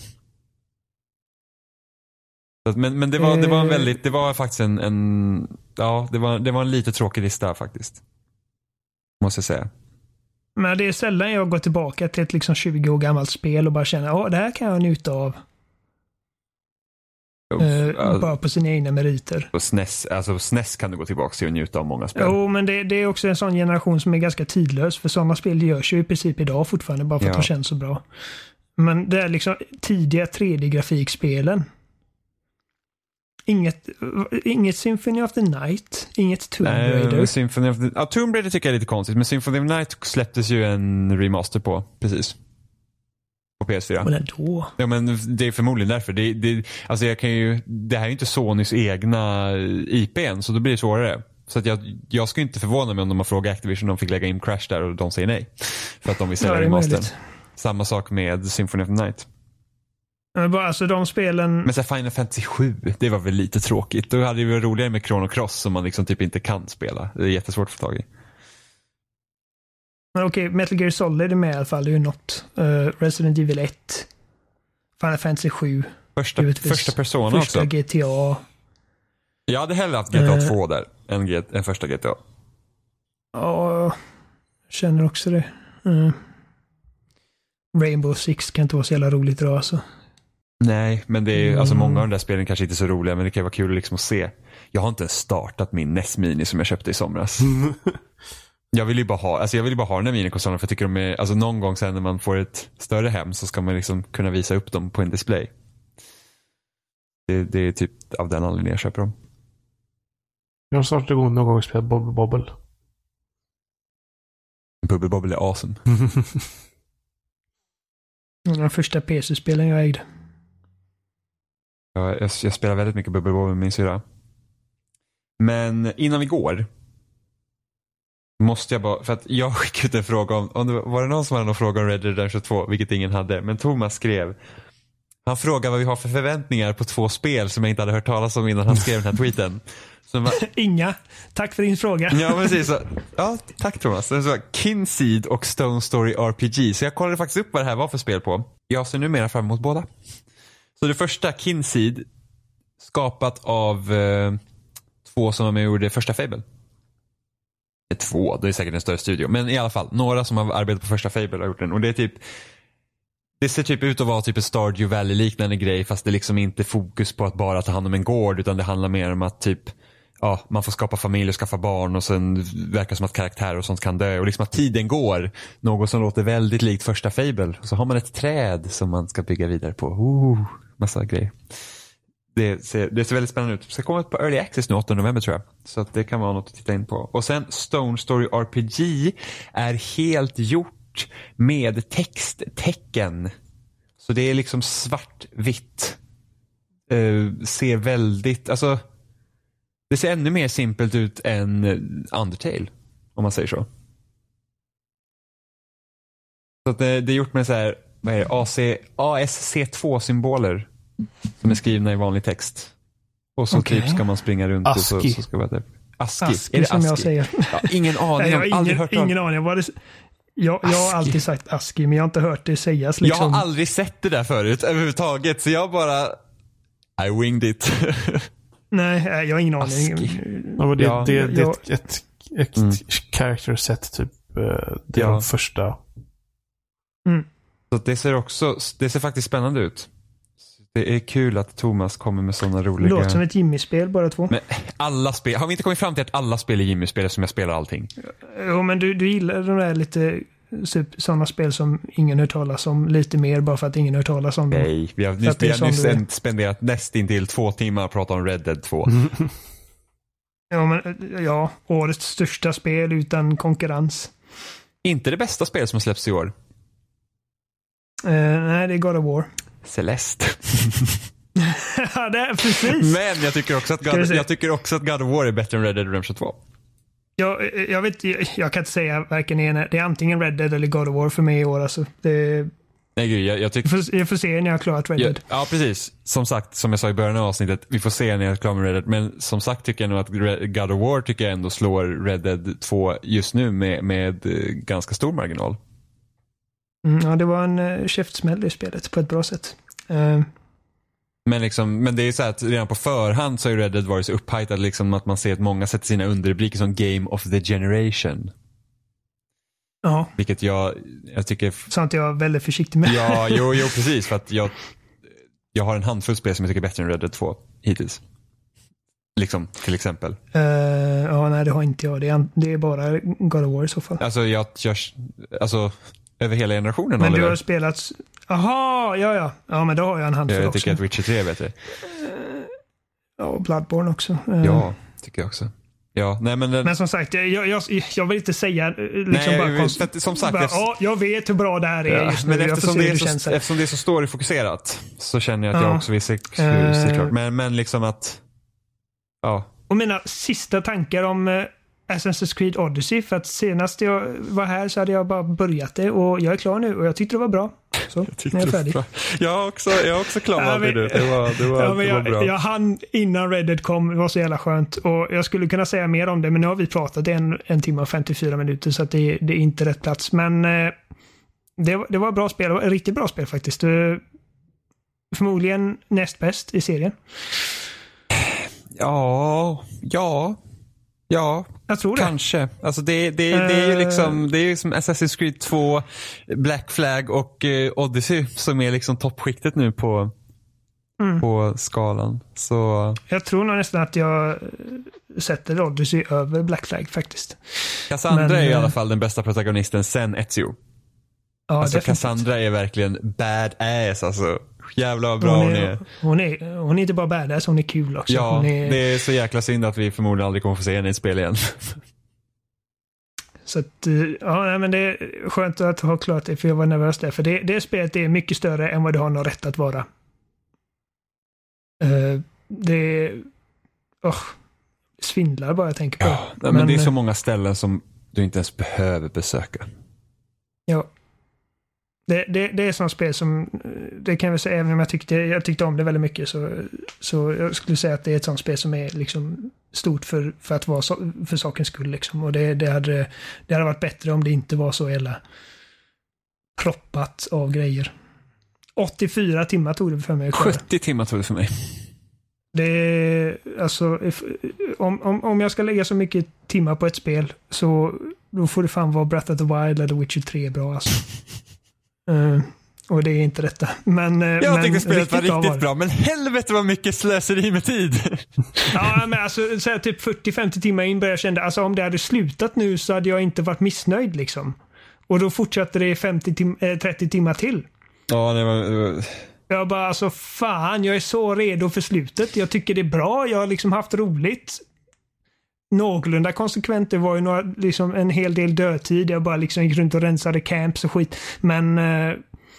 Men, men det var, det var en väldigt, det var faktiskt en, en ja, det var, det var en lite tråkig lista faktiskt. Måste jag säga. Men det är sällan jag går tillbaka till ett liksom tjugo år gammalt spel och bara känner, ja, det här kan jag njuta av. Jo, uh, alltså, bara på sina egna meriter. På S N E S, alltså S N E S kan du gå tillbaka till och njuta av många spel. Jo, men det, det är också en sån generation som är ganska tidlös, för sådana spel görs ju i princip idag fortfarande, bara för ja. att de känns så bra. Men det är liksom tidiga tre D-grafikspelen. Inget, inget Symphony of the Night, inget Tomb Raider. Nej, Symphony of the, ja, Tomb Raider tycker jag är lite konstigt, men Symphony of the Night släpptes ju en remaster på, precis. På P S fyra. Men då? Ja, men det är förmodligen därför. Det, det, alltså jag kan ju, det här är ju inte Sonys egna I P än, så då blir det svårare. Så att jag, jag ska inte förvåna mig om de har frågat Activision om de fick lägga in Crash där och de säger nej. För att de vill sälja ja, remastern. Samma sak med Symphony of the Night. Men bara, alltså de spelen... Men så Final Fantasy sju, det var väl lite tråkigt. Då hade det varit roligare med Chrono Cross som man liksom typ inte kan spela. Det är jättesvårt att få tag i. Men okej, okay, Metal Gear Solid är med i alla fall. Det är ju något. Uh, Resident Evil ett. Final Fantasy sju. Första, första Persona första också. G T A. Jag hade hellre haft G T A uh, två där än, G- än första G T A. Ja, jag känner också det. Uh. Rainbow Six kan inte vara så jävla roligt idag alltså. Nej, men det är mm. alltså många av de där spelen kanske inte är så roliga, men det kan vara kul liksom att se. Jag har inte ens startat min N E S Mini som jag köpte i somras. jag vill ju bara ha, alltså jag vill ju bara ha den här minikonsolen för jag tycker de är, alltså någon gång sen när man får ett större hem så ska man liksom kunna visa upp dem på en display. Det, det är typ av den anledningen jag köper dem. Jag har startat igång någon gång och spelat Bubble Bobble. Bubble Bobble är awesome. Den första P C-spelen jag ägde. Ja, jag, jag spelar väldigt mycket Bubble Bobble med min syra. Men innan vi går måste jag bara, för att jag skickade ut en fråga om, om det var, var det någon som hade någon fråga om Red Dead Redemption två, vilket ingen hade, men Thomas skrev, han frågade vad vi har för förväntningar på två spel som jag inte hade hört talas om innan han skrev den här tweeten. Så man, Inga. Tack för din fråga. Ja, precis. Så, ja, tack Thomas. Så var Kinseed och Stone Story R P G. Så jag kollade faktiskt upp vad det här var för spel på. Jag ser numera fram emot båda. Så det första, Kinseed, skapat av eh, två som var med och gjorde första Fable. Det är två, det är säkert en större studio. Men i alla fall, några som har arbetat på första Fable har gjort den. Och det är typ, det ser typ ut att vara typ en Stardew Valley-liknande grej, fast det är liksom inte fokus på att bara ta hand om en gård, utan det handlar mer om att typ, ja, man får skapa familj och skaffa barn, och sen verkar som att karaktärer och sånt kan dö, och liksom att tiden går, något som låter väldigt likt första Fable. Och så har man ett träd som man ska bygga vidare på. Oh, massa grejer. Det ser, det ser väldigt spännande ut. Det ska komma ut på Early Access nu åttonde november tror jag. Så att det kan vara något att titta in på. Och sen Stone Story R P G är helt gjort med texttecken. Så det är liksom svartvitt. Uh, ser väldigt, alltså det ser ännu mer simpelt ut än Undertale, om man säger så. Så att det, det är gjort med så här, vad är det, A C, A S C två-symboler som är skrivna i vanlig text. Och så okay. typ ska man springa runt och så, så ska det ASCII. ASCII, är det som ASCII? jag säger. Ja, ingen aning, jag har aldrig hört ingen om. aning. Var det, jag, jag har alltid sagt ASCII, men jag har inte hört det sägas. Liksom. Jag har aldrig sett det där förut överhuvudtaget, så jag bara I winged it. Nej, jag har ingen aning. Ja, men det, ja, det, det, jag, det är ett, ett, ett mm. character set typ. Det är ja. de första. Mm. Så det ser också, det ser faktiskt spännande ut. Det är kul att Thomas kommer med sådana roliga... Det låter som ett Jimmy-spel, bara två. Men alla spel, har vi inte kommit fram till att alla spel är Jimmy-spel som jag spelar allting? Jo, men du, du gillar de där lite sådana spel som ingen hör talas om lite mer bara för att ingen hör talas om dem. Nej, vi har nyss, vi har nyss spenderat nästintill två timmar att prata om Red Dead två. Mm. Ja, men ja, årets största spel utan konkurrens. Inte det bästa spel som har släppts i år. Uh, nej, det är God of War. Celeste. Ja, det är precis. Men jag tycker också att God, jag tycker också att God of War är bättre än Red Dead Redemption två. Jag, jag vet, jag, jag kan inte säga varken ena. Det är antingen Red Dead eller God of War för mig i år. Alltså. Det, Nej, gud, jag, jag, tycker... jag, får, jag får se när jag har klarat Red ja, Dead. Ja, precis. Som sagt, som jag sa i början av avsnittet, vi får se när jag är klar med Red Dead. Men som sagt tycker jag nog att God of War tycker jag ändå slår Red Dead två just nu med, med ganska stor marginal. Mm, ja, det var en uh, käftsmäll i spelet på ett bra sätt. Uh, Men, liksom, men det är så att redan på förhand så är Red Dead varit så upphajtad liksom att man ser att många sätter sina underrubriker som Game of the Generation. Ja. Vilket jag, jag tycker... Sånt jag är väldigt försiktig med. Ja, jo, jo precis. För att jag, jag har en handfull spel som jag tycker är bättre än Red Dead två hittills. Liksom, till exempel. Uh, ja, nej det har inte jag. Det är, det är bara God of War i så fall. Alltså, jag, jag alltså över hela generationen. Men Oliver. Du har spelat... Aha, ja, ja. Ja, men då har jag en handfull också. Jag tycker att Witcher tre är bättre. Uh, ja, och Bloodborne också. Uh, ja, tycker jag också. Ja, nej, men, men som sagt, jag, jag, jag vill inte säga liksom nej, bara konst... att, som sagt, bara, efter... ja, jag vet hur bra det här är ja, just nu. Men eftersom det, är det så, eftersom det är så storyfokuserat så känner jag att ja. jag också vill se, se uh, klart. Men, men liksom att ja. Och mina sista tankar om uh, Assassin's Creed Odyssey, för att senast jag var här så hade jag bara börjat det och jag är klar nu och jag tyckte det var bra. Så, jag när jag är färdig. Bra. Jag är också, jag är också klar med det. Det var, det var, ja, men det var jag, bra. Jag hann innan Red Dead kom, det var så jävla skönt och jag skulle kunna säga mer om det, men nu har vi pratat en, en timme och femtiofyra minuter så att det, det är inte rätt plats. Men eh, det, det var ett bra spel, det var ett riktigt bra spel faktiskt. Förmodligen näst bäst i serien. Ja, ja. Ja, jag tror det. Kanske. Alltså det, det, det är ju liksom det är ju som Assassin's Creed två, Black Flag och uh, Odyssey som är liksom toppskiktet nu på mm. på skalan. Så... Jag tror nog nästan att jag sätter Odyssey över Black Flag faktiskt. Cassandra Men, är i alla fall den bästa protagonisten sen Ezio. Ja, alltså definitivt. Cassandra är verkligen badass, alltså. Jävla vad bra hon är. Hon är, hon är, hon är inte bara badass, hon är kul också. Ja, hon är... det är så jäkla synd att vi förmodligen aldrig kommer få se henne i ett spel igen. Så att, ja, nej, men det är skönt att ha klart det, för jag var nervös där. För det, det spelet är mycket större än vad det har någon rätt att vara. Uh, det oh, svindlar bara jag tänker på ja, det. Men, men det är så många ställen som du inte ens behöver besöka. Ja. Det, det, det är sånt spel som, det kan jag väl säga, även om jag tyckte, jag tyckte om det väldigt mycket, så, så jag skulle säga att det är ett sånt spel som är liksom stort för, för att vara så, för sakens skull liksom. Och det, det, hade, det hade varit bättre om det inte var så jävla proppat av grejer. åttiofyra timmar tog det för mig. sjuttio timmar tog det för mig. Det är, alltså, if, om, om, om jag ska lägga så mycket timmar på ett spel, så då får det fan vara Breath of the Wild eller Witcher tre bra alltså. Uh, och det är inte detta. Men, jag men tyckte spelet var riktigt var bra, men helvete vad mycket slöseri med tid. Ja, men alltså så här, typ fyrtio till femtio timmar in började jag känna, alltså om det hade slutat nu så hade jag inte varit missnöjd liksom. Och då fortsatte det femtio tim- äh, trettio timmar till. Ja, det var, det var... Jag bara, alltså fan, jag är så redo för slutet. Jag tycker det är bra, jag har liksom haft roligt. Någorlunda konsekvent. Det var ju några, liksom en hel del dödtid. Jag bara liksom gick runt och rensade camps och skit. Men eh,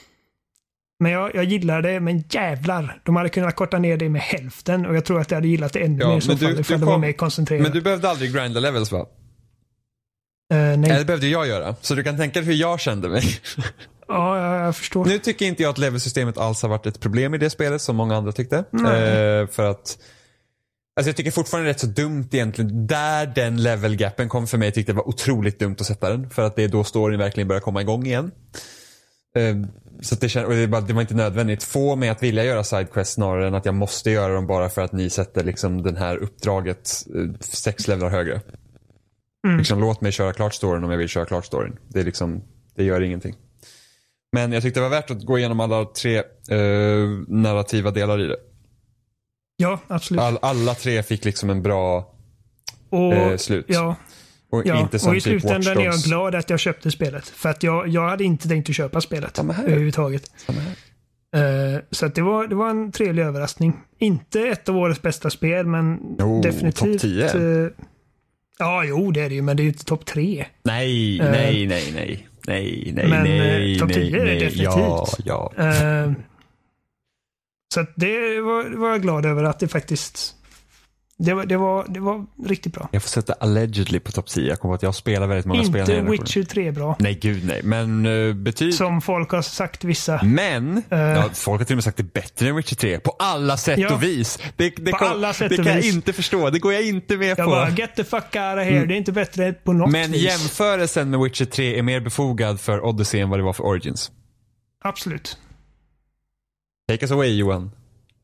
men jag, jag gillar det, men jävlar. De hade kunnat korta ner det med hälften. Och jag tror att jag hade gillat det ännu ja, mer i så fall. Ifall det var mer koncentrerat. Men du behövde aldrig grinda levels, va? Uh, nej. Eller det behövde jag göra. Så du kan tänka dig hur jag kände mig. Ja, jag, jag förstår. Nu tycker inte jag att levelsystemet alls har varit ett problem i det spelet, som många andra tyckte. Eh, för att alltså jag tycker fortfarande det är rätt så dumt egentligen. Där den level gapen kom för mig, tyckte det var otroligt dumt att sätta den. För att det är då storyn verkligen börjar komma igång igen. Eh, så att det, känd, och det, bara, det var inte nödvändigt. Få mig att vilja göra sidequests snarare än att jag måste göra dem bara för att ni sätter liksom den här uppdraget eh, sex levlar högre. Mm. Liksom, låt mig köra klart storyn om jag vill köra klart storyn. Det är liksom, det gör ingenting. Men jag tyckte det var värt att gå igenom alla tre eh, narrativa delar i det. Ja, absolut. All, alla tre fick liksom en bra och, eh, slut. Ja, och ja. inte som och i typ slutändan är jag glad att jag köpte spelet. För att jag, jag hade inte tänkt att köpa spelet överhuvudtaget. Uh, så att det var, det var en trevlig överraskning. Inte ett av årets bästa spel, men oh, definitivt... topp tio? Uh, ja, jo, det är det ju, men det är ju inte topp tre. Nej, uh, nej, nej, nej. Nej, nej, men, nej, topp tio är det nej, definitivt. Ja, ja. Uh, så att det var, det var jag glad över att det faktiskt... Det var, det, var, det var riktigt bra. Jag får sätta allegedly på topp tio. Jag kommer att jag spelar väldigt många inte spel. Inte Witcher tre bra. Nej, gud nej. Men uh, betyder... Som folk har sagt vissa. Men, uh, ja, folk har till och med sagt det bättre än Witcher tre. På alla sätt ja, och vis. Det, det, på kom, alla sätt det och kan vis. jag inte förstå. Det går jag inte med jag på. Jag bara, get the fuck out of here. Mm. Det är inte bättre på något Men vis. jämförelsen med Witcher tre är mer befogad för Odyssey än vad det var för Origins. Absolut. Take us away, Johan.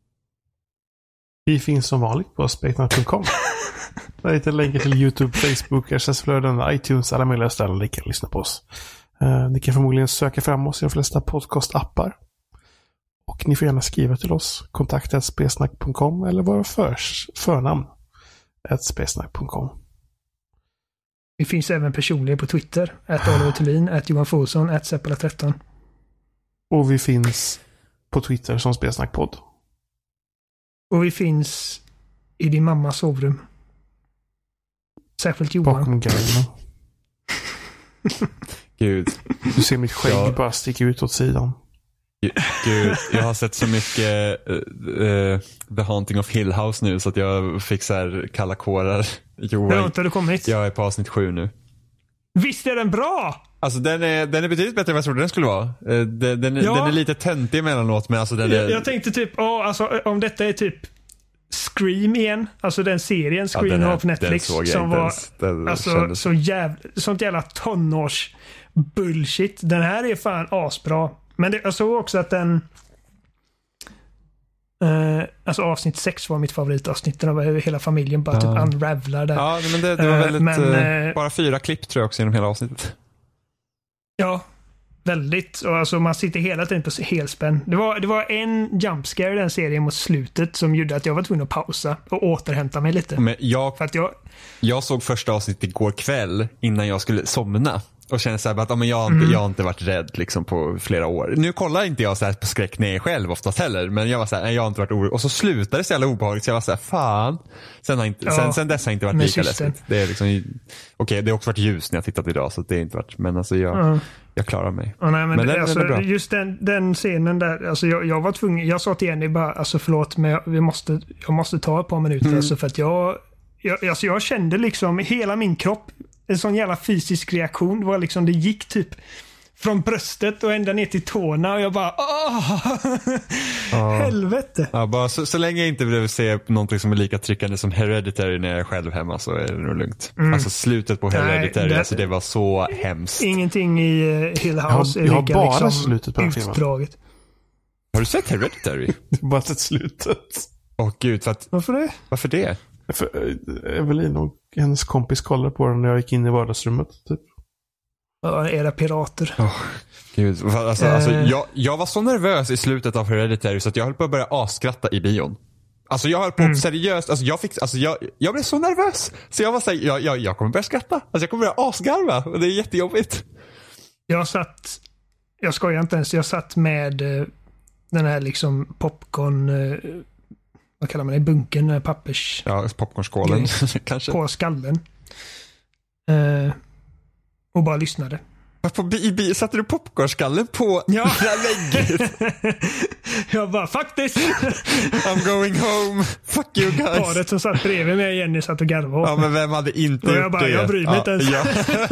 Vi finns som vanligt på spelsnack punkt com. Där hittar länkar till YouTube, Facebook, R S S-flöden, iTunes, alla möjliga ställen där ni kan lyssna på oss. Uh, ni kan förmodligen söka fram oss i de flesta podcast-appar. Och ni får gärna skriva till oss. Kontakta spelsnack punkt com eller vara för, förnamn at spelsnack punkt com. Vi finns även personligen på Twitter. At Oliver Thulin, at Johan Folsson, at Seppala tretton. Och vi finns på Twitter som Spelsnackpodd. Och vi finns i din mammas sovrum. Särskilt Johan. Bakom garden. Gud. Du ser mitt skägg ja. bara sticka ut åt sidan. Gud, jag har sett så mycket uh, uh, The Haunting of Hill House nu så att jag fick så här kalla kårar. Johan, hur långt har du kommit? Jag är på avsnitt sju nu. Visst är den bra? Alltså den är, den är betydligt bättre än vad jag trodde den skulle vara. Den, den, ja. den är lite töntig emellanåt, men alltså den är... Jag, jag tänkte typ, oh, alltså, om detta är typ Scream igen, alltså den serien Scream ja, den här, på Netflix som var den alltså, kändes... så jävla, sånt jävla tonårs bullshit. Den här är fan asbra. Men det, jag såg också att den Uh, alltså avsnitt sex var mitt favoritavsnitt. Där var hela familjen bara ja. typ unravelar där. Ja, men det, det var väldigt... Uh, men, uh, bara fyra klipp tror jag också genom hela avsnittet. Ja, Väldigt. Och alltså man sitter hela tiden på helspänn. Det var, det var en jumpscare i den serien mot slutet som gjorde att jag var tvungen att pausa och återhämta mig lite. Men jag, För att jag, jag såg första avsnittet igår kväll innan jag skulle somna. Och kände så här att ja, men jag, har inte, Mm. jag har inte varit rädd liksom på flera år. Nu kollar inte jag så här på skräck när jag är själv oftast heller. Men jag var så här, nej, jag har inte varit orolig. Och så slutade det så jävla obehagligt så jag var så här, fan. Sen, har inte, Ja, sen, sen dess har jag inte varit med lika systern. läskigt. Det är liksom, okej, okay, det har också varit ljus när jag tittat idag så det är inte varit. Men alltså jag, Ja. jag klarar mig. Ja, nej, men Men det, den- alltså, den är bra. just den, den scenen där, alltså jag, jag var tvungen, jag sa till Jenny bara, alltså förlåt men jag, vi måste, jag måste ta ett par minuter Mm. alltså, för att jag, jag, alltså jag kände liksom hela min kropp, en sån jävla fysisk reaktion, det var liksom, det gick typ från bröstet och ända ner till tårna och jag bara, åh, Ja. helvete. Ja, bara så, så länge jag inte behöver se någonting som är lika tryckande som Hereditary när jag är själv hemma så är det nog lugnt. Mm. Alltså slutet på Nej, Hereditary, det- alltså det var så hemskt. Ingenting i uh, Hill House Jag har- jag har är lika bara liksom slutet på den filmen. utdraget. Har du sett Hereditary? Bara sett slutet. Åh gud, för att, Varför det? varför det? För eh, Evelyn och hennes kompis kollade på den när jag gick in i vardagsrummet. Typ. Ja, era pirater. Gud, alltså, Eh. alltså, jag, jag var så nervös i slutet av Hereditary så att jag höll på att börja askratta i bion. Alltså jag höll på Mm. seriöst, alltså jag fick, alltså jag, jag blev så nervös. Så jag var såhär, jag, jag, jag kommer börja skratta. Alltså jag kommer börja asgarva och det är jättejobbigt. Jag satt, jag skojar inte ens, jag satt med eh, den här liksom popcorn, eh, vad kallar man det, bunken, eh, pappers Ja, popcornskålen kanske. på skallen. Eh, och bara lyssnade. På bi, bi, satte du popcornskallen på Ja. väggen? Jag bara, faktiskt! I'm going home. Fuck you guys. Paret som satt bredvid mig, Jenny, satt och garvade åt Ja, mig. men vem hade inte Och gjort jag bara, det? jag bryr mig inte ens. Ja.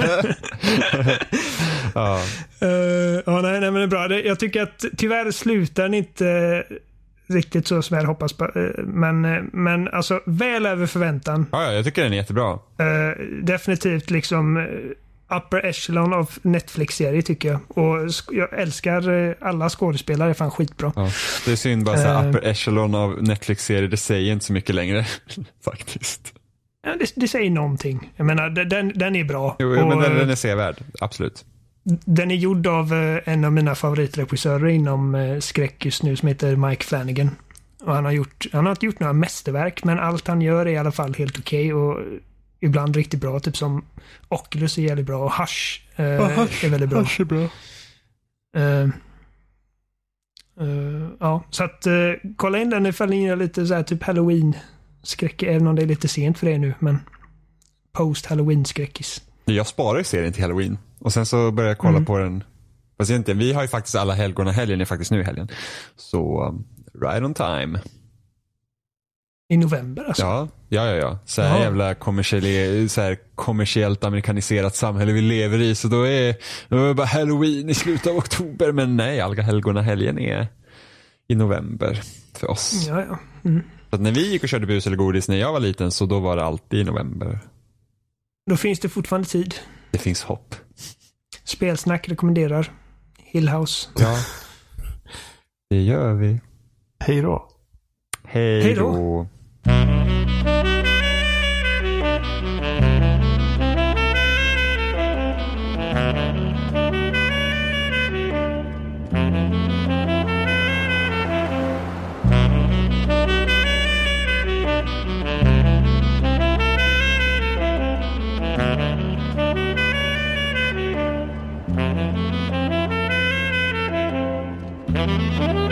Ja. Uh, ja, nej, nej, men det är bra. Det, jag tycker att tyvärr slutar den inte eh, riktigt så som jag hade hoppats på. Eh, men, eh, men alltså, väl över förväntan. Ja, ja, jag tycker den är jättebra. Eh, definitivt liksom eh, upper echelon av Netflix-serie tycker jag. Och sk- jag älskar eh, alla skådespelare, är fan skitbra. Ja. Det är synd bara så här, Eh. upper echelon av Netflix-serier, det säger inte så mycket längre. Faktiskt. Ja, det, det säger någonting. Jag menar, de- den, den är bra. Jo, jo, men Och, den, eh, den är sevärd. Absolut. Den är gjord av eh, en av mina favoritregissörer inom eh, skräck just nu som heter Mike Flanagan. Och han har gjort, han har inte gjort några mästerverk men allt han gör är i alla fall helt okej och ibland riktigt bra. Typ som Oculus är jävligt bra och Hush, eh, är väldigt bra. Hush är bra. Eh, eh, ja, så att eh, kolla in den ifall ni gillar lite så här typ Halloween-skräck, även om det är lite sent för det nu, men post-Halloween-skräckis. Jag sparar ju serien till Halloween. Och sen så börjar jag kolla Mm. på den. Fast egentligen, vi har ju faktiskt alla helgona helgen är faktiskt nu i helgen. Så, um, right on time. I november alltså. Ja, ja, ja. ja. Så här Ja. jävla kommersiell, så här kommersiellt amerikaniserat samhälle vi lever i. Så då är, då är det bara Halloween i slutet av oktober. Men nej, alla helgona helgen är i november för oss. Ja, ja. Mm. Så att när vi gick och körde bus eller godis när jag var liten så då var det alltid i november. Då finns det fortfarande tid. Det finns hopp. Spelsnack rekommenderar Hill House. Ja, det gör vi. Hej då. Hej Hej då. då. Thank you.